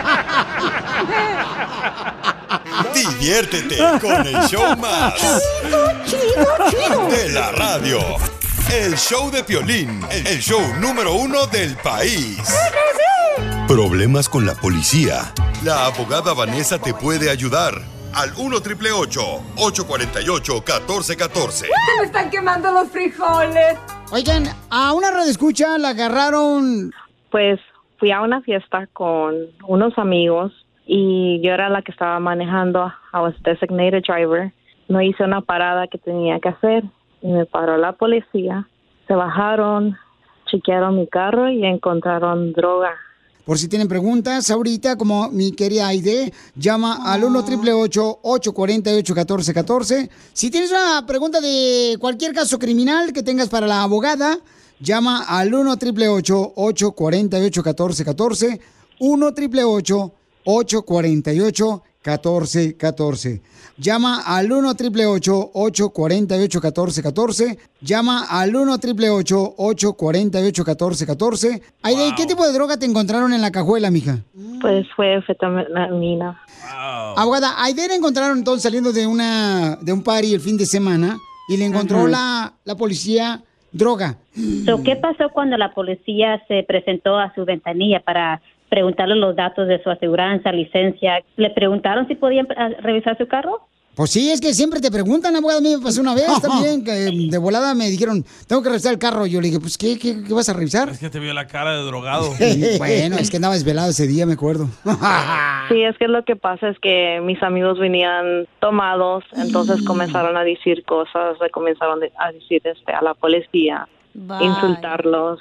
Diviértete con el show más Chido, chido. de la radio. El show de Piolín, el show número uno del país. Problemas con la policía. La abogada Vanessa te puede ayudar. Al uno triple ocho, ocho cuatro ocho, uno cuatro uno cuatro. Se me están quemando los frijoles. Oigan, a una radioescucha la agarraron. Pues fui a una fiesta con unos amigos y yo era la que estaba manejando. I was designated driver. No hice una parada que tenía que hacer y me paró la policía. Se bajaron, chequearon mi carro y encontraron droga. Por si tienen preguntas, ahorita, como mi querida Aide, llama al uno triple ocho, ocho cuatro ocho, uno cuatro uno cuatro. Si tienes una pregunta de cualquier caso criminal que tengas para la abogada, llama al uno triple ocho, ocho cuatro ocho, uno cuatro uno cuatro. uno triple ocho, ocho cuatro ocho, uno cuatro uno cuatro. Llama al uno triple ocho, ocho cuatro ocho, uno cuatro uno cuatro. Llama al uno triple ocho, ocho cuatro ocho, uno cuatro uno cuatro. Aide, ¿y qué tipo de droga te encontraron en la cajuela, mija? Pues fue anfetamina. Abogada, a Aide la encontraron entonces saliendo de una de un party el fin de semana y le encontró Ajá. la, la policía droga. So, ¿qué pasó cuando la policía se presentó a su ventanilla para preguntarle los datos de su aseguranza, licencia? ¿Le preguntaron si podían eh, revisar su carro? Pues sí, es que siempre te preguntan, abogada. A mí me pasó una vez también, que de volada me dijeron, tengo que revisar el carro. Yo le dije, pues, ¿qué, qué, qué vas a revisar? Es que te vio la cara de drogado. Bueno, es que andaba desvelado ese día, me acuerdo. Sí, es que lo que pasa es que mis amigos venían tomados, entonces comenzaron a decir cosas, le comenzaron de- a decir este, a la policía, Bye. insultarlos.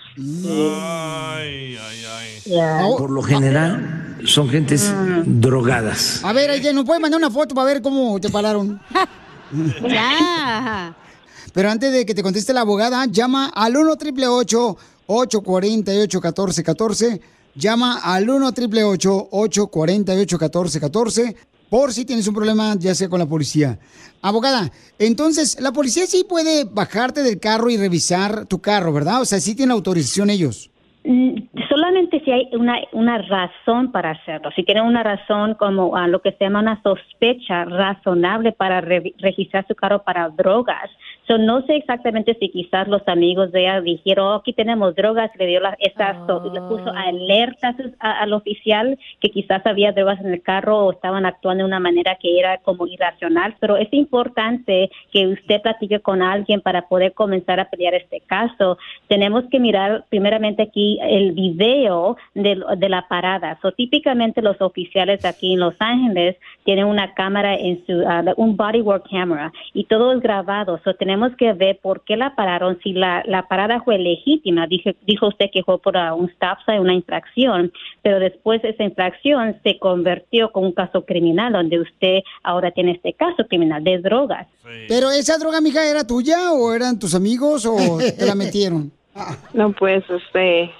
Ay, ay, ay. Yeah. Por lo general son gentes drogadas. A ver, Aide, ¿nos puedes mandar una foto para ver cómo te pararon? Ya. Pero antes de que te conteste la abogada, llama al uno triple ocho, ocho cuatro ocho, uno cuatro uno cuatro. Llama al uno triple ocho, ocho cuatro ocho, uno cuatro uno cuatro por si tienes un problema, ya sea con la policía. Abogada, entonces, la policía sí puede bajarte del carro y revisar tu carro, ¿verdad? O sea, sí tienen autorización ellos. Mm, Solamente si hay una, una razón para hacerlo. Si tienen una razón como uh, lo que se llama una sospecha razonable para re- registrar su carro para drogas. So, no sé exactamente si quizás los amigos de ella dijeron, oh, aquí tenemos drogas, le dio la, esa, so, le puso alerta a sus- a- al oficial que quizás había drogas en el carro o estaban actuando de una manera que era como irracional. Pero es importante que usted platique con alguien para poder comenzar a pelear este caso. Tenemos que mirar primeramente aquí el video de, de la parada. So, típicamente los oficiales aquí en Los Ángeles tienen una cámara en su, uh, un bodywork camera y todo es grabado. So, tenemos que ver por qué la pararon. Si la, la parada fue legítima, dije, dijo usted que fue por uh, un stop sign, una infracción, pero después esa infracción se convirtió con un caso criminal donde usted ahora tiene este caso criminal de drogas. Pero esa droga, mija, ¿era tuya o eran tus amigos o te la metieron? No, pues, este,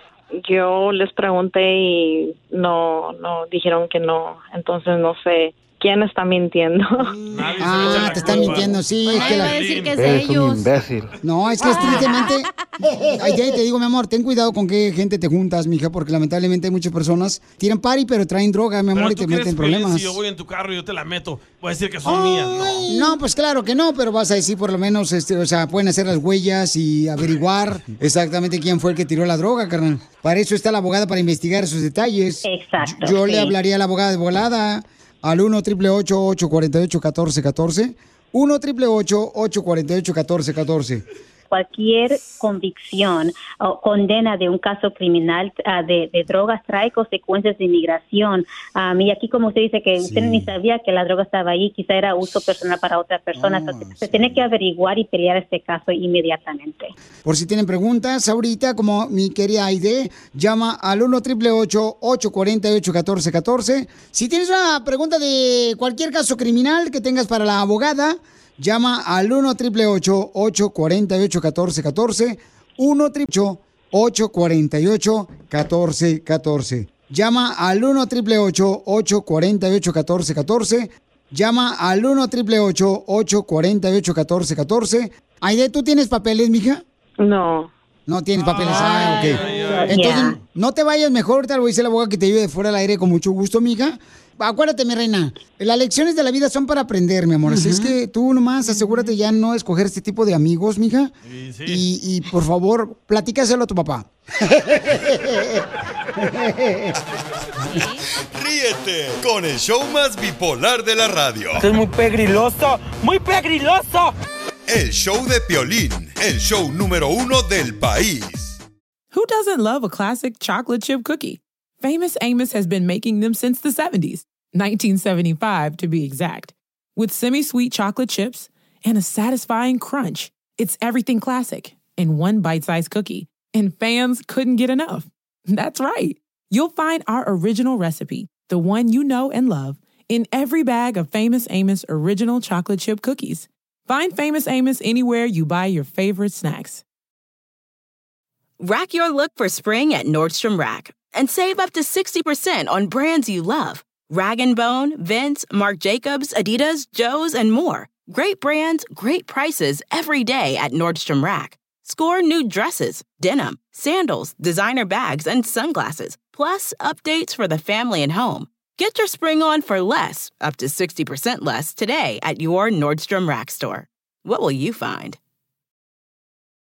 yo les pregunté y no, no, dijeron que no. Entonces no sé quién está mintiendo. Ah, te están mintiendo, sí. Pues es que nadie la... va a decir que es de Eres un ellos. imbécil. No, es que es tristemente... Ay, te, te digo, mi amor, ten cuidado con qué gente te juntas, mija, porque lamentablemente hay muchas personas tiran party, pero traen droga, mi amor, Pero y tú te crees, meten Piolín, problemas. si yo voy en tu carro y yo te la meto, voy a decir que son mías. No. No, pues claro que no, pero vas a decir por lo menos, este, o sea, pueden hacer las huellas y averiguar exactamente quién fue el que tiró la droga, carnal. Para eso está la abogada, para investigar esos detalles. Exacto. Yo sí. le hablaría a la abogada de volada al uno triple ocho, ocho cuatro ocho, uno cuatro uno cuatro. uno triple ocho, ocho cuatro ocho, uno cuatro uno cuatro. Cualquier convicción o condena de un caso criminal uh, de, de drogas trae consecuencias de inmigración. Um, y aquí, como usted dice, que usted ni sabía que la droga estaba ahí, quizá era uso personal para otras personas. No, Entonces, se tiene que averiguar y pelear este caso inmediatamente. Por si tienen preguntas, ahorita, como mi querida Aide, llama al uno triple ocho, ocho cuatro ocho, uno cuatro uno cuatro. Si tienes una pregunta de cualquier caso criminal que tengas para la abogada, llama al uno triple ocho, ocho cuatro ocho, uno cuatro uno cuatro. uno triple ocho, ocho cuatro ocho, uno cuatro uno cuatro. Llama al uno triple ocho, ocho cuatro ocho, uno cuatro uno cuatro. Llama al uno triple ocho, ocho cuatro ocho, uno cuatro uno cuatro. Aide, ¿tú tienes papeles, mija? No. No tienes papeles. Ah, ok. ay, ay. Entonces, Yeah. no te vayas mejor. Ahorita le voy a decir a la abogada que te lleve fuera del aire con mucho gusto, mija. Acuérdate, mi reina, las lecciones de la vida son para aprender, mi amor. Así es que tú nomás asegúrate ya no escoger este tipo de amigos, mija. Y, y por favor, platícaselo a tu papá. Ríete con el show más bipolar de la radio. Esto es muy pegriloso, muy pegriloso. El show de Piolín, el show número uno del país. Who doesn't love a classic chocolate chip cookie? Famous Amos has been making them since the seventies, nineteen seventy-five to be exact. With semi-sweet chocolate chips and a satisfying crunch, it's everything classic in one bite-sized cookie, and fans couldn't get enough. That's right. You'll find our original recipe, the one you know and love, in every bag of Famous Amos original chocolate chip cookies. Find Famous Amos anywhere you buy your favorite snacks. Rack your look for spring at Nordstrom Rack and save up to sixty percent on brands you love. Rag and Bone, Vince, Marc Jacobs, Adidas, Joe's, and more. Great brands, great prices every day at Nordstrom Rack. Score new dresses, denim, sandals, designer bags, and sunglasses, plus updates for the family and home. Get your spring on for less, up to sixty percent less, today at your Nordstrom Rack store. What will you find?